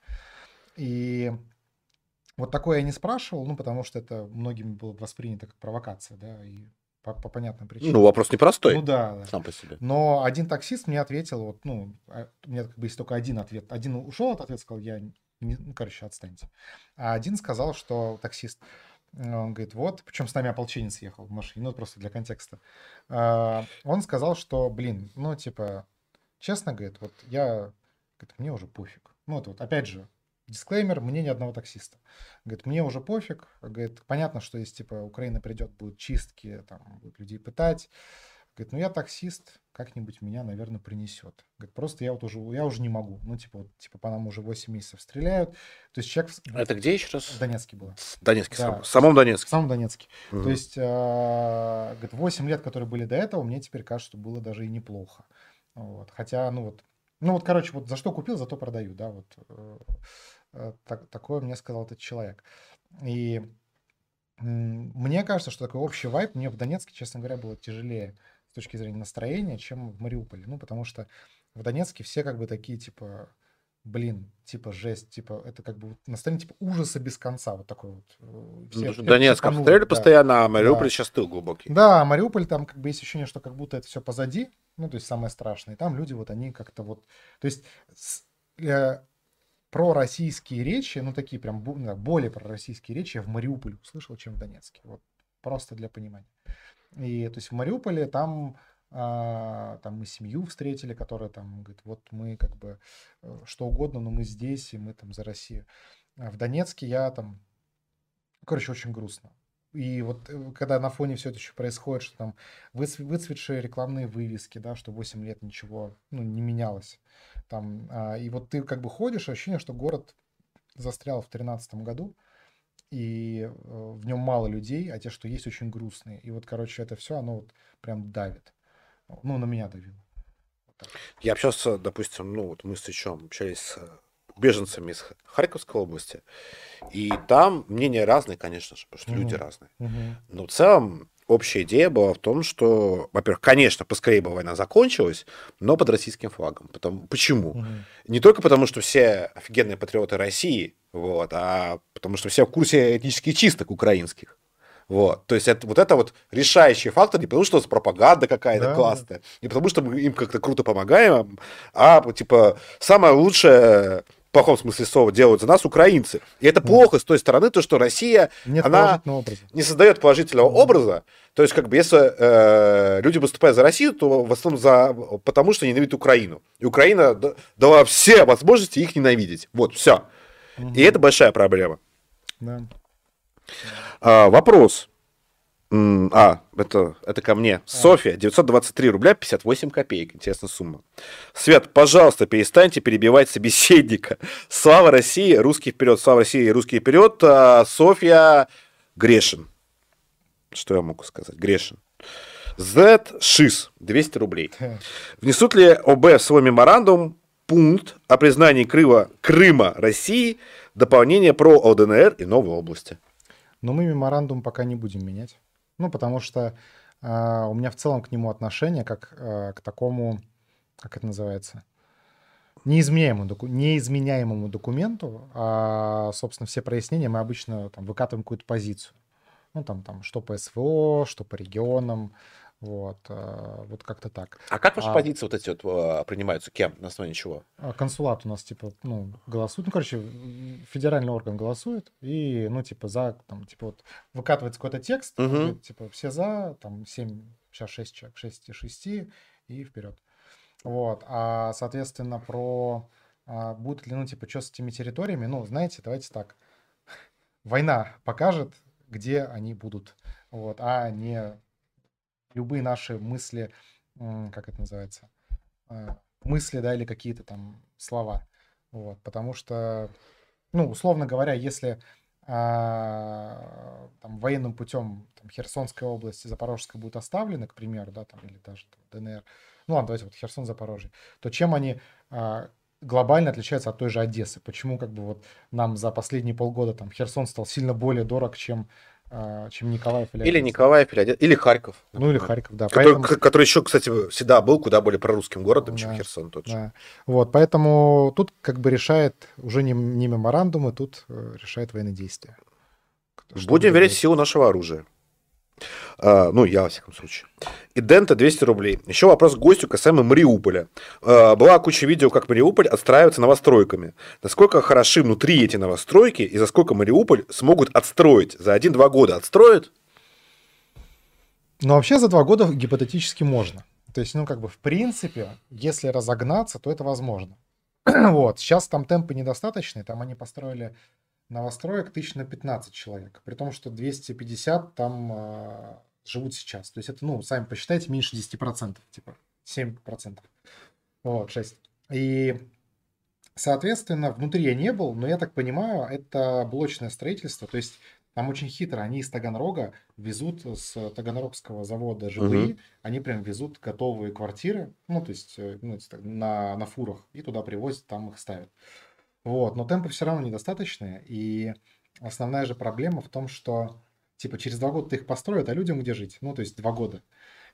B: И вот такое я не спрашивал, ну, потому что это многими было воспринято как провокация, да, и по, по понятным
A: Ну,
B: причинам.
A: вопрос
B: Ну
A: непростой
B: да, да.
A: сам по себе.
B: Но один таксист мне ответил, вот, ну, а, у меня как бы есть только один ответ. Один ушел от ответа, сказал, я, не, ну, короче, отстаньте. А один сказал, что таксист, э, он говорит, вот, причем с нами ополченец ехал в машине, ну, просто для контекста. А, Он сказал, что, блин, ну, типа, честно, говорит, вот я, говорит, мне уже пофиг. Ну, это вот, опять же, дисклеймер, мне ни одного таксиста. Говорит, мне уже пофиг. Говорит, понятно, что если, типа, Украина придет, будут чистки, там, будут людей пытать. Говорит, ну я таксист, как-нибудь меня, наверное, принесет. Говорит, просто я вот уже, я уже не могу. Ну, типа, вот, типа, по нам уже восемь месяцев стреляют. То есть человек в,
A: Это где еще
B: в
A: раз?
B: Донецке было.
A: Донецкий сам.
B: Да,
A: В
B: то есть
A: самом
B: в
A: Донецке.
B: самом Донецке. То
A: Мгм.
B: есть, а, говорит, восемь лет, которые были до этого, мне теперь кажется, что было даже и неплохо. Вот. Хотя, ну вот, ну вот, короче, вот за что купил, за то продаю, да, вот э, э, так- такое мне сказал этот человек. И м, мне кажется, что такой общий вайб мне в Донецке, честно говоря, было тяжелее с точки зрения настроения, чем в Мариуполе. Ну, потому что В Донецке все как бы такие, типа, блин, типа, жесть, типа, это как бы вот настроение, типа, ужаса без конца, вот такой вот. э,
A: Ну, потому
B: Все,
A: что
B: все, все
A: Донецк обстреливали
B: понуры, да,
A: постоянно, а Мариуполь
B: да.
A: сейчас тыл глубокий.
B: Да, Мариуполь, там как бы есть ощущение, что как будто это все позади, ну, то есть самое страшное. И там люди вот, они как-то вот, то есть с- э, пророссийские речи, ну, такие прям бу- ну, более пророссийские речи я в Мариуполе услышал, чем в Донецке. Вот просто для понимания. И то есть в Мариуполе там, а, там мы семью встретили, которая там говорит, вот мы как бы э, что угодно, но мы здесь, и мы там за Россию. А в Донецке я там, короче, очень грустно. И вот э, когда на фоне все это еще происходит, что там выцв- выцветшие рекламные вывески, да, что восемь лет ничего, ну, не менялось. Там, а, и вот ты как бы ходишь, ощущение, что город застрял в тринадцатом году, и э, в нем мало людей, а те, что есть, очень грустные. И вот, короче, это все, оно вот прям давит. Ну, на меня давило. Вот так.
A: Я общался, допустим, ну, вот мы с Ичом общались с э, беженцами из Х- Харьковской области, и там мнения разные, конечно же, потому что люди
B: Мгм.
A: разные.
B: Мгм.
A: Но в целом общая идея была в том, что, во-первых, конечно, поскорее бы война закончилась, но под российским флагом. Потому, почему?
B: Мгм.
A: Не только потому, что все офигенные патриоты России, вот, а потому что все в курсе этнических чисток украинских. Вот. То есть это, вот это вот решающий фактор, не потому что у нас пропаганда какая-то
B: Да, да.
A: классная, не потому что мы им как-то круто помогаем, а типа самое лучшее в плохом смысле слова делают за нас украинцы. И это
B: Мгм.
A: плохо с той стороны, то, что Россия,
B: Нет
A: она
B: положительного образа.
A: не создает положительного
B: Мгм.
A: образа. То есть, как бы, если э, люди выступают за Россию, то в основном за, потому что ненавидят Украину. И Украина да- дала все возможности их ненавидеть. Вот, все. И
B: Мгм.
A: это большая проблема.
B: Да. Да.
A: А, вопрос. М, А, это, это ко мне.
B: А,
A: Софья, девятьсот двадцать три рубля пятьдесят восемь копеек. Интересная сумма. Свет, пожалуйста, перестаньте перебивать собеседника. Слава России, русский вперед. Слава России, русский вперед. А, Софья Грешин. Что я могу сказать? Грешин. Z шис двести рублей. Внесут ли ОБ в свой меморандум пункт о признании Крыма, Крыма России, дополнение про ЛДНР и новые области?
B: Но мы меморандум пока не будем менять. Ну, потому что а, у меня в целом к нему отношение как а, к такому, как это называется, неизменяемому, доку- неизменяемому документу, а, собственно, все прояснения мы обычно там выкатываем какую-то позицию. Ну, там, там, что по СВО, что по регионам, вот, а, вот как-то так.
A: А как ваши
B: А
A: позиции вот эти вот а, принимаются? Кем? На основании чего?
B: а консулат у нас, типа, ну, голосует, ну, короче, м, федеральный орган голосует, и, ну, типа, за, там, типа, вот, выкатывается какой-то текст, он
A: Угу.
B: говорит, типа, все за, там, семь, сейчас шесть человек, шесть и шести, и вперед. Вот, а, соответственно, про а, будут ли, ну, типа, что с этими территориями, ну, знаете, давайте так, война покажет, где они будут, вот, а не любые наши мысли, м, как это называется, а, мысли, да, или какие-то там слова. Вот, потому что, ну, условно говоря, если а, там военным путем там, Херсонская область и Запорожская будут оставлены, к примеру, да, там, или даже там, ДНР, ну ладно, давайте вот Херсон, Запорожье, то чем они а, глобально отличаются от той же Одессы? Почему как бы вот нам за последние полгода там Херсон стал сильно более дорог, чем, а, чем Николаев или
A: Или
B: Одесса?
A: Николаев, или, Оде- или Харьков,
B: Ну или
A: например.
B: Харьков, да.
A: Который,
B: Поэтому
A: к- который еще, кстати, всегда был куда более прорусским городом, чем
B: да,
A: Херсон тот же.
B: да. Вот, поэтому тут как бы решает уже не, не меморандумы, тут э, решает военные действия. Кто- Что
A: Будем
B: будет
A: верить в
B: дальше?
A: силу нашего оружия. А, ну, я, во всяком случае. И Дента двести рублей. Еще вопрос к гостю касаемо Мариуполя. А, была куча видео, как Мариуполь отстраивается новостройками. Насколько хороши внутри эти новостройки и за сколько Мариуполь смогут отстроить? За один-два года отстроят?
B: Но вообще за два года гипотетически можно. То есть, ну, как бы, в принципе, если разогнаться, то это возможно. Вот, сейчас там темпы недостаточные, там они построили новостроек тысяч на пятнадцать человек, при том, что двести пятьдесят там а, живут сейчас. То есть это, ну, сами посчитайте, меньше десять процентов, типа семь процентов. Вот, шесть. И, соответственно, внутри я не был, но я так понимаю, это блочное строительство, то есть там очень хитро, они из Таганрога везут с Таганрогского завода
A: Мгм.
B: ЖБИ, они прям везут готовые квартиры, ну, то есть э, ну, это так, на, на фурах, и туда привозят, там их ставят. Вот, но темпы все равно недостаточные, и основная же проблема в том, что, типа, через два года ты их построят, а людям где жить? Ну, то есть два года.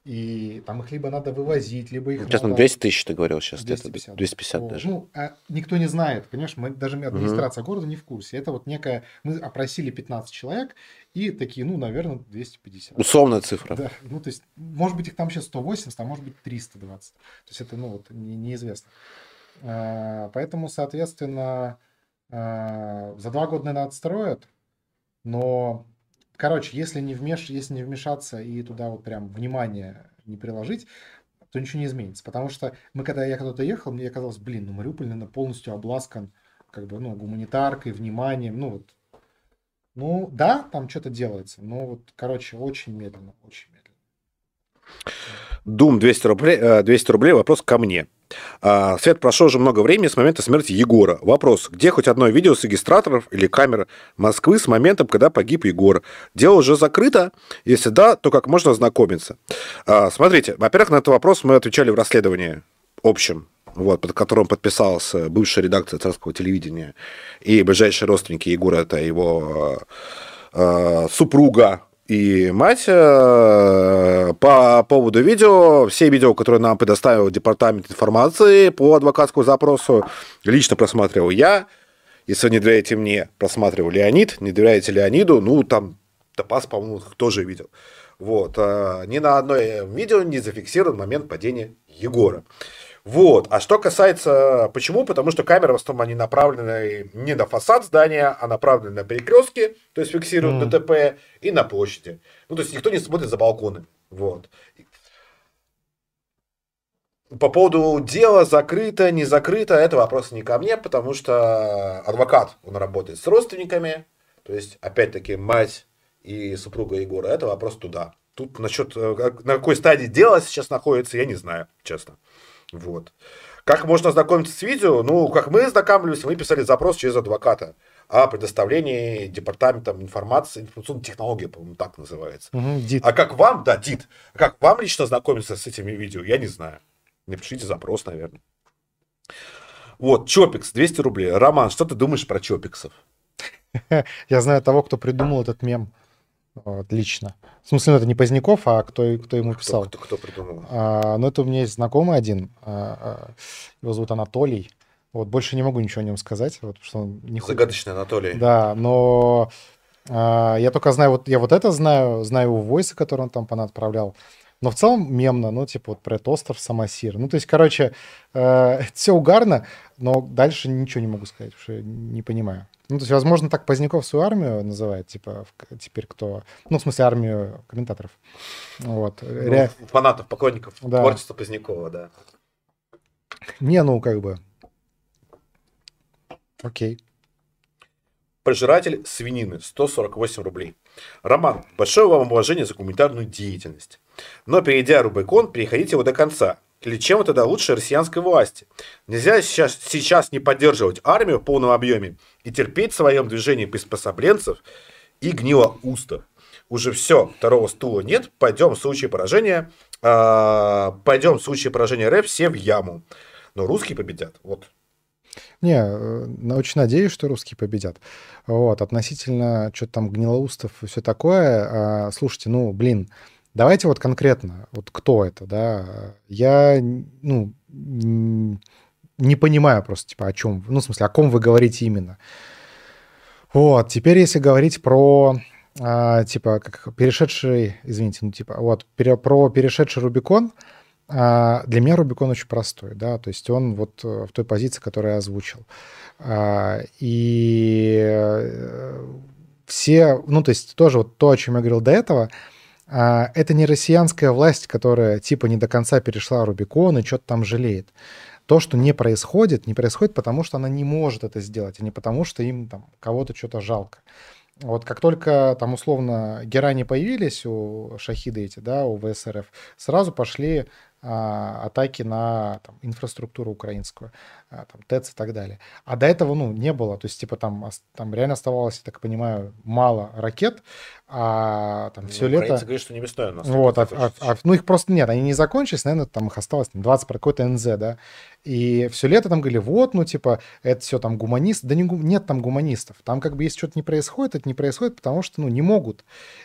B: И там их либо надо вывозить, либо их
A: Сейчас
B: надо...
A: двести тысяч, ты говорил, сейчас
B: двести
A: где-то
B: пятьдесят.
A: двести пятьдесят
B: Вот.
A: даже.
B: Ну, а никто не знает, понимаешь, мы, даже
A: Мгм.
B: администрация города не в курсе. Это вот некая... Мы опросили пятнадцать человек и такие, ну, наверное, двести пятьдесят.
A: Условная цифра.
B: Да, ну, то есть, может быть, их там сейчас сто восемьдесят, а может быть, триста двадцать. То есть, это, ну, вот, не- неизвестно. А, Поэтому, соответственно, а, за два года, наверное, отстроят, но, короче, если не, вмеш... если не вмешаться и туда вот прям внимание не приложить, то ничего не изменится. Потому что мы, когда я когда-то ехал, мне казалось, блин, ну Мариуполь, наверное, полностью обласкан как бы, ну, гуманитаркой, вниманием, ну, вот. Ну, да, там что-то делается, но вот, короче, очень медленно, очень медленно.
A: Дум двести рублей, э, двести рублей, вопрос ко мне. А, Свет, прошло уже много времени с момента смерти Егора. Вопрос, где хоть одно видео с регистраторов или камер Москвы с моментом, когда погиб Егор? Дело уже закрыто? Если да, то как можно ознакомиться? А, Смотрите, во-первых, на этот вопрос мы отвечали в расследовании общем, вот, под которым подписался бывшая редакция Царского телевидения и ближайшие родственники Егора, это его э, супруга и мать. Э, по поводу видео, все видео, которые нам предоставил департамент информации по адвокатскому запросу, лично просматривал я. Если вы не доверяете мне, просматривал Леонид. Не доверяете Леониду, ну, там Топас, по-моему, тоже видел. Вот. А ни на одной видео не зафиксирован момент падения Егора. Вот. А что касается... Почему? Потому что камеры в основном они направлены не на фасад здания, а направлены на перекрестки, то есть фиксируют
B: М.
A: ДТП, и на площади. Ну, то есть никто не смотрит за балконы. Вот. По поводу дела закрыто, не закрыто, это вопрос не ко мне, потому что адвокат, он работает с родственниками, то есть, опять-таки, мать и супруга Егора, это вопрос туда. Тут насчет, э, как- на какой стадии дело сейчас находится, я не знаю, честно. Вот. Как можно ознакомиться с видео? Ну, как мы ознакомились, мы писали запрос через адвоката о предоставлении департаментом информации, информационной технологии, по-моему, так называется.
B: Мгм, ДИТ.
A: А как вам, да, ДИТ, а как вам лично ознакомиться с этими видео, я не знаю. Напишите запрос, наверное. Вот, Чопикс, двести рублей. Роман, что ты думаешь про Чопиксов?
B: Я знаю того, кто придумал этот мем. Вот, лично. В смысле, ну, это не Поздняков, а кто, кто ему
A: Кто,
B: писал.
A: кто, кто придумал?
B: А, ну, это у меня есть знакомый один. а, а, Его зовут Анатолий. Вот, больше не могу ничего о нем сказать, вот, потому что он не хуй.
A: Загадочный Анатолий.
B: Да, но а, я только знаю, вот я вот это знаю, знаю его войсы, который он там понадправлял. Но в целом мемно, ну, типа вот про этот остров Самосир. Ну, то есть, короче, все угарно, но дальше ничего не могу сказать, потому что я не понимаю. Ну, то есть, возможно, так Поздняков свою армию называет, типа, в- теперь кто... Ну, в смысле, армию комментаторов. Вот.
A: Ну,
B: Ре-
A: фанатов, поклонников
B: Да.
A: творчества Позднякова, да.
B: Не, ну, как бы... Окей.
A: Пожиратель свинины, сто сорок восемь рублей. Роман, большое вам уважение за гуманитарную деятельность. Но перейдя Рубикон, переходите его до конца. Или чем вы тогда лучше россиянской власти? Нельзя сейчас, сейчас не поддерживать армию в полном объеме и терпеть в своем движении приспособленцев и гнилоустов. Уже все, второго стула нет, пойдем в случае поражения, а, пойдем в случае поражения РФ все в яму. Но русские победят. Вот.
B: Не, э, на- очень надеюсь, что русские победят. Вот, относительно что-то там гнилоустов и все такое, а, слушайте, ну, блин, давайте вот конкретно, вот кто это, да? Я, н- ну, н- не понимаю просто, типа, о чем, ну, в смысле, о ком вы говорите именно. Вот, теперь если говорить про, а, типа, как перешедший, извините, ну, типа, вот, пере- про перешедший Рубикон, а, для меня Рубикон очень простой, да, то есть он вот э, в той позиции, которую я озвучил. А, И э, все, ну, то есть тоже вот то, о чем я говорил до этого, а, это не россиянская власть, которая типа не до конца перешла Рубикон и что-то там жалеет. То, что не происходит, не происходит, потому что она не может это сделать, а не потому, что им там кого-то что-то жалко. Вот как только там условно герани появились у Шахида эти, да, у ВСРФ, сразу пошли а, атаки на там, инфраструктуру украинскую, а, там, ТЭЦ и так далее. А до этого, ну, не было. То есть, типа, там, ос- там реально оставалось, я так понимаю, мало ракет, а там все
A: Ну, украинцы
B: лето...
A: говорят, что не весной у нас
B: Вот,
A: ракеты
B: а, а-
A: закончатся.
B: а- ну их просто нет, они не закончились, наверное, там их осталось там, двадцать про какой-то эн зэ, да, и все лето там говорили, вот, ну, типа, это все там гуманист, да не, гу- нет там гуманистов, там как бы если что-то не происходит, это не происходит, потому что, ну, не могут,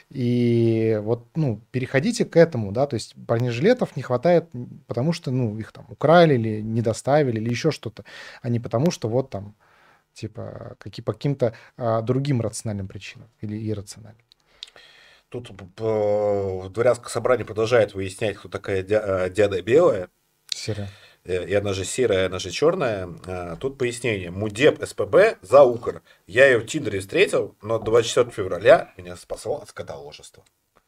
B: и вот, ну, переходите к этому, да, то есть бронежилетов не хватает, м, потому что, ну, их там украли или не доставили, или еще что-то, а не потому что вот там, типа, какие, по каким-то а, другим рациональным причинам или иррациональным.
A: Тут э, дворянское собрание продолжает выяснять, кто такая дя- э, дяда белая.
B: Серия.
A: Э, И она же серая, она же черная. А, Тут пояснение. Мудеп эс пэ бэ за Укр. Я ее в Тиндере встретил, но двадцать четвёртого февраля меня спасло от скотоложества.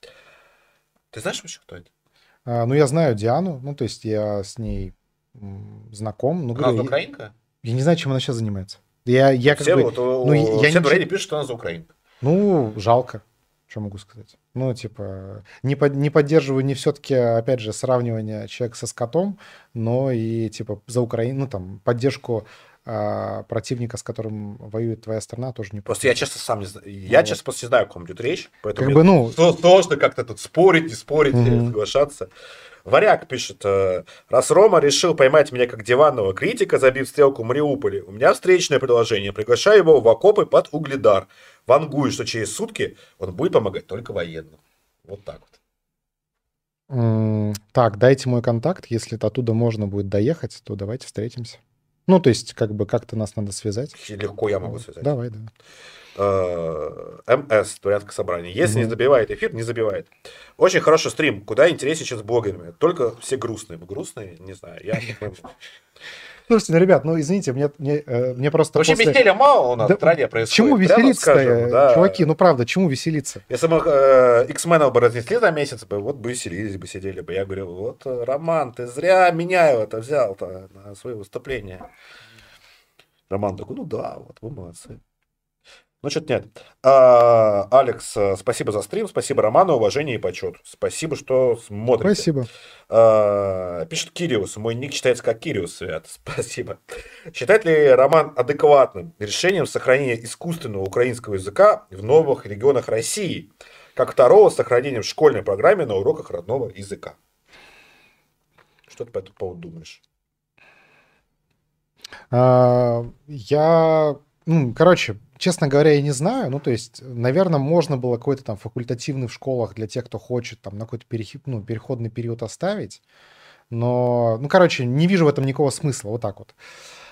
A: Ты знаешь вообще, кто это?
B: А, ну, я знаю Диану, ну, то есть я с ней м, знаком, ну,
A: Она
B: говорю,
A: за
B: я,
A: украинка?
B: я не знаю, чем она сейчас занимается. Я, я
A: Ну,
B: как
A: все,
B: бы,
A: вот,
B: ну, я
A: о,
B: я
A: все
B: не,
A: дворяне
B: чи-
A: пишут, что она за украинка.
B: ну, жалко, что могу сказать. Ну, типа, не, под- не поддерживаю не все-таки, опять же, сравнивание человека со скотом, но и, типа, за Украину, ну, там, поддержку а, противника, с которым воюет твоя страна, тоже не
A: Просто я
B: поддерживаю.
A: честно сам не знаю. Я
B: Ну, вот.
A: честно просто не знаю, о ком идет речь. Поэтому
B: Как
A: мне
B: бы,
A: тут
B: ну,
A: со- сложно как-то тут спорить, не спорить, или
B: мгм.
A: соглашаться. Варяг пишет, э, раз Рома решил поймать меня как диванного критика, забив стрелку в Мариуполе, у меня встречное предложение. Приглашаю его в окопы под Угледар. Вангую, что через сутки он будет помогать только военным. Вот так вот.
B: М, Так, дайте мой контакт, если оттуда можно будет доехать, то давайте встретимся. Ну, то есть, как бы, как-то нас надо связать.
A: И легко я могу
B: Вот.
A: связать.
B: Давай, да.
A: Э, эм эс, Дворянское собрание. Если не
B: Мгм.
A: забивает эфир, не забивает. Очень хороший стрим. Куда интереснее, чем с блогерами. Только все грустные. Вы грустные? Не знаю. Я...
B: Слушайте, ну, ребят, ну, извините, мне, мне, э, мне просто
A: Вообще
B: после...
A: веселья мало у нас
B: Да,
A: в стране
B: чему
A: происходит. Прямо
B: веселиться-то,
A: скажем,
B: э,
A: да.
B: чуваки? Ну, правда, чему веселиться?
A: Если мы э, X-Men бы разнесли за месяц, бы, вот бы веселились бы, сидели бы. Я говорю, вот, э, Роман, ты зря меня это взял-то на свое выступление. Роман такой, ну да, вот, вы молодцы. Ну, что-то нет. А, Алекс, э, спасибо за стрим, спасибо Роману, уважение и почет. Спасибо, что смотрите.
B: Спасибо.
A: А, пишет Кириус, мой ник читается как Кириус, Свят. Спасибо. Считает ли Роман адекватным решением сохранения искусственного украинского языка в новых регионах России, как второго сохранения в школьной программе на уроках родного языка? Что ты по этому поводу думаешь?
B: А, Я, ну, короче, честно говоря, я не знаю. Ну, то есть, наверное, можно было какой-то там факультативный в школах для тех, кто хочет там на какой-то перехи- ну, переходный период оставить. Но, ну, короче, не вижу в этом никакого смысла, вот так вот.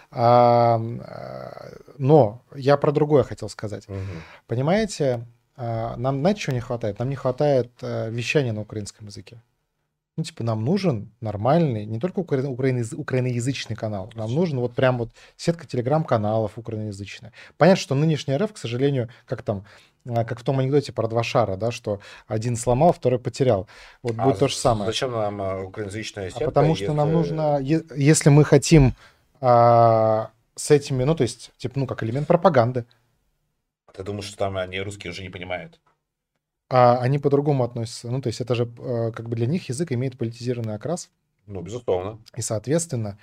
B: А, а, но я про другое хотел сказать.
A: Мгм.
B: Понимаете, а, нам, знаете, чего не хватает? Нам не хватает а, вещания на украинском языке. Ну, типа, нам нужен нормальный, не только укра- украинояз- украиноязычный канал, нам нужен вот прям вот сетка телеграм-каналов украиноязычная. Понятно, что нынешний эр эф, к сожалению, как там, а, как в том анекдоте про два шара, да, что один сломал, второй потерял. Вот
A: А
B: будет то же самое.
A: зачем нам а, украиноязычная
B: А
A: сетка,
B: потому что нам
A: если...
B: нужно, е- если мы хотим а, с этими, ну, то есть, типа, ну, как элемент пропаганды,
A: Ты думаешь, что там они русские уже не понимают?
B: а они по-другому относятся. Ну, то есть, это же э, как бы для них язык имеет политизированный окрас,
A: Ну, безусловно.
B: и, соответственно,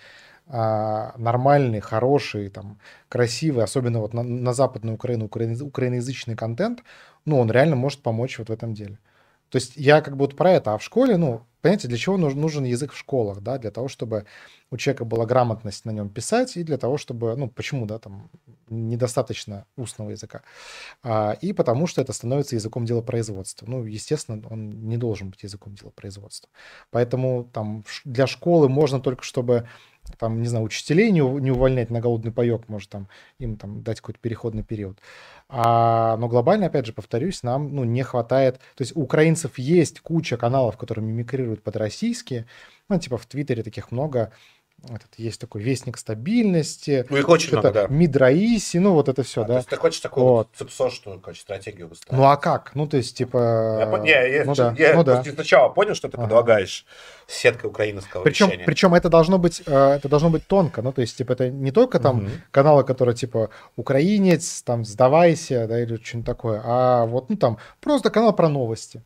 B: а, нормальный, хороший, там, красивый, особенно вот на, на Западную Украину, украино- украиноязычный контент, ну, он реально может помочь вот в этом деле. То есть я как бы вот про это, а в школе, ну, понимаете, для чего нужен, нужен язык в школах, да, для того, чтобы у человека была грамотность на нем писать, и для того, чтобы, ну, почему, да, там, недостаточно устного языка. А, и потому что это становится языком делопроизводства. Ну, естественно, он не должен быть языком делопроизводства. Поэтому там в ш- для школы можно только, чтобы там, не знаю, учителей не, ув- не увольнять на голодный паек, может, там, им там дать какой-то переходный период. А, но глобально, опять же, повторюсь, нам, ну, не хватает... То есть у украинцев есть куча каналов, которые мимикрируют под российские. Ну, типа в Твиттере таких много. Этот, есть такой Вестник стабильности,
A: Ну, их очень много,
B: что-то
A: да.
B: Мидраиси, ну, вот это все,
A: А, то
B: да.
A: есть ты хочешь такую
B: Вот.
A: вот цепсо, что, короче, стратегию
B: Ну,
A: выстраивать?
B: а как? Ну, то есть,
A: Я, пон- не,
B: типа...
A: я,
B: Ну,
A: чё-
B: да,
A: я
B: ну,
A: просто
B: да.
A: не сначала понял, что ты
B: Ага.
A: предлагаешь сетка украинского
B: Причем,
A: вещания.
B: причем это должно быть, э, это должно быть тонко, ну, то есть, типа, это не только там
A: Мгм.
B: каналы, которые, типа, украинец, там, сдавайся, да, или что-нибудь такое, а вот, ну, там, просто канал про новости.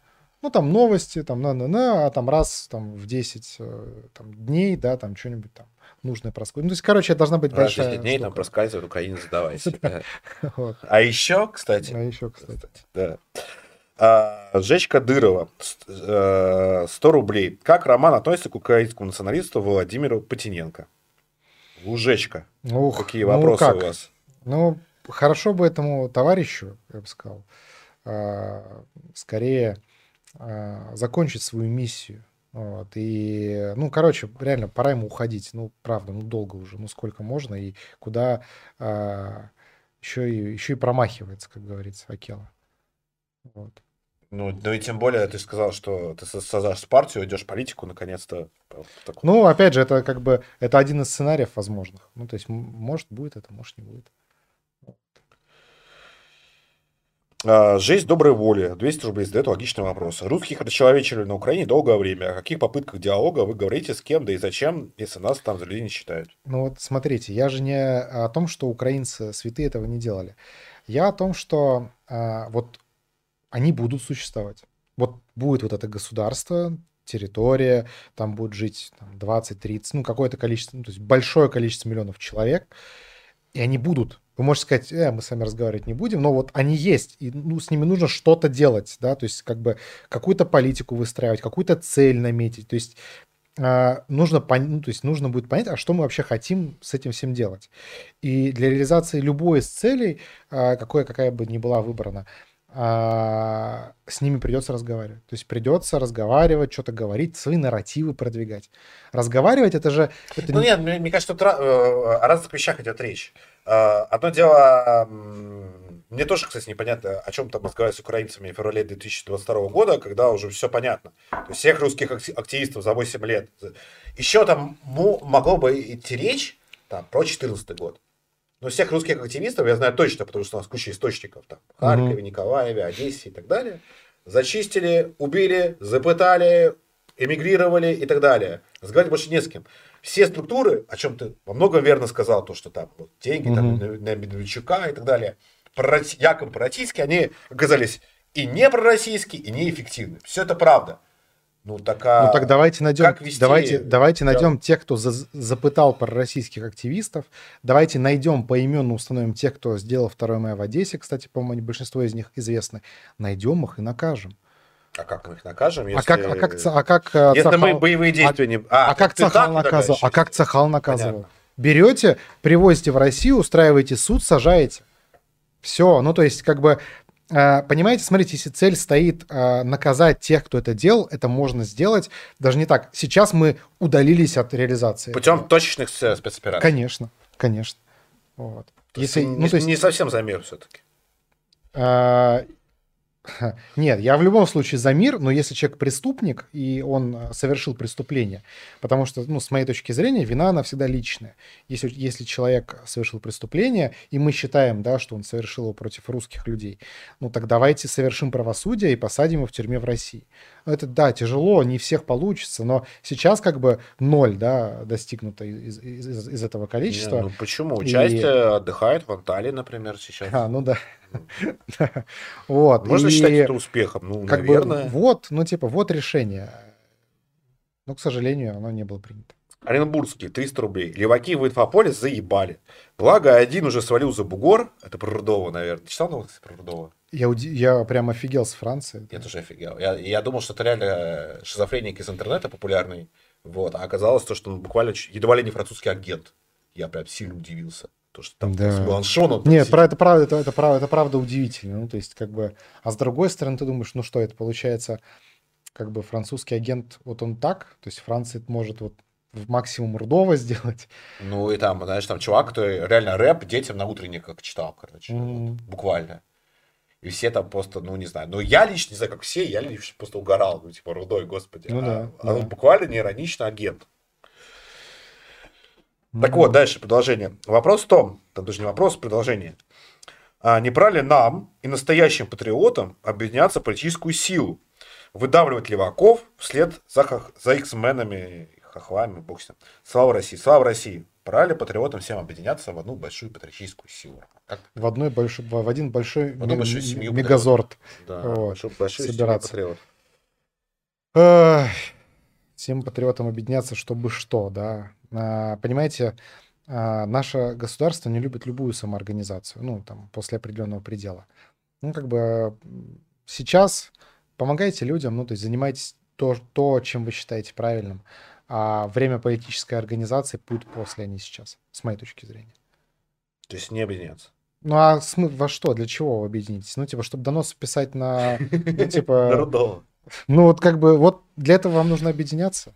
B: Ну, там новости, там на-на-на, а там раз там, в десять э, там, дней, да, там что-нибудь там нужное проскочит. Ну, то есть, короче, это должна быть
A: Раз в десять
B: большая
A: дней там
B: штука.
A: проскальзывает Украина, сдавайся.
B: Да.
A: Да.
B: Вот.
A: А еще, кстати,
B: А еще, кстати.
A: кстати, да. А, Жечь Кадырова, с- э, сто рублей. Как Роман относится к украинскому националисту Владимиру Путиненко? Лужечка.
B: Ух,
A: Какие
B: ну
A: вопросы у
B: как?
A: вас?
B: Ну, хорошо бы этому товарищу, я бы сказал, а, скорее а, закончить свою миссию. Вот. И, ну, короче, реально, пора ему уходить. Ну, правда, ну, долго уже, ну, сколько можно, и куда а, еще, и, еще и промахивается, как говорится, Акела. Вот.
A: Ну, да и тем более ты сказал, что ты со- создашь партию, идешь в политику, наконец-то. в таком-
B: Ну, опять же, это как бы, это один из сценариев возможных. Ну, то есть, м- может, будет это, может, не будет.
A: А, Жесть доброй воли. двести рублей задает логичный вопрос. Русских расчеловечили на Украине долгое время. О каких попытках диалога вы говорите, с кем, да и зачем, если нас там за людей не считают?
B: Ну, вот смотрите, я же не о том, что украинцы святые этого не делали. Я о том, что а, вот они будут существовать. Вот будет вот это государство, территория, там будет жить там, двадцать тридцать, ну, какое-то количество, ну, то есть большое количество миллионов человек, и они будут. Вы можете сказать, э, мы с вами разговаривать не будем, но вот они есть, и ну, с ними нужно что-то делать, да, то есть как бы какую-то политику выстраивать, какую-то цель наметить, то есть а, нужно, пон- ну, то есть нужно будет понять, а что мы вообще хотим с этим всем делать. И для реализации любой из целей, а, какой, какая бы ни была выбрана, а, с ними придется разговаривать. То есть придется разговаривать, что-то говорить, свои нарративы продвигать. Разговаривать это же... Это...
A: Ну
B: не-
A: нет, мне, мне кажется, тут ра- э, о разных вещах идет речь. Э, Одно дело, м, мне тоже, кстати, непонятно, о чем там разговаривать с украинцами в феврале две тысячи двадцать второго года, когда уже все понятно. То есть всех русских акти- активистов за восемь лет. Еще там мо- могло бы идти речь там, про четырнадцатый год. Но всех русских активистов, я знаю точно, потому что у нас куча источников там, в Харькове,
B: Мгм.
A: Николаеве, Одессе и так далее, зачистили, убили, запытали, эмигрировали и так далее. Разговаривать больше не с кем. Все структуры, о чем ты во многом верно сказал, то, что там вот, деньги там,
B: Мгм.
A: на, на Медведчука и так далее, пророси- якобы пророссийские, они оказались и не пророссийские, и неэффективны. Все это правда. Ну так
B: Ну так
A: а
B: давайте найдем,
A: как вести
B: давайте, давайте
A: диалог?
B: найдем тех, кто за- запытал пророссийских активистов. Давайте найдем поименно установим тех, кто сделал второе мая в Одессе. Кстати, по-моему, они- большинство из них известны. Найдем их и накажем.
A: А как мы их накажем,
B: А как, а как,
A: если,
B: Ца- а как э,
A: если мы
B: Цахал,
A: боевые
B: а,
A: действия не... А,
B: а
A: ты,
B: как
A: ты
B: Цахал
A: так
B: наказывал?
A: предлагаешь
B: А как
A: вести?
B: Цахал наказывал?
A: Понятно.
B: Берете, привозите в Россию, устраиваете суд, сажаете. Все. Ну, то есть, как бы, э, понимаете, смотрите, если цель стоит э, наказать тех, кто это делал, это можно сделать. Даже не так. Сейчас мы удалились от реализации
A: Путем
B: этого.
A: точечных с- спецопераций.
B: Конечно, конечно. Вот.
A: То есть
B: Если,
A: не,
B: ну, то есть,
A: не совсем за мир все-таки.
B: а, нет, я в любом случае за мир, но если человек преступник, и он а, совершил преступление, потому что, ну, с моей точки зрения, вина, она всегда личная. Если, если человек совершил преступление, и мы считаем, да, что он совершил его против русских людей, ну, так давайте совершим правосудие и посадим его в тюрьме в России. Ну, это, да, тяжело, не всех получится, но сейчас как бы ноль, да, достигнуто из, из- из- из этого
A: Не,
B: количества.
A: ну почему?
B: И,
A: Участие отдыхает в Анталии, например, сейчас.
B: а, ну да,
A: Ну,
B: вот,
A: можно считать
B: и
A: это успехом? Ну,
B: как бы
A: наверное.
B: вот, ну, типа, вот решение. Но, к сожалению, оно не было принято.
A: Оренбургский, триста рублей. Леваки в инфополе заебали. Благо, один уже свалил за бугор. Это про Рудова, наверное. Ты читал новости про Рудова?
B: Я, уди- я прям офигел с Франции.
A: Я тоже офигел. Я, я думал, что это реально шизофреник из интернета популярный. Вот. А оказалось то, что он буквально ч- едва ли не французский агент. Я прям сильно удивился. То, что там
B: Да.
A: с Меланшоном там
B: Нет,
A: сидит.
B: про это правда, это, это, правда, это правда удивительно. Ну, то есть, как бы, а с другой стороны, ты думаешь, ну что, это получается, как бы французский агент, вот он так, то есть Франция может вот в максимум Рудова сделать.
A: Ну и там, знаешь, там чувак, который реально рэп детям на утренниках читал, короче.
B: Мгм.
A: Вот, буквально. И все там просто, ну не знаю. Ну я лично, не знаю, как все, я лично просто угорал. Ну типа, Рудой, господи.
B: Ну
A: а,
B: да,
A: а он
B: да.
A: буквально не иронично агент. Так
B: Мгм.
A: вот, дальше продолжение. Вопрос в том, там даже не вопрос, продолжение. А не пора ли нам и настоящим патриотам объединяться в политическую силу, выдавливать леваков вслед за, хох- за X-менами, хохлами, бог с ним. Слава России, слава России. Пора ли патриотам всем объединяться в одну большую патриотическую силу? Как
B: В одной большой, в один большой,
A: в одну
B: ме-
A: большую
B: м-
A: семью
B: мегазорд.
A: Да,
B: Вот.
A: большую, большую семью
B: Собираться.
A: патриотов.
B: Эх, всем патриотам объединяться, чтобы что, да. А, Понимаете, а, наше государство не любит любую самоорганизацию, ну, там, после определенного предела. Ну, как бы м, сейчас помогайте людям, ну, то есть занимайтесь то, то, чем вы считаете правильным, а время политической организации будет после, а не сейчас, с моей точки зрения.
A: То есть не объединяться.
B: Ну, а смы- во что, для чего вы объединитесь? Ну, типа, чтобы донос писать на, ну, типа,
A: Народово.
B: ну, вот как бы, вот для этого вам нужно объединяться.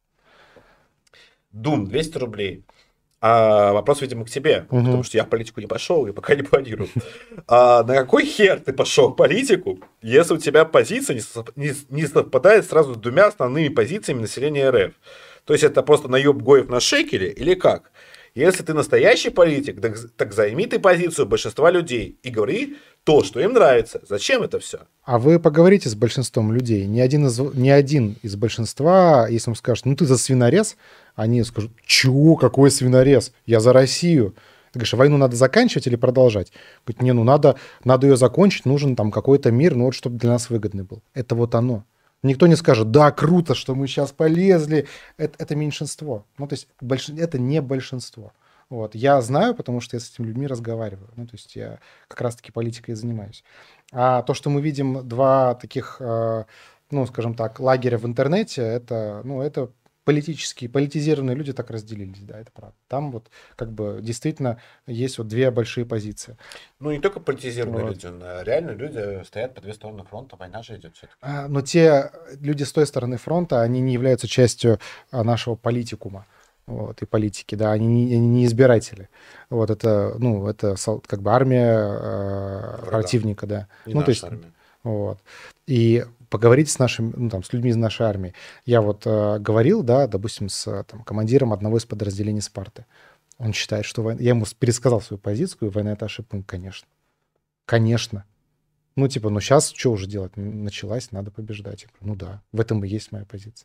A: Дум, двести рублей. А, вопрос, видимо, к тебе, потому
B: Мгм.
A: что я в политику не пошел и пока не планирую. А, на какой хер ты пошел в политику, если у тебя позиция не, сов- не с- не совпадает сразу с двумя основными позициями населения эр эф? То есть это просто наеб Гоев на шекеле или как? Если ты настоящий политик, так, так займи ты позицию большинства людей и говори то, что им нравится. Зачем это все?
B: А вы поговорите с большинством людей. Ни один из, ни один из большинства, если он скажет, ну ты за свинорез, они скажут, чего, какой свинорез? Я за Россию. Ты говоришь, а войну надо заканчивать или продолжать? Говорит, не, ну надо, надо ее закончить, нужен там какой-то мир, ну вот чтобы для нас выгодный был. Это вот оно. Никто не скажет, да, круто, что мы сейчас полезли. Это, это меньшинство. Ну, то есть больш... это не большинство. Вот. Я знаю, потому что я с этими людьми разговариваю. Ну, то есть я как раз-таки политикой занимаюсь. А то, что мы видим два таких, э, ну, скажем так, лагеря в интернете, это, ну, это политические, политизированные люди так разделились, да, это правда. Там вот как бы действительно есть вот две большие позиции.
A: Ну, не только политизированные
B: Вот.
A: люди, но реально люди стоят по две стороны фронта, война же идет все-таки.
B: А, Но те люди с той стороны фронта, они не являются частью а, нашего политикума. Вот, и политики, да, они не, они не избиратели. Вот это, ну, это сол- как бы армия э,
A: Врага.
B: противника, да.
A: Не
B: Ну, то
A: наша
B: есть,
A: армия.
B: вот. И поговорить с нашими, ну, там, с людьми из нашей армии. Я вот э, говорил, да, допустим, с э, там, командиром одного из подразделений Спарты. Он считает, что война... Я ему с- пересказал свою позицию, и война — это ошибка. Ну, конечно. Конечно. Ну, типа, ну сейчас что уже делать? Н- Началась, надо побеждать. Я говорю, ну да, в этом и есть моя позиция.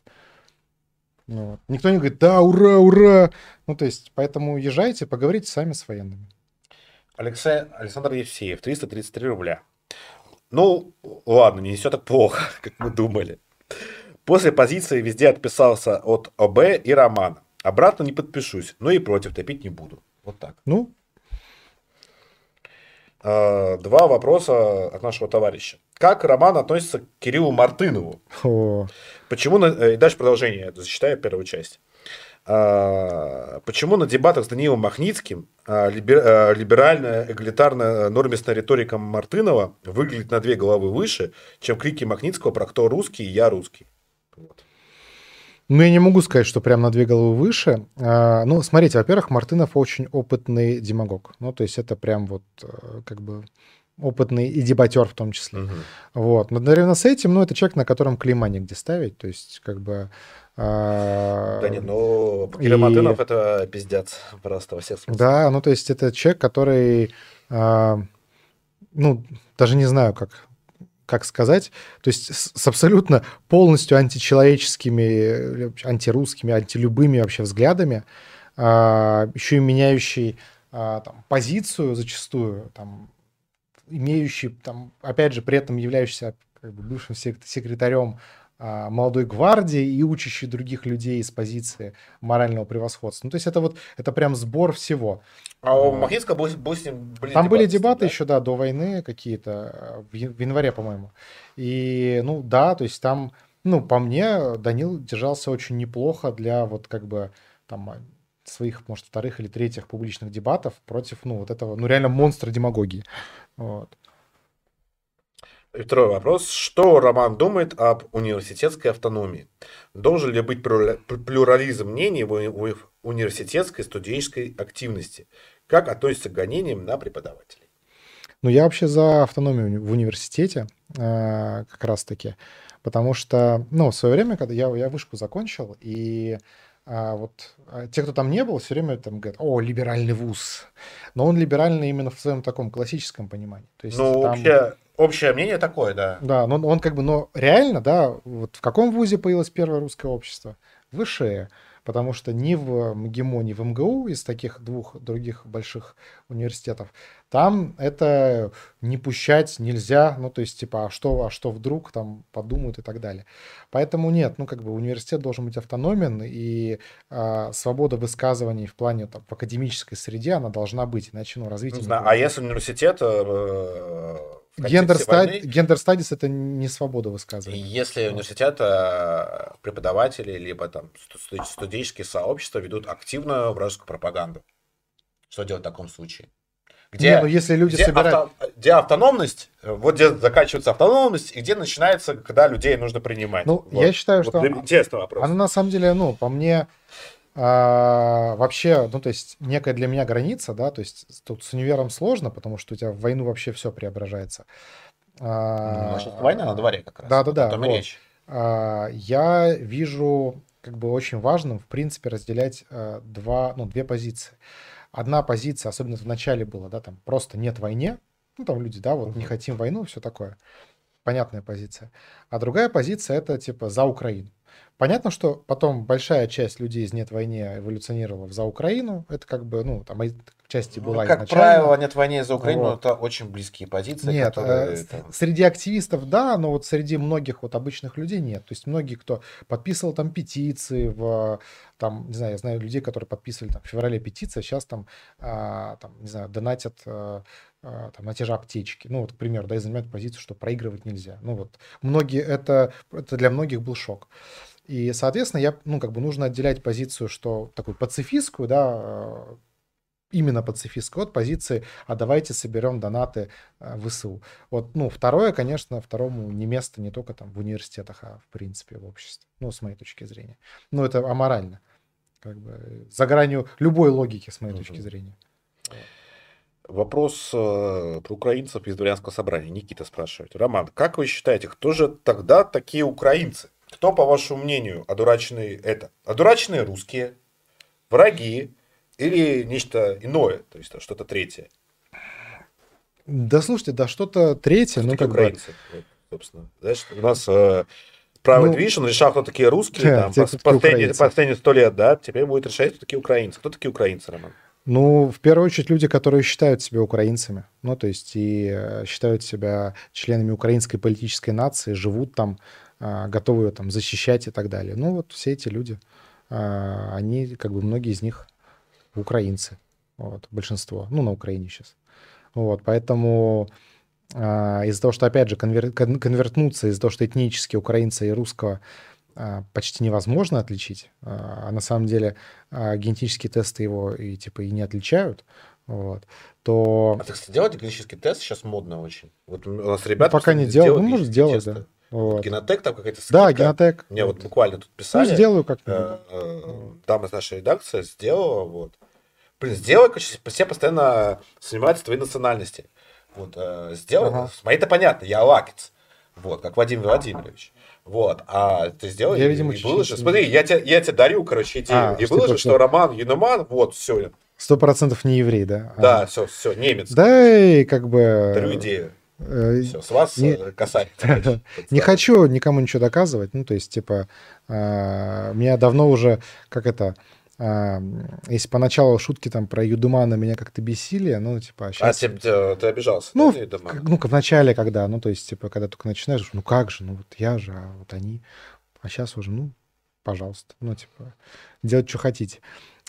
B: Ну, вот. Никто не говорит, да, ура, ура. Ну, то есть, поэтому езжайте, поговорите сами с военными.
A: Алексей, Александр Евсеев, триста тридцать три рубля. Ну, ладно, не все так плохо, как мы думали. После позиции везде отписался от о бэ и Романа. Обратно не подпишусь, но и против топить не буду. Вот так.
B: Ну,
A: А, Два вопроса от нашего товарища. Как Роман относится к Кириллу Мартынову?
B: о,
A: Почему, на- э, и дальше продолжение, я зачитаю первую часть. А, Почему на дебатах с Даниилом Махницким а, либер- а, либеральная, эгалитарная, нормистная риторика Мартынова выглядит на две головы выше, чем крики Махницкого про кто русский и я русский? Вот.
B: ну, я не могу сказать, что прям на две головы выше. А, ну, смотрите, во-первых, Мартынов очень опытный демагог. Ну, то есть это прям вот э, как бы опытный и дебатер в том числе.
A: Мгм.
B: Вот. Но одновременно с этим, ну, это человек, на котором клейма негде ставить. То есть как бы... а,
A: Да не, ну Кирилл
B: и...
A: Мартынов это пиздец просто во всех смыслах.
B: Да, ну то есть это человек, который, а, ну, даже не знаю, как, как сказать, то есть с, с абсолютно полностью античеловеческими, э, антирусскими, антилюбыми вообще взглядами, а, еще и меняющий а, там, позицию зачастую, там, имеющий, там, опять же, при этом являющийся как бы бывшим сек- секретарем а, молодой гвардии и учащий других людей с позиции морального превосходства. Ну, то есть это вот, это прям сбор всего.
A: А у
B: Вот.
A: Махницкого был, был с ним, были
B: Там были
A: дебаты с ним,
B: дебаты
A: да?
B: еще, да, до войны какие-то, э, в ян- в январе, по-моему. И, ну, да, то есть там, ну, по мне, Данил держался очень неплохо для вот как бы там а, своих, может, вторых или третьих публичных дебатов против, ну, вот этого, ну, реально монстра демагогии. Вот.
A: И второй вопрос. Что Роман думает об университетской автономии? Должен ли быть плюра- плюрализм мнений в уни- в университетской студенческой активности? Как относится к гонениям на преподавателей?
B: Ну, я вообще за автономию уни- в университете, э, как раз-таки, потому что, ну, в свое время, когда я, я вышку закончил, и а, вот а, те, кто там не был, все время там говорят, о, либеральный вуз. Но он либеральный именно в своем таком классическом понимании. То есть
A: Ну,
B: там,
A: общее, общее мнение такое, да.
B: да, но он как бы, но реально, да, вот в каком вузе появилось первое русское общество? В ВШЭ. потому что ни в МГИМО, ни в МГУ из таких двух других больших университетов там это не пущать нельзя, ну, то есть, типа, а что, а что вдруг там подумают и так далее. Поэтому нет, ну, как бы университет должен быть автономен, и а, свобода высказываний в плане, там, в академической среде, она должна быть, иначе, ну, развитие
A: Не
B: не
A: знаю,
B: будет.
A: а если университет э, в
B: Гендер
A: контексте войны,
B: гендер стадис это не свобода
A: и
B: высказывания.
A: если
B: Вот.
A: университет, э, преподаватели, либо там сту- сту- студенческие сообщества ведут активную вражескую пропаганду, что делать в таком случае?
B: Не, ну
A: Где,
B: если люди
A: где,
B: собирают...
A: авто- где автономность, э, вот где заканчивается автономность, и где начинается, когда людей нужно принимать.
B: Ну,
A: Вот.
B: я считаю,
A: Вот
B: что
A: интересный вопрос.
B: она на самом деле, ну, по мне, а, вообще, ну, то есть некая для меня граница, да, то есть тут с универом сложно, потому что у тебя в войну вообще все преображается.
A: Ну, значит,
B: А,
A: война на дворе как раз.
B: Да-да-да,
A: Вот о том и
B: вот.
A: речь.
B: А, Я вижу как бы очень важным, в принципе, разделять а, два, ну, две позиции. Одна позиция, особенно в начале было, да, там просто нет войне, ну, там люди, да, вот не
A: Мгм.
B: хотим войну, все такое. Понятная позиция. А другая позиция это типа за Украину. Понятно, что потом большая часть людей из «Нет войне» эволюционировала в «За Украину». Это как бы, ну, там и части
A: Ну,
B: была
A: как
B: изначально.
A: правило, нет войны за Украину,
B: Вот.
A: это очень близкие позиции,
B: Нет, э,
A: которые...
B: с-
A: там,
B: среди активистов да, но вот среди многих вот обычных людей нет. То есть многие, кто подписывал там петиции, в, там, не знаю, я знаю людей, которые подписывали там в феврале петиции, сейчас там, а, там, не знаю, донатят а, а, там, на те же аптечки. Ну, вот, к примеру, да, и занимают позицию, что проигрывать нельзя. Ну, вот, многие, это, это для многих был шок. И, соответственно, я, ну, как бы нужно отделять позицию, что такую пацифистскую, да, э, именно пацифистскую от позиции, а давайте соберем донаты э, в ВСУ. Вот, ну, второе, конечно, второму не место не только там в университетах, а в принципе в обществе. Ну, с моей точки зрения. Ну, это аморально. Как бы э, за гранью любой логики, с моей точки
A: мгм.
B: зрения.
A: Вопрос э, про украинцев из дворянского собрания. Никита спрашивает. Роман, как вы считаете, кто же тогда такие украинцы? Кто, по вашему мнению, одураченные это? Одураченные русские, враги или нечто иное, то есть что-то третье?
B: Да, слушайте, да что-то третье,
A: Кто
B: ну,
A: такие
B: как бы,
A: украинцы? Вот, собственно. Знаешь, у нас э, Private
B: ну,
A: Vision решал, кто такие русские, там,
B: те,
A: пос-
B: кто такие
A: последние,
B: украинцы.
A: последние сто лет, да, теперь будет решать, кто такие украинцы. Кто такие украинцы, Роман?
B: Ну, в первую очередь, люди, которые считают себя украинцами, ну, то есть и э, считают себя членами украинской политической нации, живут там, а, готовы ее там защищать и так далее. Ну, вот все эти люди, а, они, как бы, многие из них украинцы, вот, большинство, ну, на Украине сейчас. Вот, поэтому а, из-за того, что, опять же, конвер- кон- конвертнуться, из-за того, что этнически украинца и русского а, почти невозможно отличить, а а на самом деле а, генетические тесты его и типа и не отличают, вот, то
A: А ты, кстати, делать генетический тест сейчас модно очень. Вот у нас
B: ну,
A: ребята
B: пока не
A: постоянно
B: делал. Ну,
A: делают
B: может,
A: генетические
B: сделать, да.
A: тесты. Вот
B: Вот.
A: Генотек, там какая-то
B: Да,
A: скидка.
B: генотек.
A: Мне вот
B: Вот.
A: буквально тут
B: Ну,
A: писали,
B: сделаю как-нибудь.
A: э, э,
B: Вот.
A: дама из нашей редакции сделала, вот. Блин, сделай, короче, все постоянно снимаются твои национальности. Вот, э, сделай,
B: Ага.
A: с моей-то понятно, я лакец, вот, как Владимир Владимирович. Вот, а ты сделай
B: Я,
A: и,
B: видимо,
A: и
B: чуть-чуть
A: выложи.
B: не-
A: Смотри, я тебе, я тебе дарю, короче, идею.
B: А,
A: И
B: что
A: выложи,
B: типа,
A: что
B: что
A: Роман Юноман, вот, все.
B: сто процентов не еврей, да?
A: Да,
B: Ага.
A: все, все, немец.
B: Да, и как
A: Дарю
B: бы
A: идею.
B: э,
A: Все, с вас
B: не,
A: э, косарь.
B: не хочу никому ничего доказывать. Ну, то есть, типа, а, меня давно уже, как это, а, если поначалу шутки там про Юдумана меня как-то бесили, ну, типа, а
A: А
B: сейчас...
A: ты, ты, ты обижался,
B: Ну,
A: да,
B: в-
A: на Юдомана?
B: как- ну, в начале, когда, ну, то есть, типа, когда только начинаешь, ну, как же, ну, вот я же, а вот они. А сейчас уже, ну, пожалуйста, ну, типа, делать, что хотите.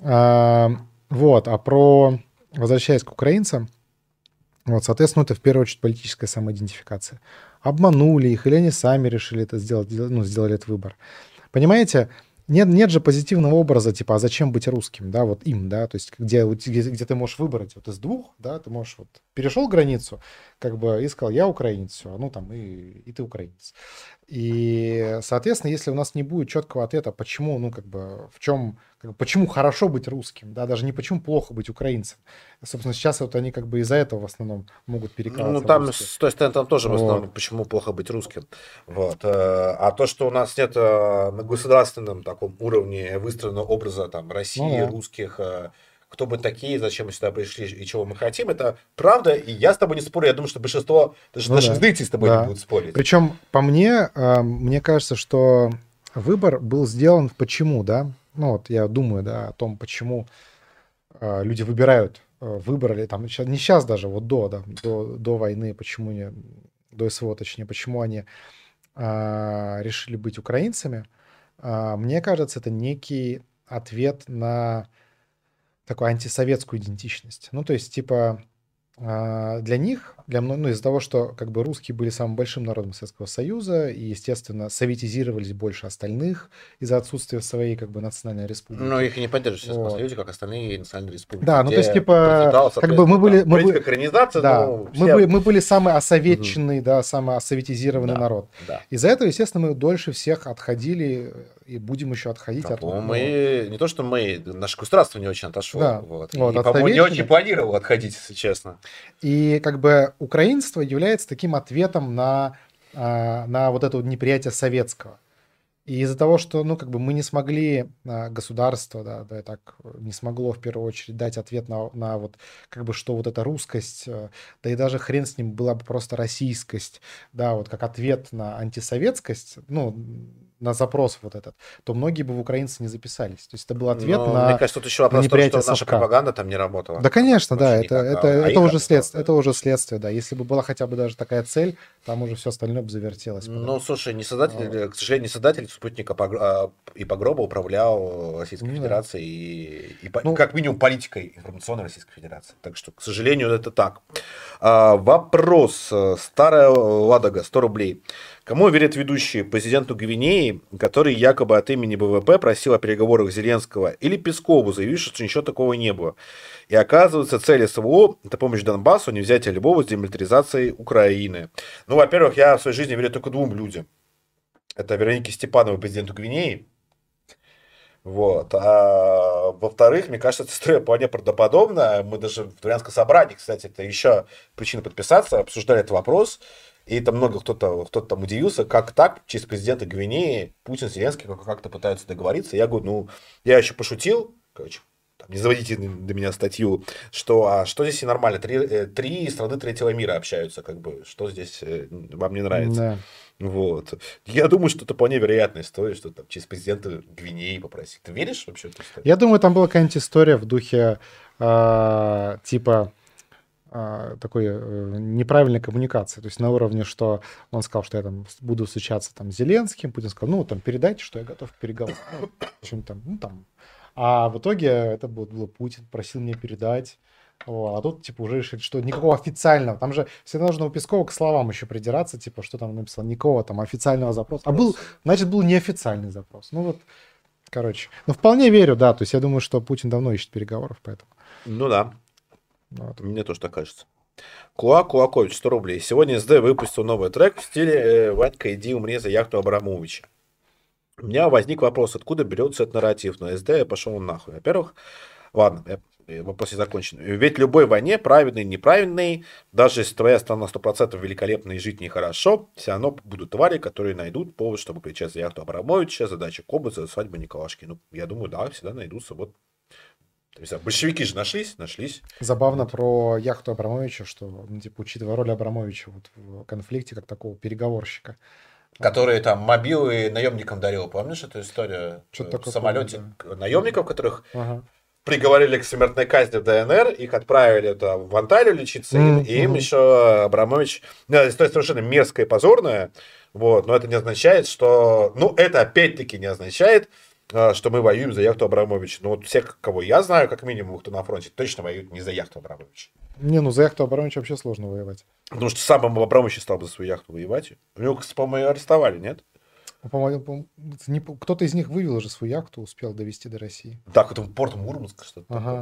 B: А, вот, а про... Возвращаясь к украинцам, вот, соответственно, это в первую очередь политическая самоидентификация. Обманули их, или они сами решили это сделать, ну, сделали этот выбор. Понимаете, нет, нет же позитивного образа, типа, а зачем быть русским, да, вот им, да, то есть где, вот где, где ты можешь выбрать вот из двух, да, ты можешь вот, перешел границу, как бы, и сказал, я украинец, все, ну, там, и, и ты украинец. И, соответственно, если у нас не будет четкого ответа, почему, ну, как бы, в чем, как бы, почему хорошо быть русским, да, даже не почему плохо быть украинцем. Собственно, сейчас вот они как бы из-за этого в основном могут
A: Ну,
B: перекладываться в
A: там,
B: русские.
A: с той стороны, там тоже в основном,
B: Вот.
A: почему плохо быть русским. Вот. э, А то, что у нас нет э, на государственном таком уровне выстроенного образа там,
B: Ну
A: России,
B: да.
A: русских, э, кто мы такие, зачем мы сюда пришли и чего мы хотим, это правда. И я с тобой не спорю. Я думаю, что большинство даже
B: Ну
A: наших
B: да.
A: зрителей с тобой не
B: Да.
A: будут спорить.
B: Причем по мне, э, мне кажется, что выбор был сделан почему, да? ну вот я думаю, да, о том, почему э, люди выбирают, э, выбрали, там, ща- не сейчас даже, вот до, да, до, до войны, почему не, до СВО, точнее, почему они а, решили быть украинцами, а, мне кажется, это некий ответ на такую антисоветскую идентичность. Ну, то есть, типа, а, для них, для мно- ну, из-за того, что как бы русские были самым большим народом Советского Союза и, естественно, советизировались больше остальных из-за отсутствия своей как бы национальной
A: Ну,
B: республики.
A: их и не поддерживают в Советском
B: Вот.
A: Союзе, как остальные национальные республики,
B: Да, ну то есть,
A: где
B: типа,
A: процветала,
B: как бы мы
A: соответственно,
B: были,
A: там,
B: мы
A: политика
B: бы,
A: коренизации,
B: да,
A: ну,
B: мы были,
A: все...
B: мы были самый
A: Мгм.
B: осоветченный, да, самый осоветизированный
A: Да,
B: народ.
A: да.
B: Из-за этого, естественно, мы дольше всех отходили и будем еще отходить
A: Да,
B: от, вот,
A: по-моему,
B: ну,
A: мы, не то что мы, наше государство не очень отошло,
B: да,
A: вот,
B: вот,
A: и,
B: от
A: по-моему, не очень
B: советчины.
A: планировал отходить, если честно.
B: И как бы украинство является таким ответом на, а, на вот это вот неприятие советского. И из-за того, что, ну, как бы мы не смогли, а, государство, да, да, так э, не смогло в первую очередь дать ответ на, на вот, как бы, что вот эта русскость, э, да и даже хрен с ним была бы просто российскость, да, вот как ответ на антисоветскость, ну, на запрос вот этот, то многие бы в украинцы не записались. То есть это был ответ
A: Но мне
B: на,
A: кажется, тут еще
B: на
A: вопрос в том,
B: неприятие
A: что наша
B: совка.
A: пропаганда там не работала
B: Да,
A: а,
B: конечно, да,
A: вообще
B: это,
A: никак,
B: это,
A: а, а
B: это
A: их
B: уже
A: работала.
B: следствие, это уже следствие, да. Если бы была хотя бы даже такая цель, там уже все остальное бы завертелось потом.
A: Ну, слушай, не
B: Вот.
A: создатель, к сожалению, не создатель спутника Погр- а, и Погроба управлял Российской
B: Ну да.
A: Федерацией и, и по-
B: Ну,
A: как минимум политикой информационной Российской Федерации. Так что, к сожалению, это так. А, вопрос. э, Старая Ладога, сто рублей. Кому верит ведущий, президенту Гвинеи, который якобы от имени БВП просил о переговорах Зеленского, или Пескову, заявившему, что ничего такого не было? И оказывается, цель СВО – это помощь Донбассу, не взятие Львова с демилитаризацией Украины. Ну, во-первых, я в своей жизни верю только двум людям. Это Веронике Степановой, президенту Гвинеи. Вот. А во-вторых, мне кажется, эта история вполне правдоподобна. Мы даже в дворянском собрании, кстати, это еще причина подписаться, обсуждали этот вопрос. И там много кто-то кто там удивился, как так, через президента Гвинеи Путин, Зеленский как- как-то пытаются договориться. Я говорю, ну, я еще пошутил, короче, там, не заводите до меня статью, что, а что здесь и нормально, три, э, три страны третьего мира общаются, как бы, что здесь э, вам не нравится.
B: да.
A: Вот. Я думаю, что это вполне вероятная история, что там через президента Гвинеи попросить. Ты веришь вообще в эту историю?
B: Я думаю, там была какая-нибудь история в духе а, типа а, такой э, неправильной коммуникации. То есть на уровне, что он сказал, что я там с- буду встречаться там с Зеленским, Путин сказал, ну, там, передайте, что я готов к переговорам. Ну, что-нибудь там, ну, там. А в итоге это было, было Путин, просил мне передать. Вот. А тут, типа, уже решили, что никакого официального. Там же всегда нужно у Пескова к словам еще придираться, типа, что там написал. Никакого там официального запроса. А был, значит, был неофициальный запрос. Ну, вот, короче. Ну, вполне верю, да. То есть я думаю, что Путин давно ищет переговоров, поэтому.
A: Ну да,
B: Вот.
A: мне тоже так кажется. Куа Куакович, сто рублей. Сегодня СД выпустил новый трек в стиле э, «Ванька, иди умри за яхту Абрамовича». У меня возник вопрос, откуда берется этот нарратив, но СД пошел нахуй. Во-первых, ладно, я- э, вопрос не закончен. Ведь в любой войне, праведный, неправедный, даже если твоя страна сто процентов великолепна и жить нехорошо, все равно будут твари, которые найдут повод, чтобы кричать за яхту Абрамовича, за дачу Кобза, за свадьбу Николашки. Ну, я думаю, да, всегда найдутся. Вот, не знаю, большевики же нашлись, нашлись.
B: Забавно
A: Вот.
B: про яхту Абрамовича, что, ну, типа, учитывая роль Абрамовича вот в конфликте как такого переговорщика.
A: Которые там мобилы наемникам дарил, помнишь эту историю?
B: Что-то
A: Э, В
B: такое
A: самолете
B: помню,
A: наемников, которых
B: да. Ага.
A: приговорили к смертной казни в ДНР, их отправили это, в Анталию лечиться, и,
B: М,
A: и им
B: мгм.
A: еще Абрамович... Ну, это история совершенно мерзкая и позорная, вот, но это не означает, что... Ну, это опять-таки не означает, э, что мы воюем за яхту Абрамовича. Ну, вот всех, кого я знаю, как минимум, кто на фронте, точно воюют не за яхту Абрамовича.
B: Не, ну за яхту Абрамовича вообще сложно воевать.
A: Потому что сам Абрамович стал бы за свою яхту воевать. У него, кстати, по-моему, её арестовали, нет?
B: Ну, по-моему, по- это не по- кто-то из них вывел же свою яхту, успел довести до России.
A: Так, это порт Мурманск, что-то такое.
B: Ага.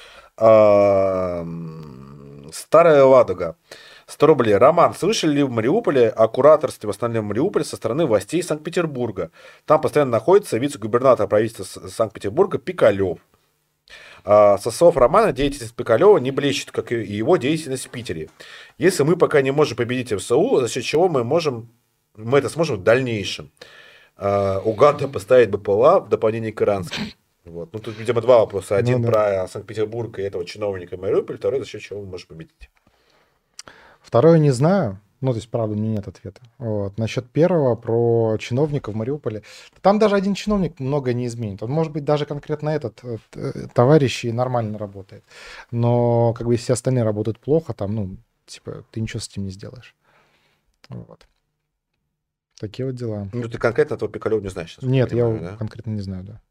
A: А, м, Старая Ладога. сто рублей. Роман, слышали ли в Мариуполе о кураторстве в основном Мариуполе со стороны властей Санкт-Петербурга? Там постоянно находится вице-губернатор правительства С- Санкт-Петербурга Пикалев. А, Со слов Романа, деятельность Пикалева не блещет, как и его деятельность в Питере. Если мы пока не можем победить ФСУ, за счет чего мы можем, мы это сможем в дальнейшем? А, Уганда поставить БПЛА в дополнение к иранским. Вот. Ну, тут, видимо, два вопроса.
B: Ну
A: Один
B: да.
A: про Санкт-Петербург и этого чиновника Мариуполя, второй, за счет чего мы можем победить.
B: Второе не знаю. Ну, то есть, правда, у меня нет ответа. Вот. Насчет первого, про чиновников в Мариуполе. Там даже один чиновник многое не изменит. Он, может быть, даже конкретно этот э, т- товарищ и нормально работает. Но, как бы, если все остальные работают плохо, там, ну, типа, ты ничего с этим не сделаешь. Вот. Такие вот дела.
A: Ну, ты конкретно этого Пикалева не знаешь, насколько я
B: Нет, я
A: понимаю,
B: его
A: да?
B: конкретно не знаю, да.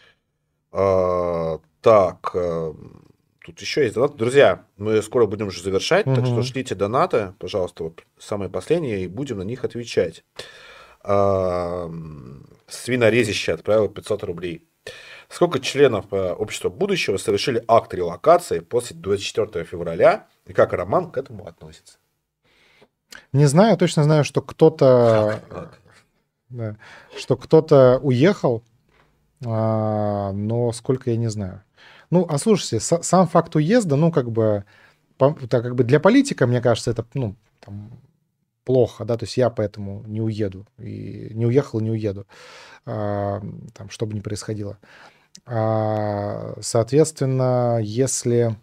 A: А, так, э, тут еще есть донаты. Друзья, мы скоро будем уже завершать, так что
B: Мгм.
A: шлите донаты, пожалуйста, вот самые последние, и будем на них отвечать. А, м, Свинорезище отправил пятьсот рублей. Сколько членов э, общества будущего совершили акт релокации после двадцать четвёртого февраля, и как Роман к этому относится?
B: Не знаю, точно знаю, что кто-то,
A: Вот.
B: да, что кто-то уехал, а, но сколько я не знаю. Ну, а слушайте, са- сам факт уезда, ну, как бы, по- так как бы для политика, мне кажется, это, ну, там, плохо, да, то есть я поэтому не уеду, и не уехал, и не уеду, а, там, что бы ни происходило. А, соответственно, если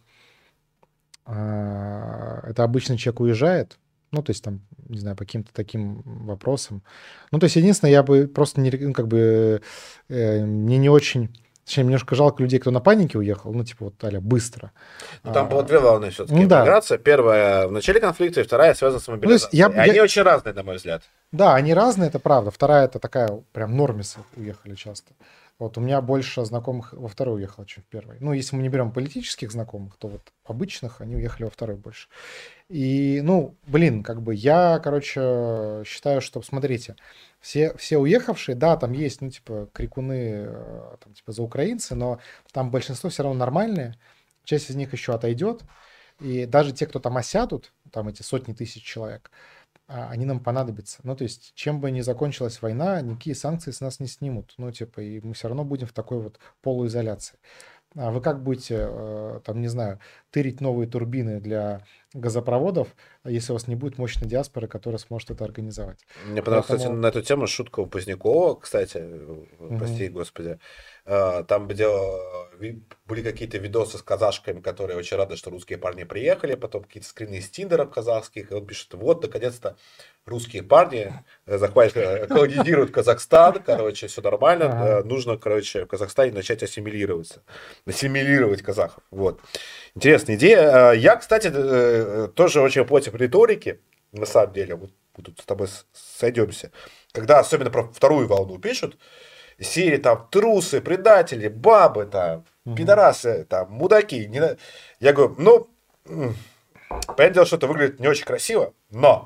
B: а, это обычный человек уезжает, ну, то есть там, не знаю, по каким-то таким вопросам. Ну, то есть единственное, я бы просто не, рек- ну, как бы, э, мне не очень, точнее, немножко жалко людей, кто на панике уехал, ну, типа вот, аля, быстро.
A: Ну, там было
B: А,
A: две волны все-таки
B: ну, да.
A: миграция. Первая в начале конфликта, и вторая связана с
B: Ну, то есть я,
A: мобилизацией. И
B: я,
A: они очень разные, на мой взгляд.
B: да, они разные, это правда. Вторая это такая, прям нормисы уехали часто. Вот у меня больше знакомых во второй уехало, чем в первой. Ну, если мы не берем политических знакомых, то вот обычных они уехали во второй больше. И, ну, блин, как бы я, короче, считаю, что, смотрите, все, все уехавшие, да, там есть, ну, типа, крикуны, э, там, типа, за украинцы, но там большинство все равно нормальные, часть из них еще отойдет, и даже те, кто там осядут, там эти сотни тысяч человек, а, они нам понадобятся. Ну, то есть, чем бы ни закончилась война, никакие санкции с нас не снимут. Ну, типа, и мы все равно будем в такой вот полуизоляции. А вы как будете, э, там, не знаю, тырить новые турбины для газопроводов, если у вас не будет мощной диаспоры, которая сможет это организовать?
A: Мне понравилась, кстати,
B: Поэтому...
A: на эту тему шутка у Позднякова, кстати, э,
B: Мгм.
A: прости, господи. Э, Там где э, ви- были какие-то видосы с казашками, которые очень рады, что русские парни приехали, потом какие-то скрины из тиндеров казахских, и он пишет, вот, наконец-то, русские парни э, захватят, э, колонизируют Казахстан, короче, все нормально,
B: Ага.
A: э, нужно, короче, в Казахстане начать ассимилироваться, ассимилировать казахов, вот. Интересная идея. Э, Я, кстати, э, тоже очень против риторики, на самом деле, вот мы тут с тобой с- сойдемся, когда особенно про вторую волну пишут, из серии там трусы, предатели, бабы, там,
B: Мгм.
A: пидорасы, там, мудаки. не на- Я говорю, ну, м, понятное дело, что это выглядит не очень красиво, но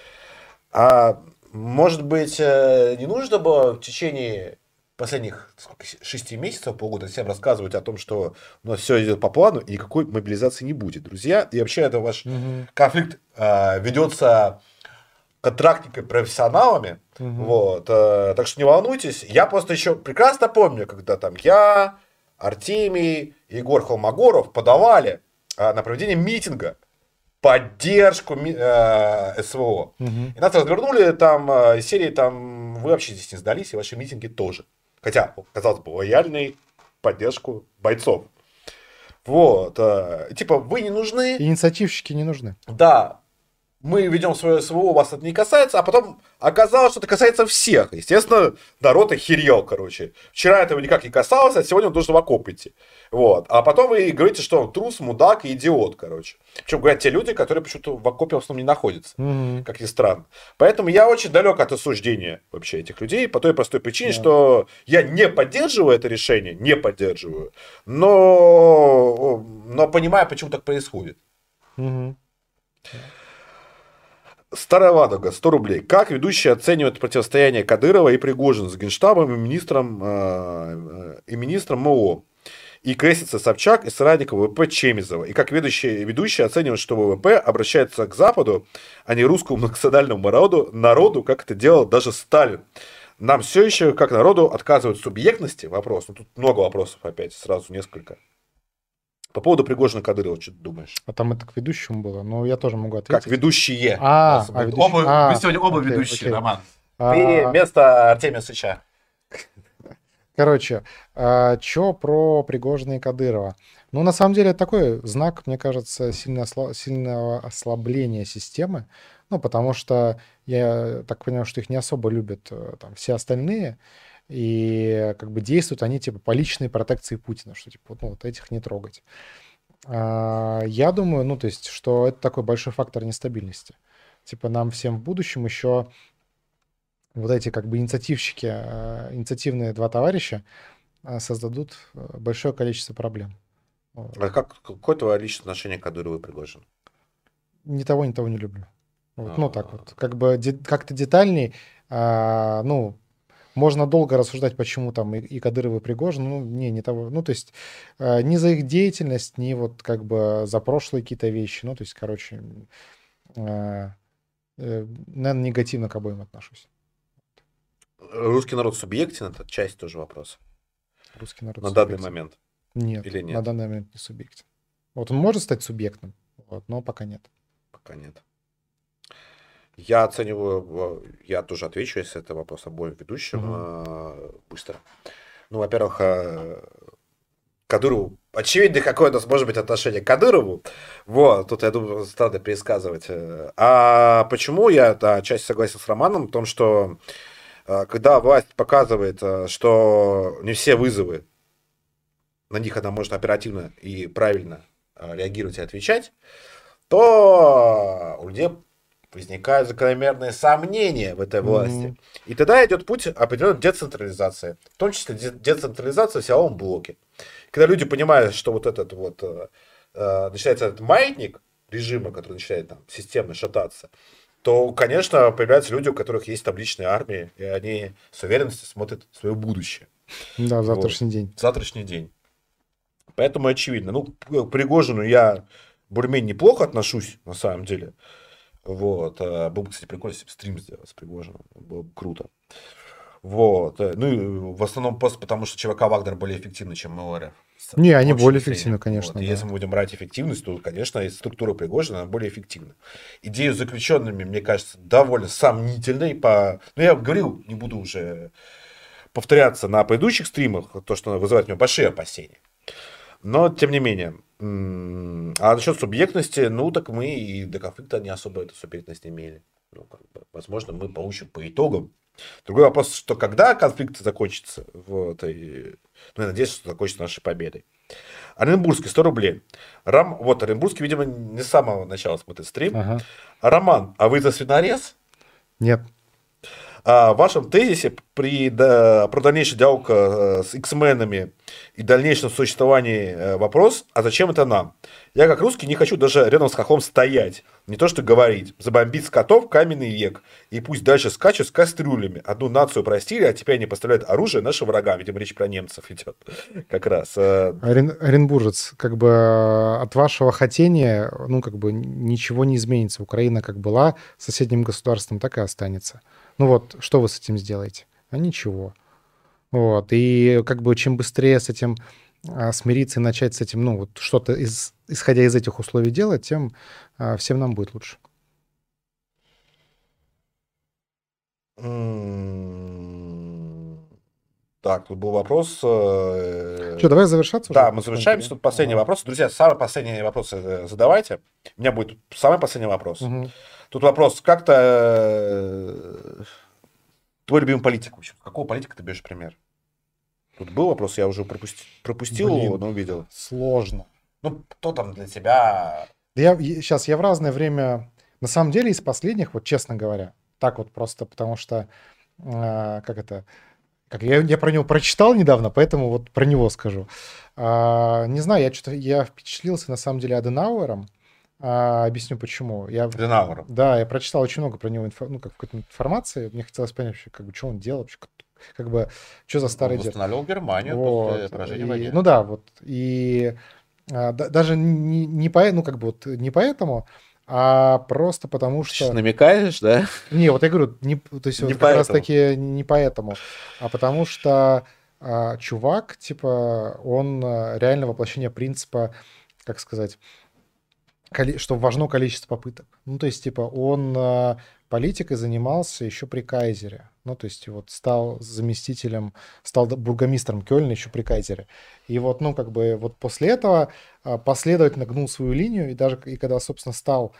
A: а может быть, э, не нужно было в течение последних сколько, с- шести месяцев, полгода всем рассказывать о том, что у нас все идет по плану и никакой мобилизации не будет, друзья. И вообще это ваш
B: Мгм.
A: конфликт э, ведется контрактниками, профессионалами.
B: Мгм.
A: Вот, э, так что не волнуйтесь. Я просто еще прекрасно помню, когда там я, Артемий, Егор Холмогоров подавали э, на проведение митинга поддержку ми- э, СВО.
B: Мгм.
A: И нас развернули там э, из серии там вы вообще здесь не сдались, и ваши митинги тоже. Хотя, казалось бы, лояльный поддержку бойцов. Вот. э, типа, вы не нужны,
B: Инициативщики не нужны.
A: да, мы ведем свое СВО, вас это не касается, а потом оказалось, что это касается всех. Естественно, народ охерел, короче. Вчера этого никак не касалось, а сегодня он должен в окоп идти. Вот. А потом вы говорите, что он трус, мудак и идиот, короче. Причем говорят те люди, которые почему-то в окопе в основном не находятся.
B: Мгм.
A: Как ни странно. Поэтому я очень далек от осуждения вообще этих людей по той простой причине,
B: Да.
A: что я не поддерживаю это решение, не поддерживаю, но, но понимаю, почему так происходит.
B: Мгм.
A: Старая Ладога, сто рублей. Как ведущий оценивает противостояние Кадырова и Пригожина с Генштабом и министром, э, и министром МО? И крестится Собчак и соратником ВВП Чемизова. И как ведущий, ведущий оценивает, что ВВП обращается к Западу, а не русскому национальному народу, народу, как это делал даже Сталин. Нам все еще, как народу, отказывают в субъектности? Вопрос. Ну, тут много вопросов опять, сразу несколько. По поводу Пригожина Кадырова, что ты думаешь?
B: А там это к ведущему было, но я тоже могу
A: Как
B: ответить.
A: ведущие. У
B: А,
A: нас
B: а
A: будет
B: ведущий.
A: оба, мы
B: А,
A: сегодня оба
B: окей,
A: ведущие,
B: окей.
A: Роман. Ты
B: А,
A: вместо Артемия Сыча.
B: Короче, что про Пригожина и Кадырова? Ну, на самом деле, это такой знак, мне кажется, сильно осла- сильного ослабления системы. Ну, потому что я так понимаю, что их не особо любят э, там все остальные, и как бы действуют они типа по личной протекции Путина, что типа вот, ну, вот этих не трогать. А, Я думаю, ну, то есть, что это такой большой фактор нестабильности. Типа нам всем в будущем еще вот эти как бы инициативщики, э, инициативные два товарища э, создадут э, большое количество проблем. Вот.
A: А как, какое твое личное отношение к Кадырову и Пригожину?
B: Ни того, ни того не люблю. Вот, ну, так
A: А,
B: вот. Как бы де- как-то детальней, а, ну, можно долго рассуждать, почему там и, и Кадыров, и Пригожин, ну, не, не того. Ну, то есть э, ни за их деятельность, ни вот как бы за прошлые какие-то вещи. Ну, то есть, короче, э, э, наверное, негативно к обоим отношусь.
A: Русский народ субъектен, это часть тоже вопроса
B: Русский народ
A: на данный
B: субъектен.
A: момент
B: Нет,
A: или
B: на
A: нет?
B: данный момент не субъектен. Вот он может стать субъектным, вот, но пока нет.
A: Пока нет. Я оцениваю, э, я тоже отвечу, если это вопрос обоим ведущим,
B: Мгм.
A: э, быстро. Ну, во-первых, э, Кадырову, очевидно, какое у нас может быть отношение к Кадырову. Вот, тут, я думаю, надо пересказывать. э. А почему я, да, отчасти согласен с Романом в том, что э, когда власть показывает, э, что не все вызовы, на них она может оперативно и правильно э, реагировать и отвечать, то у людей возникают закономерные сомнения в этой власти.
B: Мгм.
A: И тогда идет путь определенной децентрализации, в том числе де- децентрализация в силовом блоке. Когда люди понимают, что вот этот вот э, э, начинается этот маятник режима, который начинает там системно шататься, то, конечно, появляются люди, у которых есть табличные армии, и они с уверенностью смотрят в свое будущее.
B: Да, в
A: Вот.
B: завтрашний день.
A: Завтрашний день. Поэтому очевидно. Ну, к Пригожину я более-менее неплохо отношусь, на самом деле. Вот. э, Было бы, кстати, прикольно, если бы стрим сделать с Пригожиным. Было бы круто. Вот. э, Ну, и в основном просто потому, что ЧВК Вагнер более эффективный, чем МЛРФ. С
B: Не, они
A: общей
B: более
A: точки зрения.
B: эффективны,
A: Вот.
B: конечно,
A: И если
B: да.
A: мы будем брать эффективность, то, конечно, и структура Пригожина она более эффективна. Идея с заключенными, мне кажется, довольно сомнительной. По... Ну, я говорил, не буду уже повторяться на предыдущих стримах, то, что вызывает у меня большие опасения. Но, тем не менее. м, А насчет субъектности, ну, так мы и до конфликта не особо эту субъектность не имели. Ну, как бы, возможно, мы получим по итогам. Другой вопрос, что когда конфликт закончится, вот, и, ну, я надеюсь, что закончится нашей победой. Оренбургский, сто рублей. Рам... Вот, Оренбургский, видимо, не с самого начала смотрит стрим.
B: Ага.
A: Роман, а вы за свинорез?
B: Нет.
A: А в вашем тезисе при, да, про дальнейший диалог э, с X-менами и дальнейшем существовании э, вопрос, а зачем это нам? Я как русский не хочу даже рядом с хохлом стоять, не то что говорить. Забомбить скотов каменный век, и пусть дальше скачут с кастрюлями. Одну нацию простили, а теперь они поставляют оружие нашим врагам. Видимо, речь про немцев идет как раз. э.
B: Орен- Оренбуржец, как бы э, от вашего хотения, ну, как бы ничего не изменится. Украина как была соседним государством, так и останется. Ну вот, что вы с этим сделаете? А ничего. Вот, и как бы чем быстрее с этим а, смириться и начать с этим, ну, вот что-то из, исходя из этих условий делать, тем а, всем нам будет лучше.
A: М, Так, тут был вопрос. э,
B: Что, давай завершаться уже
A: Да, мы
B: потихоньку,
A: завершаемся.
B: да?
A: Тут последний
B: Ага.
A: вопрос. Друзья, самый последний вопрос э, задавайте. У меня будет самый последний вопрос.
B: Мгм.
A: Тут вопрос, как-то э, твой любимый политик, в общем, какого политика ты берешь пример? Тут был вопрос, я уже пропусти- пропустил его,
B: Блин,
A: но увидел.
B: сложно.
A: Ну, кто там для тебя?
B: Да я сейчас, я в разное время, на самом деле, из последних, вот честно говоря, так вот просто, потому что, а, как это, как я, я про него прочитал недавно, поэтому вот про него скажу. А, не знаю, я что-то, я впечатлился на самом деле Аденауэром. А, объясню почему. Я,
A: Денауэра.
B: да, я прочитал очень много про него, инфо- ну, как какой-то информации. Мне хотелось понять вообще, как бы, что он делал, вообще, как, как бы, что за старый
A: Он
B: дед.
A: восстанавливал Германию после
B: Вот.
A: поражения в
B: И,
A: войне.
B: ну да, вот. И а, да- даже не, не по, ну, как бы вот не поэтому, а просто потому
A: Сейчас
B: что...
A: намекаешь, да?
B: Не, вот я говорю, не, то есть
A: Не
B: вот как раз
A: поэтому.
B: таки не поэтому, а потому что а, чувак, типа, он а, реально воплощение принципа, как сказать, коли- что важно количество попыток. Ну, то есть, типа, он а, политикой занимался еще при Кайзере. Ну, то есть, вот стал заместителем, стал д- бургомистром Кёльна еще при Кайзере. И вот, ну, как бы, вот после этого а, последовательно гнул свою линию, и даже, и когда, собственно, стал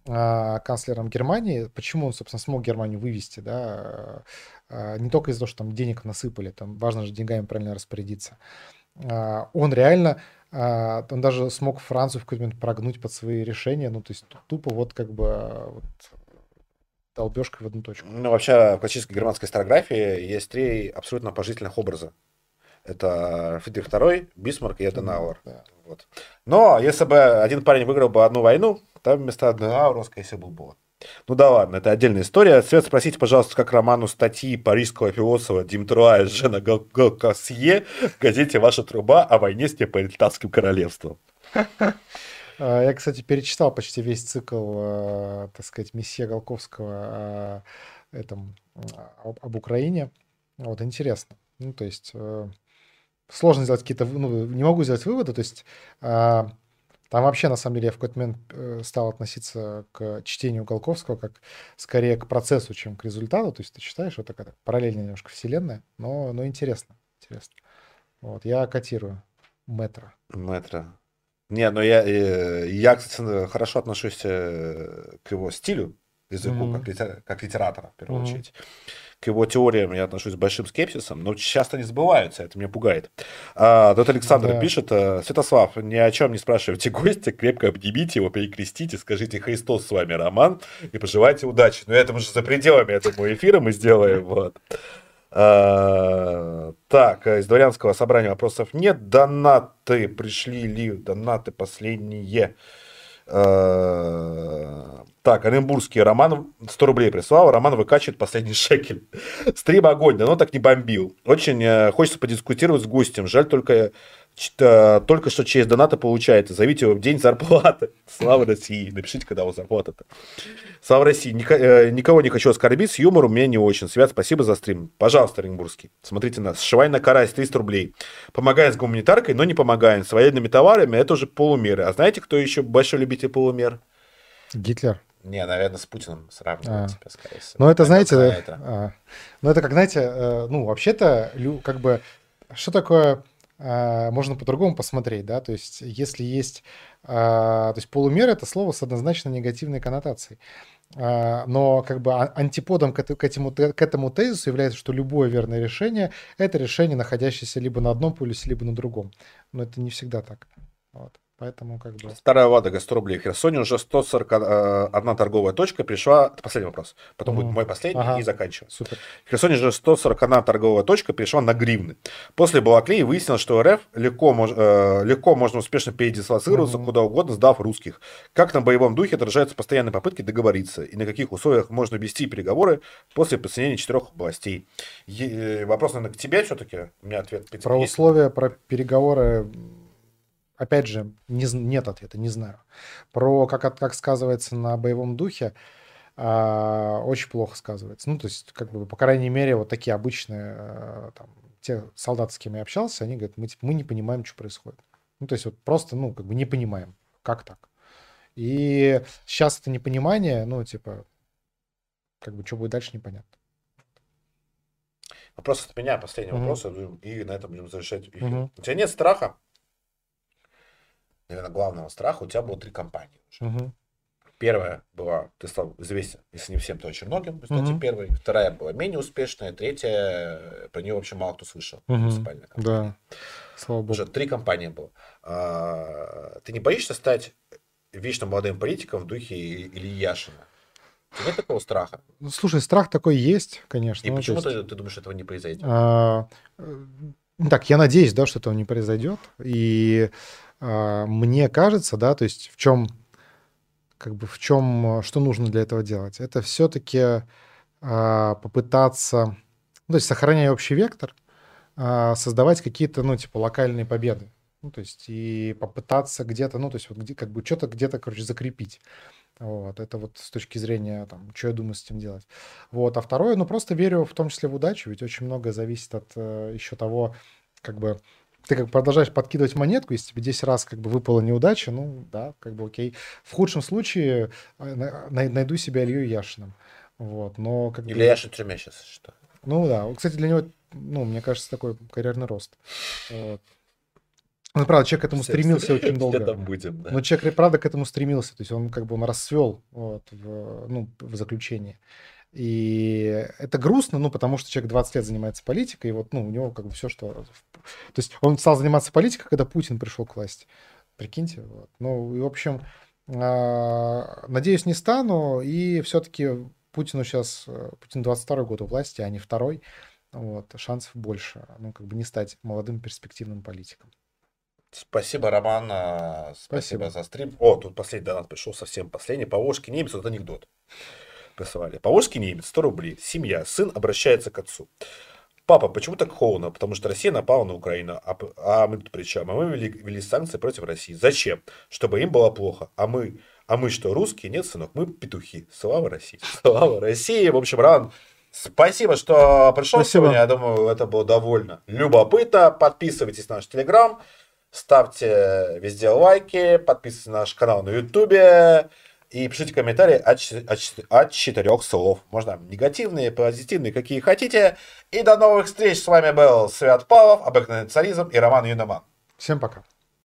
B: а, канцлером Германии. Почему он, собственно, смог Германию вывести, да? А, не только из-за того, что там денег насыпали, там важно же деньгами правильно распорядиться. А, он реально, а, он даже смог Францию в какой-то момент прогнуть под свои решения, ну, то есть тупо вот как бы а, вот, долбежкой в одну точку.
A: Ну, вообще, в классической германской историографии есть три абсолютно положительных образа. Это Фридрих второй, Бисмарк и Аденауэр.
B: Да.
A: Вот. Но если бы один парень выиграл бы одну войну, там вместо Аденауэра, скорее всего, был бы он. Ну да ладно, это отдельная история. Свет, спросите, пожалуйста, как роману статьи парижского философа Димтруа Жена Галкасье в газете «Ваша труба» о войне с Неаполитанским королевством.
B: А, Я, кстати, перечитал почти весь цикл, а, так сказать, месье Голковского о этом, а, об об Украине. Вот, интересно. Ну, то есть э, сложно сделать какие-то, вы- ну, не могу сделать выводы. То есть а, там вообще, на самом деле, я в какой-то момент э, стал относиться к чтению Голковского как скорее к процессу, чем к результату. То есть ты читаешь, вот такая параллельная немножко вселенная, но, но интересно, интересно. Вот, я котирую метро.
A: Метро. Не, ну я, э, я, кстати, хорошо отношусь э, к его стилю, языку, как,
B: Мгм.
A: литера- как литератора, в первую
B: Мгм.
A: очередь. К его теориям я отношусь с большим скепсисом, но часто не сбываются, это меня пугает. А, тут Александр
B: Да.
A: пишет: э, Святослав, ни о чем не спрашивайте гостя, крепко обнимите его, перекрестите, скажите «Христос с вами, Роман», и пожелайте удачи. Но это уже за пределами этого эфира мы сделаем. Вот. А, так, из дворянского собрания вопросов нет. Донаты пришли ли? Донаты последние. А, так, Оренбургский Роман сто рублей прислал. Роман выкачивает последний шекель. Стрим огонь, да, но так не бомбил. Очень э, хочется подискутировать с гостем. Жаль только, что, только что через донаты получается. Зовите его в день зарплаты. Слава России. Напишите, когда у вас зарплата-то. Слава России. Ника- э, никого не хочу оскорбить. С юмором у меня не очень. Свят, спасибо за стрим. Пожалуйста, Оренбургский. Смотрите нас. Сшивай на карась триста рублей. Помогаем с гуманитаркой, но не помогаем. С военными товарами это уже полумеры. А знаете, кто еще большой любитель полумер?
B: Гитлер.
A: Не, наверное, с Путиным сравнивают
B: А.
A: тебя, скорее всего.
B: Ну, это,
A: Намек на
B: знаете,
A: это.
B: а, ну, это как, знаете, э, ну, вообще-то, лю- как бы, что такое, а, можно по-другому посмотреть, да, то есть, если есть, а, то есть, полумер — это слово с однозначно негативной коннотацией. А, но как бы а- антиподом к, эт- к этому, те- к этому тезису является, что любое верное решение — это решение, находящееся либо на одном полюсе, либо на другом. Но это не всегда так. Вот. Поэтому как бы...
A: Старая Ладога, сто рублей. В Херсоне уже сто сорок одна торговая точка пришла. Это последний вопрос. Потом будет
B: Мгм.
A: мой последний и
B: Ага,
A: заканчиваем.
B: супер.
A: В Херсоне же сто сорок одна торговая точка перешла на гривны. После Балаклеи выяснилось, что РФ легко, мож- э, легко можно успешно передислоцироваться
B: Мгм.
A: куда угодно, сдав русских. Как на боевом духе отражаются постоянные попытки договориться? И на каких условиях можно вести переговоры после подсоединения четырех областей? Е- э, вопрос, наверное, к тебе все-таки. У меня ответ в принципе,
B: Про
A: есть.
B: условия, про переговоры, м, опять же, не з- нет ответа, не знаю. Про как, от- как сказывается на боевом духе, а, очень плохо сказывается. Ну, то есть, как бы, по крайней мере, вот такие обычные, э, там, те солдаты, с кем я общался, они говорят, мы, типа, мы не понимаем, что происходит. Ну, то есть, вот просто, ну, как бы не понимаем, как так. И сейчас это непонимание, ну, типа, как бы, что будет дальше, непонятно.
A: Вопрос от меня, последний
B: Мгм.
A: вопрос, и на этом будем завершать эфир.
B: Мгм.
A: У тебя нет страха? Наверное, главного страха. У тебя было три компании уже.
B: Мгм.
A: Первая была, ты стал известен, если не всем, то очень многим, в результате
B: Мгм.
A: первой. Вторая была менее успешная. Третья, про нее вообще мало кто слышал.
B: Мгм.
A: Муниципальная компания.
B: Да, слава
A: Уже
B: богу.
A: три компании было. А, ты не боишься стать вечно молодым политиком в духе И- Ильи Яшина? У тебя нет такого страха?
B: Ну, слушай, страх такой есть,
A: И
B: конечно. Ну, то
A: почему
B: есть,
A: ты, ты думаешь, этого не произойдет?
B: а, э, ну, так, я надеюсь, да, что этого не произойдет. И а, мне кажется, да, то есть в чем, как бы в чем, что нужно для этого делать? Это все-таки попытаться, ну, то есть сохраняя общий вектор, а, создавать какие-то, ну, типа, локальные победы. Ну, то есть и попытаться где-то, ну, то есть вот где, как бы что-то где-то, короче, закрепить. Вот, это вот с точки зрения, там, что я думаю с этим делать. Вот, а второе, ну, просто верю в том числе в удачу, ведь очень многое зависит от э, еще того, как бы, ты как бы продолжаешь подкидывать монетку, если тебе десять раз как бы выпала неудача, ну, да, как бы окей. В худшем случае э, на- най- найду себя Илью Яшиным. Вот, но как
A: Или
B: бы,
A: Яшин в тюрьме сейчас? Что?
B: ну, да, вот, кстати, для него, ну, мне кажется, такой карьерный рост. Вот. Ну, правда, человек к этому
C: Все,
B: стремился
C: все,
B: очень
C: все
B: долго.
C: там будем, да.
B: Но человек, правда, к этому стремился. То есть он как бы он расцвел вот, в, ну, в заключении. И это грустно, ну, потому что человек двадцать лет занимается политикой, и вот, ну, у него как бы все, что... То есть он стал заниматься политикой, когда Путин пришел к власти. Прикиньте. Вот. Ну, и, в общем, а, надеюсь, не стану, и все-таки Путину сейчас... Путин двадцать второй год у власти, а не второй. Вот, шансов больше, ну, как бы не стать молодым перспективным политиком.
A: Спасибо, Роман. а, Спасибо,
B: Спасибо.
A: за стрим. О, тут последний донат пришел, совсем последний. Поволжский немец, вот анекдот присылали. Поволжский немец, сто рублей. Семья, сын обращается к отцу. Папа, почему так холодно? Потому что Россия напала на Украину. А, п- а мы тут при чем? А мы ввели, ввели санкции против России. Зачем? Чтобы им было плохо. А мы, а мы что, русские? Нет, сынок, мы петухи. Слава России. Слава России. В общем, Роман, спасибо, что пришел
B: Спасибо.
A: сегодня. Я думаю, это было довольно любопытно. Подписывайтесь на наш Телеграм. Ставьте везде лайки, подписывайтесь на наш канал на Ютубе и пишите комментарии от, ч- от ч- от четырех слов. Можно негативные, позитивные, какие хотите. И до новых встреч. С вами был Свят Павлов, Обыкновенный Царизм и Роман Юноман.
B: Всем пока.